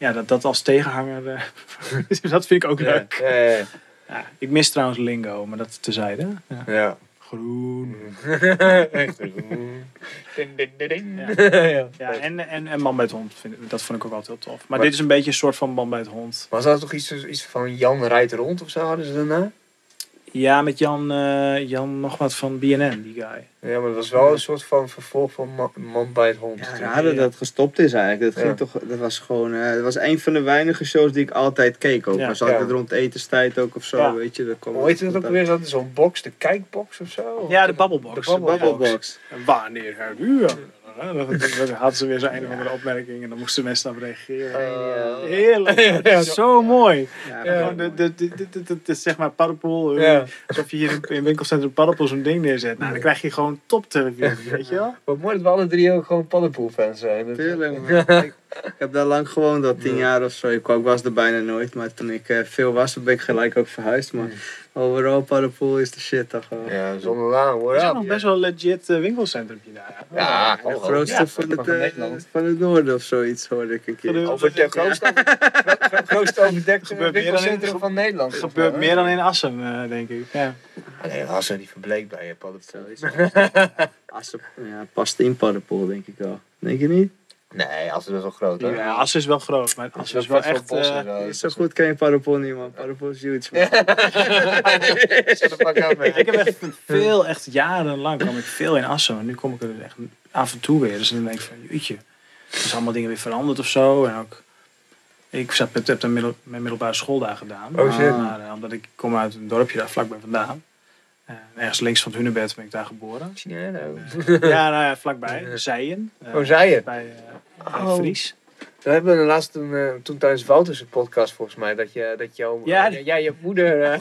B: ja, dat, dat als tegenhanger, uh, dat vind ik ook leuk.
D: Ja, ja, ja.
B: Ja, ik mis trouwens lingo, maar dat tezijde. Ja.
D: Ja.
B: Groen.
D: Echt groen. Ding, ding, ding, ding.
B: Ja. Ja, en, en, en Man bij het Hond, vind ik, dat vond ik ook altijd heel tof. Maar, maar dit is een beetje een soort van Man bij het Hond.
D: Was dat toch iets, iets van Jan rijdt rond of zo hadden ze daarna?
B: Ja, met Jan, uh, Jan nog wat van B N N, die guy.
D: Ja, maar dat was wel een soort van vervolg van Man, man bij het Hond.
C: Ja, raar dat dat gestopt is eigenlijk. Dat, ging
D: Ja.
C: toch, dat was gewoon, uh, dat was een van de weinige shows die ik altijd keek ook.
B: Ja.
C: Maar zat ik
D: Ja.
C: het rond etenstijd ook of zo,
B: Ja.
C: weet je. Dat kwam
D: Hoe heet het ook
C: dat-
D: weer? Dat zo'n box, de kijkbox of zo?
B: Ja, de Babbelbox.
D: De Babbelbox.
C: Bubblebox.
B: En wanneer gaat u? Dan hadden ze weer zo'n een of andere opmerking en dan moesten mensen daarop reageren.
D: Uh,
B: Heerlijk.
D: Ja.
B: Zo mooi.
C: Ja,
D: Ja.
B: Gewoon de, de, de, de, de, de- de- zeg maar paddenpoel.
D: Ja.
B: Alsof je hier in, in winkelcentrum paddenpoel zo'n ding neerzet. Nou, dan krijg je gewoon toptelevisie, weet je wel?
D: Wat mooi dat we alle drie ook gewoon paddenpoelfans zijn. Dat-
C: Tuurlijk, man. ik, ik heb daar lang gewoond, al tien
D: Ja.
C: jaar of zo. Ik, ik was er bijna nooit, maar toen ik uh, veel was, ben ik gelijk ook verhuisd. Maar overal Paddenpoel is de shit toch gewoon.
D: Ja, zonder laan, hoor.
B: Er is
D: Ja,
B: nog best wel een legit uh, winkelcentrumpje daar.
D: ja,
C: De grootste
B: Ja,
C: van,
D: van
C: het, uh,
D: Nederland.
C: van het noorden of zoiets hoorde ik een keer.
B: Van de-
D: Over de grootste, over- grootste overdekte
B: Gebeurt meer dan in-
D: winkelcentrum van Nederland.
B: Het gebeurt meer dan in Assen, uh, denk ik. Ja.
D: Nee, Hassen die verbleek bij je paddenpoel.
C: Zoiets. Assen, ja, past in Paddenpoel denk ik wel. Denk je niet?
D: Nee, Assen is wel groot, hè?
B: Ja, Assen is wel groot, maar Assen is wel echt... Uh,
C: Zo goed ken je Paddenpoel niet, man. Paddenpoel is huge, man.
D: Zet er pak aan mee.
B: ik heb echt veel, echt jarenlang kwam ik veel in Assen. Maar nu kom ik er dus echt af en toe weer. Dus dan denk ik van, jeetje. Er zijn allemaal dingen weer veranderd of zo. En ook... Ik zat, heb, heb dan middel, mijn middelbare school daar gedaan.
D: Oh, shit.
B: Maar uh, omdat ik kom uit een dorpje daar vlakbij vandaan. Uh, ergens links van het Hunebed ben ik daar geboren.
D: Ja, nou.
B: Ja, nou ja, vlakbij. Zijen. Uh,
D: Oh, zei je?
B: Bij, uh, bij
D: Oh.
B: Fries.
D: We hebben de laatste toen, uh, toen tijdens Wouters' podcast volgens mij dat je dat jouw
B: Ja,
D: uh, jij je moeder uh,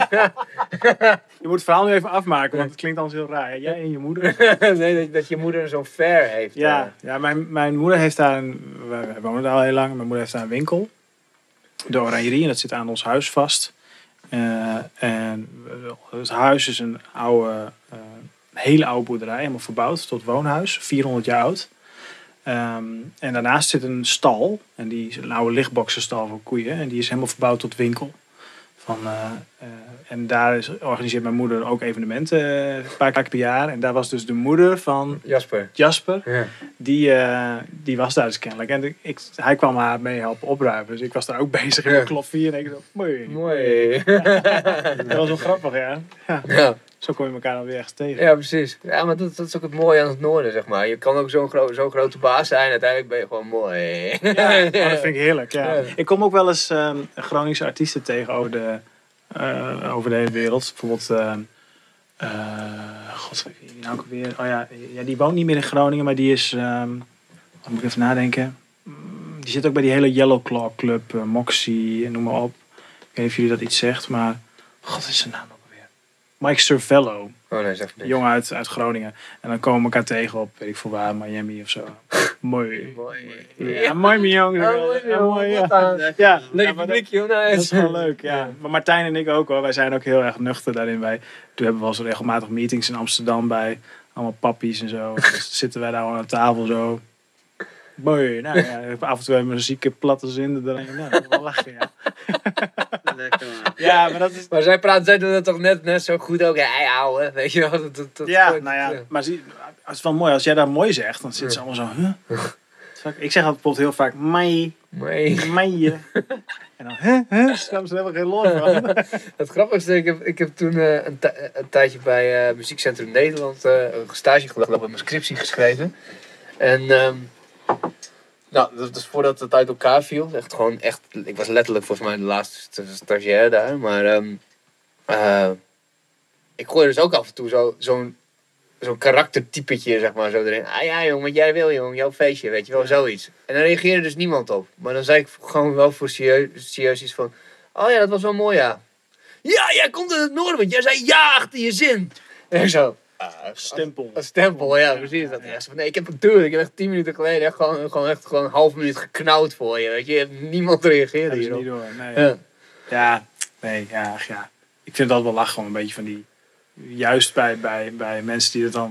B: Je moet het verhaal nu even afmaken, want het klinkt anders heel raar. Jij en je moeder.
D: nee dat, dat je moeder zo'n fair heeft.
B: Ja, ja mijn, mijn moeder heeft daar een... We wonen daar al heel lang. Mijn moeder heeft daar een winkel. De Oranjerie. En dat zit aan ons huis vast. Uh, en het huis is een oude... Uh, hele oude boerderij. Helemaal verbouwd tot woonhuis. vierhonderd jaar oud. Um, en daarnaast zit een stal. En die is een oude lichtboxenstal voor koeien. En die is helemaal verbouwd tot winkel. Van, uh, uh, en daar is, organiseert mijn moeder ook evenementen uh, een paar keer per jaar. En daar was dus de moeder van
D: Jasper.
B: Jasper.
D: Ja.
B: Die, uh, die was daar dus kennelijk. En ik, hij kwam haar mee helpen opruimen. Dus ik was daar ook bezig in
D: Ja.
B: mijn kloffie. En ik dacht, mooi.
D: Mooi.
B: Dat was wel grappig, ja. ja.
D: Ja.
B: Zo kom je elkaar dan weer echt tegen.
D: Ja, precies. Ja, maar dat, dat is ook het mooie aan het noorden, zeg maar. Je kan ook zo'n gro zo'n grote baas zijn. Uiteindelijk ben je gewoon mooi.
B: Ja, oh, dat vind ik heerlijk, ja.
D: Ja.
B: Ik kom ook wel eens um, Groningse artiesten tegen over de, uh, over de hele wereld. Bijvoorbeeld, uh, uh, god, wie is die nou ook weer? Oh ja, ja, die woont niet meer in Groningen, maar die is, um, dan moet ik even nadenken. Die zit ook bij die hele Yellow Claw Club, uh, Moxie, noem maar op. Ik weet niet of jullie dat iets zegt, maar, god, wat is zijn naam ook alweer? Mike Cervello.
D: Oh nee, zeg niks.
B: Jongen uit, uit Groningen. En dan komen we elkaar tegen op, weet ik veel waar, Miami of zo. Mooi.
D: Mooi.
B: Ja, mooi mijn jongen.
D: Oh, mooi,
B: Ja, mooi, ja.
D: wat aan.
B: Ja, ja,
D: Lekker
B: maar dat,
D: publiek, joh.
B: dat is
D: Nice.
B: gewoon leuk, ja. Maar Martijn en ik ook hoor. Wij zijn ook heel erg nuchter daarin. Wij toen hebben we wel zo regelmatig meetings in Amsterdam bij allemaal pappies en zo. En dan zitten wij daar gewoon aan tafel zo. Mooi. Nou ja, af en toe hebben we een zieke platte zin erin. Nou, dat is wel lachen, ja.
C: Lekker, man.
B: Ja, maar dat is...
D: Maar zij praten, zij doen dat toch net, net zo goed ook. Ja, ja, ouwe. Weet je wel. Dat, dat, dat,
B: Ja,
D: dat-
B: nou ja, maar zie, het is wel mooi. Als jij dat mooi zegt, dan zitten ze allemaal zo... Huh? Fuck. Ik zeg altijd bijvoorbeeld heel vaak... Mai,
D: Mooi.
B: mai. En dan... Huh? Huh? Daar hebben ze helemaal geen lol van.
D: Het grappigste, ik heb, ik heb toen uh, een, een tijdje bij uh, Muziekcentrum Nederland uh, een stage gelopen en mijn scriptie geschreven. En um, nou, dat is voordat het uit elkaar viel. Echt gewoon echt, ik was letterlijk volgens mij de laatste stagiair daar. Maar um, uh, ik gooi dus ook af en toe zo, zo'n zo'n karaktertypetje, zeg maar, zo erin. Ah ja, jong, wat jij wil, jong, jouw feestje, weet je wel, zoiets. En dan reageerde dus niemand op. Maar dan zei ik gewoon wel voor serieus, serieus iets van... Oh ja, dat was wel mooi, ja. Ja, jij komt uit het noorden, want jij zei ja achter je zin. En ik zo... Uh,
B: Stempel.
D: Een stempel, ja, precies. Dat, ja, nee, ik heb natuurlijk, ik heb echt tien minuten geleden echt gewoon, gewoon, echt gewoon een half minuut geknauwd voor je, weet je. Niemand reageerde
B: Dat is
D: hierop.
B: niet door. Nee.
D: Ja.
B: Ja, nee, ja, ja. Ik vind dat wel lachen, gewoon een beetje van die... Juist bij, bij, bij mensen die het dan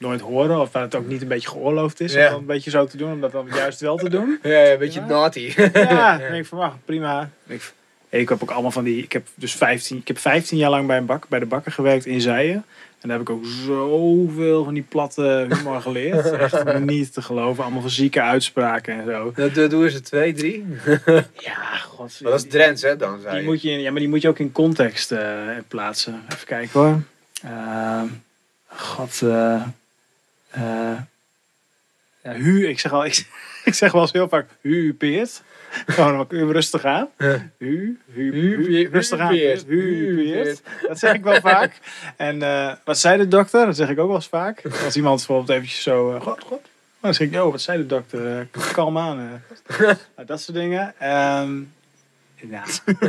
B: nooit horen. Of waar het ook niet een beetje geoorloofd is.
D: Ja.
B: Om dat een beetje zo te doen. Om dat dan juist wel te doen.
D: Ja, ja, een beetje
B: Ja.
D: naughty.
B: Ja, dan denk ik van, wacht, prima. Ik, ik heb ook allemaal van die... Ik heb dus vijftien, ik heb vijftien jaar lang bij, een bak, bij de bakker gewerkt in Zijen. En daar heb ik ook zoveel van die platte humor geleerd. Echt niet te geloven. Allemaal van zieke uitspraken en zo.
D: Dat, dat doen ze twee, drie.
B: Ja, god.
D: Maar dat is Drents, hè, dan, zei
B: Die
D: je.
B: moet je, ja, maar die moet je ook in context uh, plaatsen. Even kijken hoor. Uh, God. Uh, uh, ja, hu, ik zeg, al, ik, ik zeg wel eens heel vaak hu peert. Gewoon ook even rustig aan.
D: Ja.
B: Hu, hu,
D: Hu,
B: hu, rustig aan.
D: peert.
B: Hu
D: Hu
B: peert. Dat zeg ik wel vaak. En uh, wat zei de dokter? Dat zeg ik ook wel eens vaak. Als iemand bijvoorbeeld eventjes zo... Uh, God, God. Dan zeg ik, yo, wat zei de dokter? Uh, kalm aan. Uh. Nou, dat soort dingen. Um, Ja.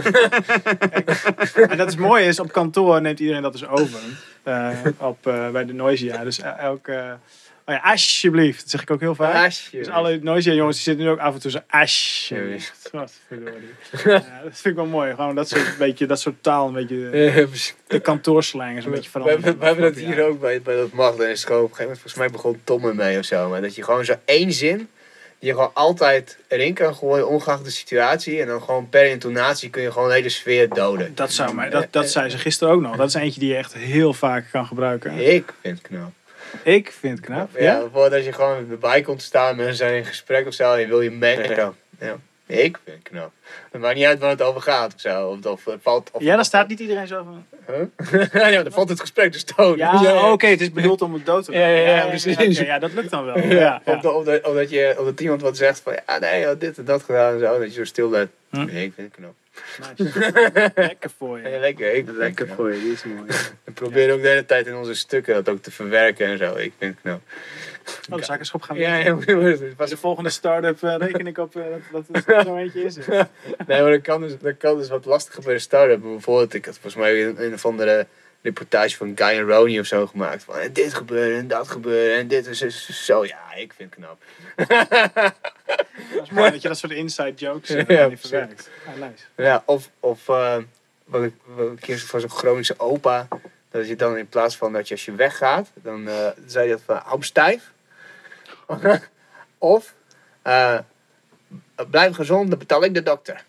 B: En dat is mooi is, op kantoor neemt iedereen dat dus over. Uh, op, uh, bij de Noisia. Dus elke... Uh, oh ja, alsjeblieft. Dat zeg ik ook heel vaak.
D: Alsjeblieft.
B: Dus alle Noisia jongens die zitten nu ook af en toe zo alsjeblieft. Wat verdorie. Ja, dat vind ik wel mooi. Gewoon dat soort, beetje, dat soort taal. Een beetje de, de kantoorslang is een beetje
D: We,
B: veranderd.
D: we, we hebben dat hier ook bij, bij dat Magda. Is het gewoon op een gegeven moment, volgens mij begon Tom ermee of zo. Maar dat je gewoon zo één zin... die je gewoon altijd erin kan gooien, ongeacht de situatie. En dan gewoon per intonatie kun je gewoon de hele sfeer doden.
B: Dat, zou mij, dat, dat zei ze gisteren ook nog. Dat is eentje die je echt heel vaak kan gebruiken.
D: Ik vind het knap.
B: Ik vind het knap.
D: Ja,
B: Ja?
D: bijvoorbeeld als je gewoon erbij komt te staan, mensen zijn in gesprek of zo, en je wil je mengen. Ja. Ik vind het knap. Het maakt niet uit waar het over gaat of zo. Of, of, of, valt, of,
B: Ja, dan staat niet iedereen zo van...
D: Huh? Ja, dan valt het gesprek dus dood.
B: Ja, ja, oké, okay, het is bedoeld om het dood te
D: Ja, ja, ja, precies.
B: Ja, okay, ja, dat lukt dan wel. Ja, ja.
D: Of, dat, of, dat, of dat je, of dat iemand wat zegt van, ja, nee, je had dit en dat gedaan en zo. Dat je zo stil bent.
B: Hm?
D: Nee, ik vind het knap.
B: Nice. Lekker voor je.
D: Ja, lekker, ik vind het
C: Lekker
D: knap.
C: voor je, die is mooi.
D: We proberen ook de hele tijd in onze stukken dat ook te verwerken en zo. Ik vind het knap.
B: Oh, de zakenschap gaan we.
D: Ja, ja, maar het was
B: De volgende start-up uh, reken ik op uh, dat, dat het zo eentje is.
D: Nee, maar dat kan, dus, dat kan dus wat lastiger bij de start-up. Bijvoorbeeld, ik had volgens mij een, een of andere reportage van Guy en Ronnie of zo gemaakt. Van en dit gebeurde en dat gebeurde en dit is dus zo. Ja, ik vind het knap.
B: Dat is mooi dat je dat soort inside jokes uh,
D: Ja,
B: ja,
D: precies.
B: verwerkt. Ah, nice.
D: Ja, of, of uh, wat ik wat ik een keer van zo'n Groningse opa. Dat je dan in plaats van dat je als je weggaat, dan uh, zei hij dat van hou hem stijf. Of uh, blijf gezond, dan betaal ik de dokter.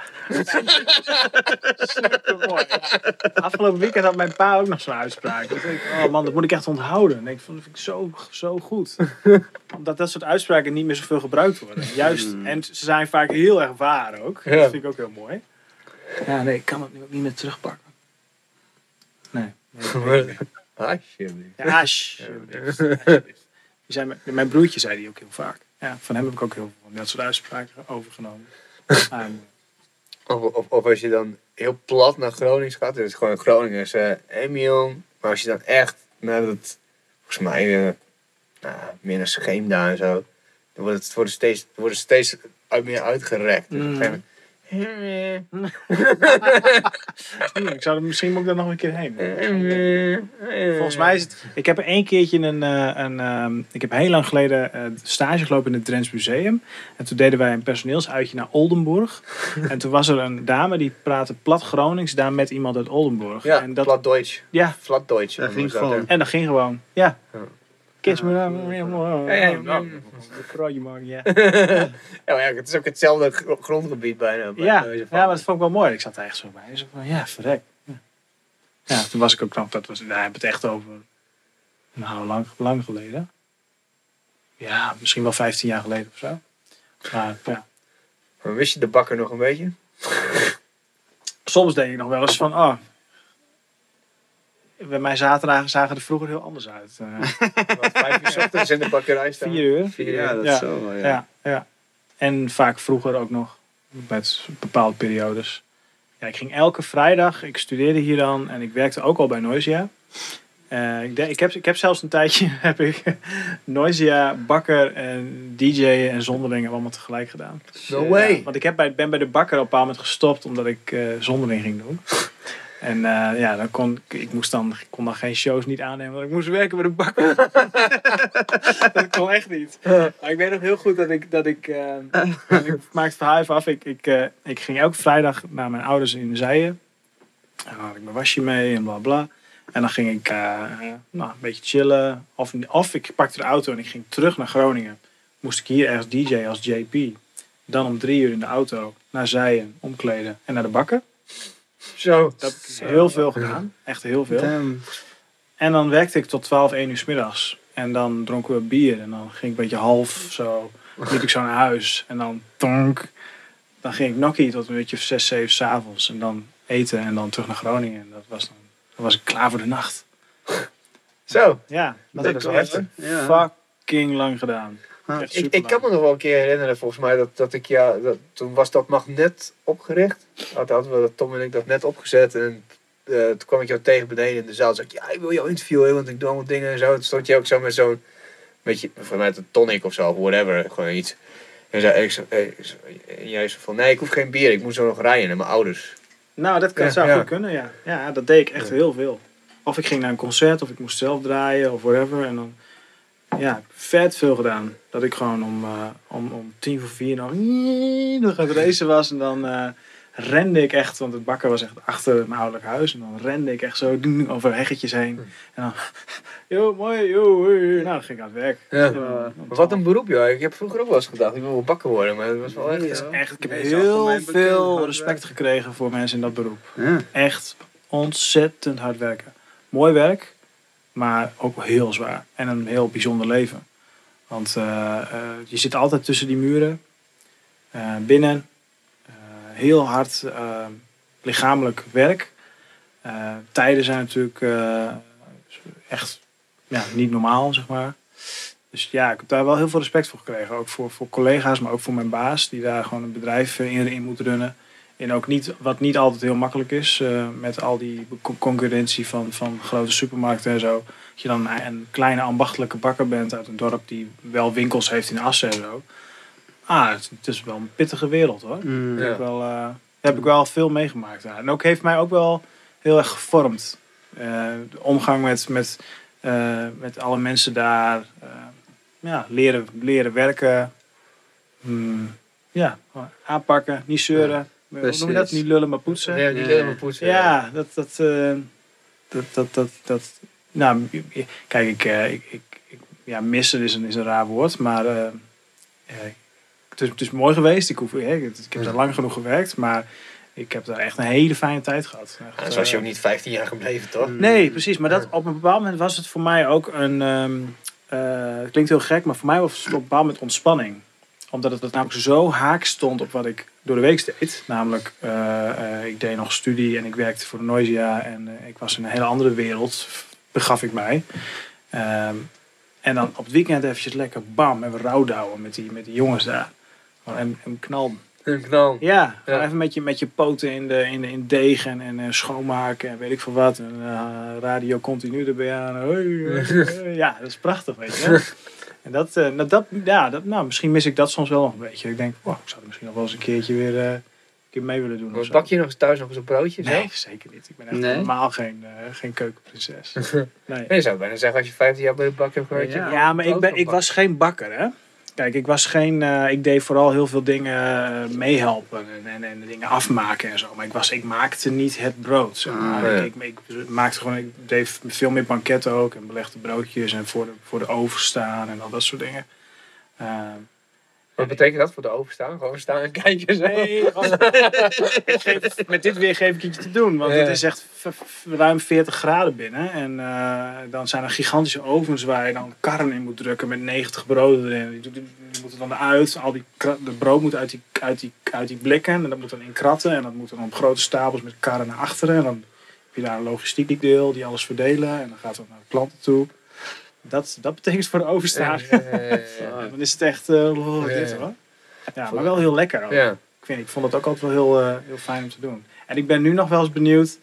B: Super mooi. Ja. Afgelopen weekend had mijn pa ook nog zo'n uitspraak. Dus ik, oh man, dat moet ik echt onthouden. En ik vond dat vind ik zo, zo goed. Omdat dat soort uitspraken niet meer zoveel gebruikt worden. Juist, en ze zijn vaak heel erg waar ook.
D: Ja.
B: Dat vind ik ook heel mooi. Ja, nee, ik kan het nu ook niet meer terugpakken. Nee. nee, nee.
D: Alsjeblieft.
B: Ja, alsjeblieft. alsjeblieft. Die zijn, mijn- mijn broertje zei die ook heel vaak. Ja, van hem heb ik ook heel veel van dat soort uitspraken overgenomen. Ah,
D: Of, of, of als je dan heel plat naar Groningen gaat, dus gewoon Groningers, uh, Emiel. Maar als je dan echt naar het, volgens mij, uh, nou, meer naar Scheemda en zo, dan wordt het, wordt het steeds, wordt het steeds uit, meer uitgerekt. Dus op een gegeven moment,
B: Hmm, ik zou er misschien ook daar nog een keer heen. Volgens mij is het. Ik heb er één keertje een. eh, een ehm, ik heb heel lang geleden eh, stage gelopen in het Drents Museum. En toen deden wij een personeelsuitje naar Oldenburg. En toen was er een dame die praatte plat Gronings daar met iemand uit Oldenburg.
D: Ja,
B: en dat,
D: plat Deutsch.
B: ja,
D: Flat Deutsch.
C: Dat
D: Dan
C: ging
D: was dat,
C: gewoon.
D: hè.
B: en dat ging gewoon. Ja.
D: Ja.
B: Kiss me dan.
D: Ja, ja, ja.
B: Praatje maken, ja.
D: Ja, maar ja, het is ook hetzelfde gro- grondgebied bijna. bij
B: Ja,
D: wijze
B: ja,
D: van.
B: maar dat vond ik wel mooi. Ik zat er echt zo bij. Zo van, ja, verrek. Ja. Ja, toen was ik ook knap. Dat was, daar heb ik het echt over. Nou, lang, lang geleden. Ja, misschien wel vijftien jaar geleden of zo. Maar ja.
D: Maar wist je de bakker nog een beetje?
B: Soms denk ik nog wel eens van, oh. Bij mijn zaterdagen zagen er vroeger heel anders uit. Uh,
D: Wat, vijf uur 's ochtends in de bakkerij staan?
B: vier uur.
D: Vier uur.
C: Ja, dat
B: Ja.
C: is zo wel, ja.
B: Ja, ja. En vaak vroeger ook nog. Met bepaalde periodes. Ja, ik ging elke vrijdag. Ik studeerde hier dan. En ik werkte ook al bij Noisia. Eh, ik, denk- ik, heb, ik heb zelfs een tijdje heb ik Noisia, Bakker en D J'en en Zonderling allemaal tegelijk gedaan.
D: No way.
B: Ja, want ik heb bij, ben bij de Bakker op een bepaald moment gestopt omdat ik eh Zonderling ging doen. En eh, ja, dan kon ik moest dan, ik kon dan geen shows niet aannemen, want ik moest werken bij de Bakker. Dat kon echt niet. Maar ik weet nog heel goed dat ik, dat ik, eh, ik maak het verhaal even af. Ik, ik, eh, ik ging elke vrijdag naar mijn ouders in Zijen. En dan had ik mijn wasje mee en bla bla. En dan ging ik uh, nou, een beetje chillen. Of, of ik pakte de auto en ik ging terug naar Groningen. Moest ik hier ergens D J als J P. Dan om drie uur in de auto naar Zijen, omkleden en naar de bakker.
D: Zo.
B: Dat heb ik heel veel gedaan. Echt heel veel.
C: Damn.
B: En dan werkte ik tot twaalf, één uur 's middags. En dan dronken we bier. En dan ging ik een beetje half zo. Liep ik zo naar huis. En dan tonk. Dan ging ik nokkie tot een beetje zes, zeven 's avonds. En dan eten en dan terug naar Groningen. En dat was dan, dan was ik klaar voor de nacht.
D: Zo.
B: Ja, dat
D: Dat
B: heb
D: is
B: ik
D: wel
B: echt
C: Ja.
B: fucking lang gedaan. Echt
D: Ik,
B: super
D: ik kan me
B: lang.
D: nog wel een keer herinneren, volgens mij, dat, dat ik ja, dat, toen was dat magnet opgericht. Had, hadden we, Tom en ik, dat net opgezet. En uh, toen kwam ik jou tegen beneden in de zaal. Toen zei ik, ja, ik wil jou interviewen, want ik doe allemaal dingen en zo. Toen stond je ook zo met zo'n, beetje, voor mij een tonic of zo, whatever, gewoon iets. En, zei, ik, zo, hey, ik zo, en jij zo van, nee, ik hoef geen bier, ik moet zo nog rijden naar mijn ouders.
B: Nou, dat kan,
D: Ja,
B: zou
D: ja.
B: goed kunnen, ja. Ja, dat deed ik echt
D: Ja.
B: heel veel. Of ik ging naar een concert, of ik moest zelf draaien, of whatever. En dan, ja, vet veel gedaan. Dat ik gewoon om, uh, om, om tien voor vier nog, nog aan het racen was. En dan uh, rende ik echt, want het bakker was echt achter mijn ouderlijk huis. En dan rende ik echt zo over heggetjes heen. En dan, yo, mooi, yo, yo. Nou, dan ging ik aan het werk.
D: Ja.
B: En dan- dan
D: Maar wat een beroep, joh. Ik heb vroeger ook wel eens gedacht, ik wil wel bakker worden, maar dat was wel echt...
C: Ja.
B: Echt, ik heb
C: Nee, is algemeen
B: heel
C: bekend,
B: veel
C: hard
B: respect
C: werken.
B: gekregen voor mensen in dat beroep.
C: Ja.
B: Echt ontzettend hard werken. Mooi werk, maar ook heel zwaar. En een heel bijzonder leven. Want uh, uh, je zit altijd tussen die muren. Uh, binnen. Uh, heel hard uh, lichamelijk werk. Uh, tijden zijn natuurlijk uh, echt ja, niet normaal, zeg maar. Dus ja, ik heb daar wel heel veel respect voor gekregen. Ook voor, voor collega's, maar ook voor mijn baas. Die daar gewoon een bedrijf in, in moet runnen. En ook niet, wat niet altijd heel makkelijk is. Uh, met al die co- concurrentie van, van grote supermarkten en zo. Dat je dan een, een kleine ambachtelijke bakker bent uit een dorp die wel winkels heeft in Assen en zo. Ah, het, het is wel een pittige wereld hoor.
C: Mm.
B: Daar
D: Ja.
B: heb ik wel, uh, daar heb ik wel veel meegemaakt. Ja. En ook heeft mij ook wel heel erg gevormd. Uh, de omgang met, met, uh, met alle mensen daar. Uh, ja, leren, leren werken. Hmm, ja, gewoon aanpakken, niet zeuren. Hoe noem je dat?
C: Precies.
B: Niet lullen, maar poetsen.
D: Ja, die
C: Ja.
D: willen me poetsen.
B: Ja, dat, dat, uh, dat, dat, dat, dat, nou, kijk, ik, uh, ik, ik, ik, ja, missen is een, is een raar woord, maar uh, uh, het, is, het is mooi geweest. Ik, hoef, uh, ik, ik heb daar lang genoeg gewerkt, maar ik heb daar echt een hele fijne tijd gehad. Echt,
D: Ja, dan was je ook
B: uh,
D: niet vijftien jaar gebleven, toch?
B: Nee, precies, maar dat, op een bepaald moment was het voor mij ook een, um, uh, het klinkt heel gek, maar voor mij was het op een bepaald moment ontspanning. Omdat het, het namelijk zo haak stond op wat ik door de week deed. Namelijk, uh, uh, ik deed nog studie en ik werkte voor de Noisia. En uh, ik was in een hele andere wereld, begaf ik mij. Um, en dan op het weekend eventjes lekker bam, even rouwdouwen met die, met die jongens daar. En, en knal.
D: Een knal.
B: Ja,
D: Ja.
B: even met je, met je poten in de, in de in deeg en, en uh, schoonmaken en weet ik veel wat. En uh, radio continu erbij aan. Hoi, hoi, hoi. Ja, dat is prachtig, weet je. En dat, uh, nou, dat, ja, dat, nou, misschien mis ik dat soms wel nog een beetje. Ik denk, wow, ik zou er misschien nog wel eens een keertje weer uh, een keer mee willen doen. Of zo.
D: Bak je nog eens thuis nog eens een broodje?
B: Nee,
D: Zo?
B: zeker niet. Ik ben echt
C: Nee?
B: helemaal geen, uh, geen keukenprinses. Nee.
D: Nee, je zou bijna zeggen als je vijftien jaar bij de bak hebt gewerkt.
C: Ja.
D: je
B: Ja, maar ik,
D: brood
B: ben,
D: kan
B: ik
D: bakken.
B: was geen bakker, hè. Kijk, ik was geen... Uh, ik deed vooral heel veel dingen uh, meehelpen en, en, en dingen afmaken en zo. Maar ik, was, ik maakte niet het brood, zeg maar.
D: Ah, ja.
B: ik, ik, ik maakte gewoon... Ik deed veel meer banketten ook en belegde broodjes en voor de, voor de oven staan en al dat soort dingen. Uh,
D: Wat betekent dat voor de overstaan? Gewoon staan en kijken zo?
B: Nee, gewoon- ik geef, met dit weer geef ik iets te doen. Want
D: Ja.
B: het is echt v- v- ruim veertig graden binnen. En uh, dan zijn er gigantische ovens waar je dan karren in moet drukken met negentig broden erin. Die, die, die moeten dan eruit. Al die kra- de brood moet uit die, uit, die, uit die blikken. En dat moet dan in kratten. En dat moet dan op grote stapels met karren naar achteren. En dan heb je daar een logistiek deel die alles verdelen. En dan gaat het naar de klanten toe. Dat, dat betekent voor de overstaan.
D: Ja, ja, ja,
B: Ja, dan is het echt uh, oh,
D: Ja,
B: dit
D: ja.
B: hoor. Ja, maar wel heel lekker ook.
D: ja.
B: Ik, vind, ik vond het ook altijd wel heel, uh, heel fijn om te doen. En ik ben nu nog wel eens benieuwd.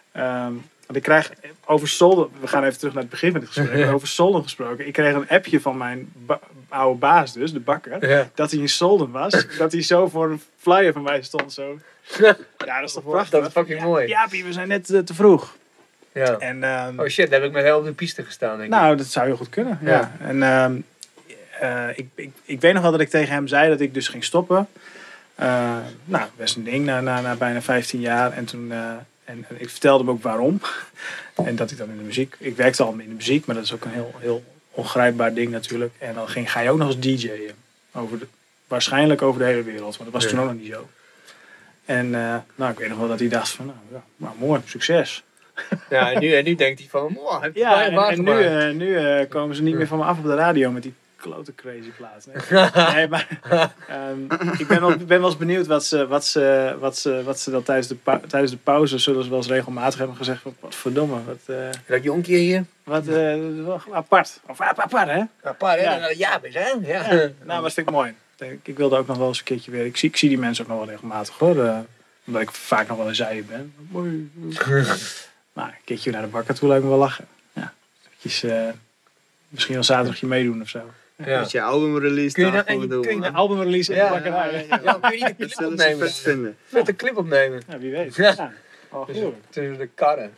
B: Um, want ik krijg over Solden. We gaan even terug naar het begin van het gesprek.
D: Ja.
B: Over Solden gesproken. Ik kreeg een appje van mijn ba- oude baas, dus de bakker.
D: Ja.
B: Dat hij in Solden was. Dat hij zo voor een flyer van mij stond. Zo. Ja, dat is toch prachtig.
D: Dat is fucking
B: ja,
D: mooi.
B: Ja, Pie, we zijn net uh, te vroeg.
D: Ja.
B: En, um,
D: Oh shit, daar heb ik met heel op de piste gestaan, denk ik.
B: nou, dat zou heel goed kunnen. Ja.
D: Ja.
B: En um, uh, ik, ik, ik weet nog wel dat ik tegen hem zei dat ik dus ging stoppen. Uh, nou, best een ding na, na, na bijna vijftien jaar. En toen uh, en, en ik vertelde hem ook waarom. En dat ik dan in de muziek... Ik werkte al in de muziek, maar dat is ook een heel, heel ongrijpbaar ding natuurlijk. En dan ging, ga je ook nog eens D J'en. Over de, waarschijnlijk over de hele wereld. Maar dat was
D: Ja.
B: toen ook nog niet zo. En uh, nou, ik weet nog wel dat hij dacht van... Nou, ja, nou mooi, succes.
D: Ja, en nu, en nu denkt hij van, wow, heb je
B: Ja,
D: ja,
B: en, en nu, uh, nu uh, komen ze niet meer van me af op de radio met die klote crazy plaat. Nee, nee maar um, ik ben wel, ben wel eens benieuwd wat ze, wat ze, wat ze, wat ze dan tijdens de, pa- tijdens de pauze zullen ze wel eens regelmatig hebben gezegd van, wat verdomme, wat, uh,
D: dat jonkje hier.
B: wat uh, wel apart. Of apart, hè?
D: Apart, hè?
B: Ja.
D: Ja, is hè? Ja.
B: Ja. Nou, maar dat vind ik mooi. Ik, ik wilde ook nog wel eens een keertje weer. Ik zie, ik zie die mensen ook nog wel regelmatig hoor. Uh, omdat ik vaak nog wel een zijen ben. Maar een keertje naar de bakker toe lijkt me wel lachen. Ja. Eventjes, uh, misschien wel zaterdagje meedoen of zo.
D: Ja.
C: Als je album release
D: Kun je
C: daar
D: dat-
C: gewoon
D: kun je
C: doen.
B: Een
C: man.
B: album release in
D: Ja,
B: de bakkerij.
D: ja, ja. Kun je niet een
C: Dat
D: clip
C: zullen ze
D: opnemen?
C: vet vinden.
D: Vet een clip opnemen.
B: Ja, wie weet.
D: Ja.
B: Ja. Oh,
D: Tussen,
B: goed.
D: tussen de karren.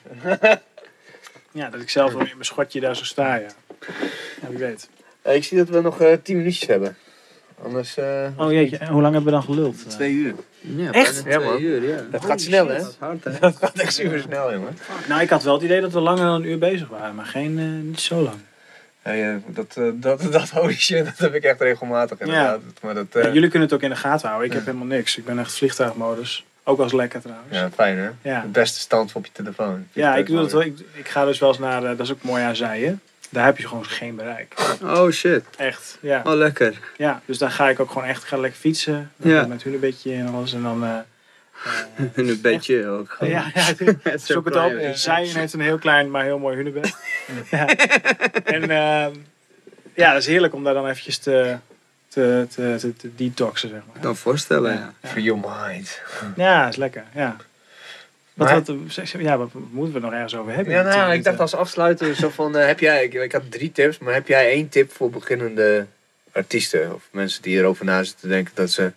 B: Ja, dat ik zelf wel in mijn schotje daar zo sta, ja. Ja, wie weet.
D: Hey, ik zie dat we nog uh, tien minuutjes hebben. Anders... Uh,
B: Oh jeetje, en hoe lang hebben we dan geluld?
A: Twee uur.
C: Ja,
B: Echt?
C: bijna
D: Ja, man.
C: twee uur, ja.
D: dat gaat snel, hè?
C: Dat is hard, hè?
D: Dat gaat echt super snel, jongen.
B: Nou, ik had wel het idee dat we langer dan een uur bezig waren, maar geen, uh, niet zo lang.
D: Hey, uh, dat, uh, dat, dat holy shit, dat heb ik echt regelmatig inderdaad. Maar dat, uh,
B: Ja, jullie kunnen het ook in de gaten houden. Ik heb helemaal niks. Ik ben echt vliegtuigmodus. Ook wel eens lekker trouwens.
D: ja, fijn hè?
B: Ja.
D: De beste stand op je telefoon.
B: Ja, ik doe dat wel. Ik, ik ga dus wel eens naar, uh, dat is ook mooi aan Zijen. Daar heb je gewoon geen bereik.
C: Oh shit.
B: Echt, ja.
C: Oh, lekker.
B: Ja, dus daar ga ik ook gewoon echt, ga lekker fietsen.
C: Ja.
B: Met hun een beetje en alles. En dan... Uh, uh,
C: En een bedje ook. gewoon.
B: ja, ja,
C: Het is
B: zoek het
C: zo
B: op.
C: private.
B: Zijen heeft een heel klein, maar heel mooi hunebed. Ja. En uh, ja, dat is heerlijk om daar dan eventjes te, te, te, te, te detoxen, zeg maar.
C: Ik kan voorstellen, ja.
B: Ja.
D: For your mind.
B: Ja, is lekker, ja. Wat,
D: Maar-
B: wat, ja, wat moeten we het nog ergens over hebben?
D: Ja, nou,
B: Natuurlijk,
D: ik dacht
B: uh,
D: als afsluiter zo van, uh, heb jij, ik, ik had drie tips, maar heb jij één tip voor beginnende artiesten? Of mensen die erover na zitten te denken dat ze...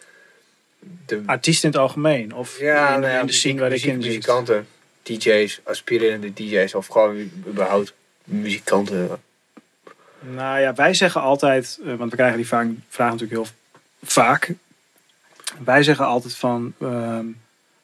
D: De,
B: artiesten in het algemeen? Of
D: ja,
B: in,
D: nou ja,
B: in de scene waar ik in zit?
D: muzikanten, D J's, aspirerende D J's of gewoon überhaupt muzikanten.
B: Nou ja, wij zeggen altijd, uh, want we krijgen die vaak, vraag natuurlijk heel vaak. Wij zeggen altijd van, um,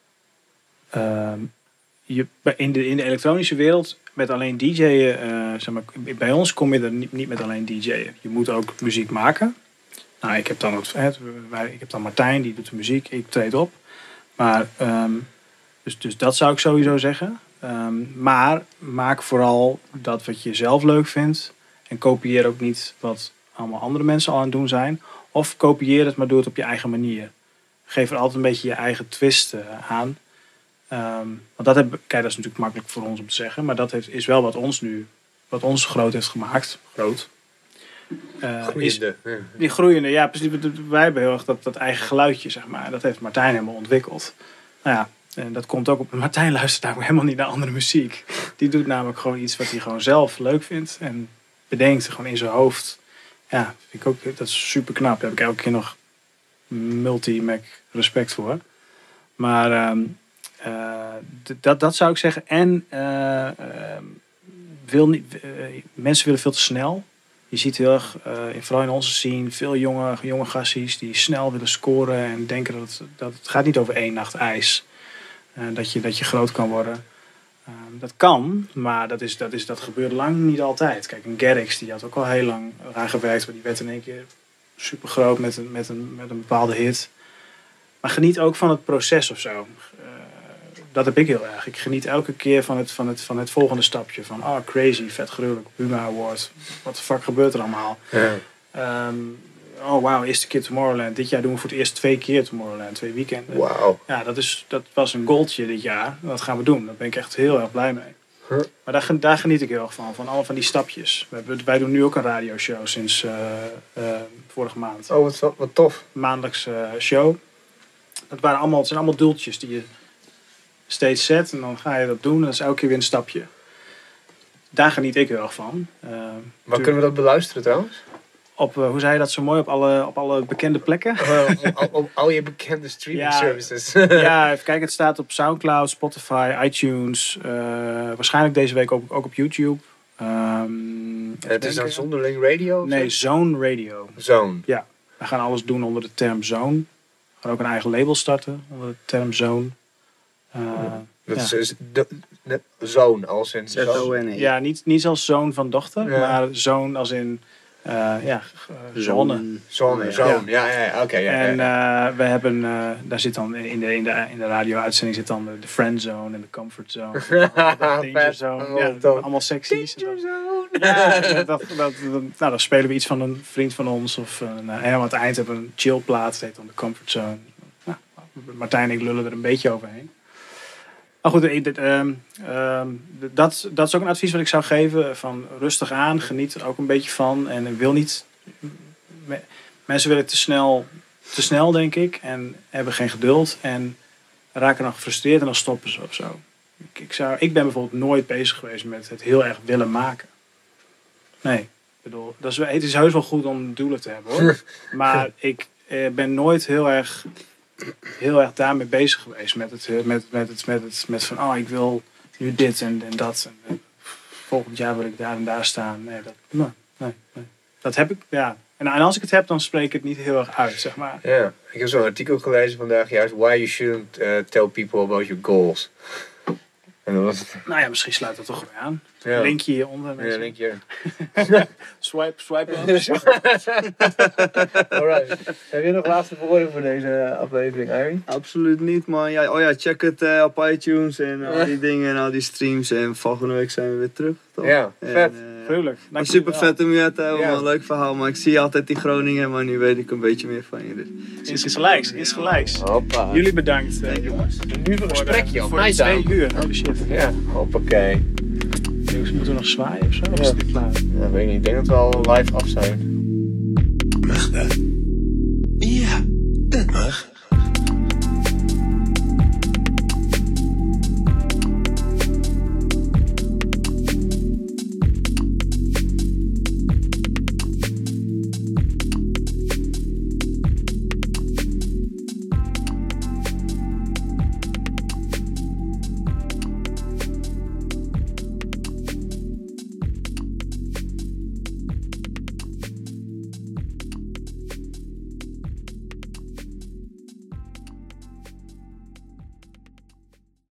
B: um, je, in, de, in de elektronische wereld met alleen D J'en, uh, zeg maar, bij ons kom je er niet, niet met alleen D J'en. Je moet ook muziek maken. Nou, ik heb dan, het, het, wij, ik heb dan Martijn, die doet de muziek, ik treed op. Maar, um, dus, dus dat zou ik sowieso zeggen. Um, maar maak vooral dat wat je zelf leuk vindt. En kopieer ook niet wat allemaal andere mensen al aan het doen zijn. Of kopieer het, maar doe het op je eigen manier. Geef er altijd een beetje je eigen twist uh, aan. Um, want dat, heb, kijk, dat is natuurlijk makkelijk voor ons om te zeggen. Maar dat heeft, is wel wat ons nu, wat ons groot heeft gemaakt. Groot. Uh, is,
D: Groeiende. Ja.
B: die groeiende, ja precies. Wij hebben heel erg dat, dat eigen geluidje, zeg maar. Dat heeft Martijn helemaal ontwikkeld. Nou ja, en dat komt ook op... Martijn luistert namelijk helemaal niet naar andere muziek. Die doet namelijk gewoon iets wat hij gewoon zelf leuk vindt. En bedenkt gewoon in zijn hoofd. Ja, vind ik ook, dat is super knap. Daar heb ik elke keer nog multi-mac respect voor. Maar um, uh, d- dat, dat zou ik zeggen. En uh, uh, wil niet, uh, mensen willen veel te snel. Je ziet heel erg, uh, vooral in onze scene, veel jonge, jonge gassies die snel willen scoren. En denken dat het, dat het gaat niet over één nacht ijs. Uh, dat, je, dat je groot kan worden. Uh, dat kan, maar dat, is, dat, is, dat gebeurt lang niet altijd. Kijk, een Garrix die had ook al heel lang aan gewerkt. Maar die werd in één keer super groot met een, met, een, met een bepaalde hit. Maar geniet ook van het proces of zo. Uh, dat heb ik heel erg. Ik geniet elke keer van het, van het, van het volgende stapje. Van, oh crazy, vet gruwelijk, Buma Award. Wat de fuck gebeurt er allemaal?
D: Ja.
B: Um, oh wauw, eerste keer Tomorrowland. Dit jaar doen we voor het eerst twee keer Tomorrowland. Twee weekenden.
D: Wauw.
B: Ja, dat, is, dat was een goaltje dit jaar. Dat gaan we doen. Daar ben ik echt heel erg blij mee.
D: Huh.
B: Maar daar, gen- daar geniet ik heel erg van. Van alle van die stapjes. We hebben, wij doen nu ook een radioshow sinds uh, uh, vorige maand.
D: Oh, wat, wat tof.
B: Maandelijks uh, show. Dat waren allemaal, het zijn allemaal doeltjes die je steeds zet. En dan ga je dat doen. En dat is elke keer weer een stapje. Daar geniet ik heel erg van. Uh,
D: Waar kunnen we dat beluisteren trouwens?
B: Op, uh, hoe zei je dat zo mooi? Op alle, op alle bekende plekken.
D: Uh, op, op, op al je bekende streaming
B: Ja.
D: services.
B: Ja, even kijken. Het staat op Soundcloud, Spotify, iTunes. Uh, waarschijnlijk deze week ook, ook op YouTube. Um,
D: Het is dan Zonderling Radio? of
B: Nee,
D: zo?
B: Zone Radio.
D: Zone.
B: We gaan alles doen onder de term Zone. We gaan ook een eigen label starten onder de term Zone. Uh,
D: Dat
B: Ja.
D: is, is de, de zoon als in
C: Z O N E.
B: Ja, niet, niet als zoon van dochter,
D: Ja.
B: maar zoon als in uh, ja, uh, zonne.
D: Zoon,
C: Ja.
D: zoon. Ja, ja, ja. oké. ja, ja,
B: En
D: ja.
B: uh, we hebben, uh, daar zit dan in de, in de, in de radio-uitzending zit dan de, de friend zone en de comfort zone. De danger
D: Vet.
B: zone. Ja,
D: Oh, tof.
B: allemaal seksies. Ja, dat, dat, dat, dat- nou, dan spelen we iets van een vriend van ons. Of een, uh, aan het eind hebben we een chillplaat, dat heet dan de comfort zone. Nou, Martijn en ik lullen er een beetje overheen. Maar goed, eh, dit, ehm, ehm, dat, dat is ook een advies wat ik zou geven. Van rustig aan, geniet er ook een beetje van. En ik wil niet... me- Mensen willen te snel, te snel, denk ik. En hebben geen geduld. En raken dan gefrustreerd en dan stoppen ze of zo. Ik, ik, zou, ik ben bijvoorbeeld nooit bezig geweest met het heel erg willen maken. Nee. Ik bedoel, dat is, wel- het is heus wel goed om doelen te hebben, hoor. Maar ik eh, ben nooit heel erg... heel erg daarmee bezig geweest. Met het, eh, met, met het, met het, met van, oh, ik wil nu dit en, en dat. En, eh, volgend jaar wil ik daar en daar staan. Nee, dat, nee, nee, nee. Dat heb ik, ja. En, en als ik het heb, dan spreek ik het niet heel erg uit, zeg maar.
D: Ja, ik heb zo'n artikel gelezen vandaag, juist why you shouldn't uh, tell people about your goals. En dat was het.
B: Nou ja, misschien sluit dat toch weer aan.
D: Ja.
B: Linkje hieronder.
D: Ja,
B: mensen.
D: linkje.
B: Swipe, swipe up.
D: Alright. Heb je nog laatste woorden voor deze aflevering, Ari?
C: Absoluut niet, man. Ja, oh ja, check het eh, op iTunes en al die dingen en al die streams. En volgende week zijn we weer terug, toch?
D: Ja,
C: En,
D: vet.
C: eh,
B: Tuurlijk.
C: maar super vet om je te hebben,
D: Ja.
C: man. Leuk verhaal. Maar ik zie altijd die Groningen, maar nu weet ik een beetje meer van je. Dus.
B: Is gelijks, is gelijks.
D: Hoppa.
B: Jullie bedankt, eh, jongens.
D: Nu een gesprekje op
B: Voor
D: mij
B: de twee
D: staan.
B: uur. Holy shit.
D: Ja, hoppakee.
B: Jongens, moeten we nog zwaaien of zo? Of is
D: Ja.
B: dit klaar?
D: Ja, weet ik niet. Ik denk dat we al live af zijn.
E: Magda.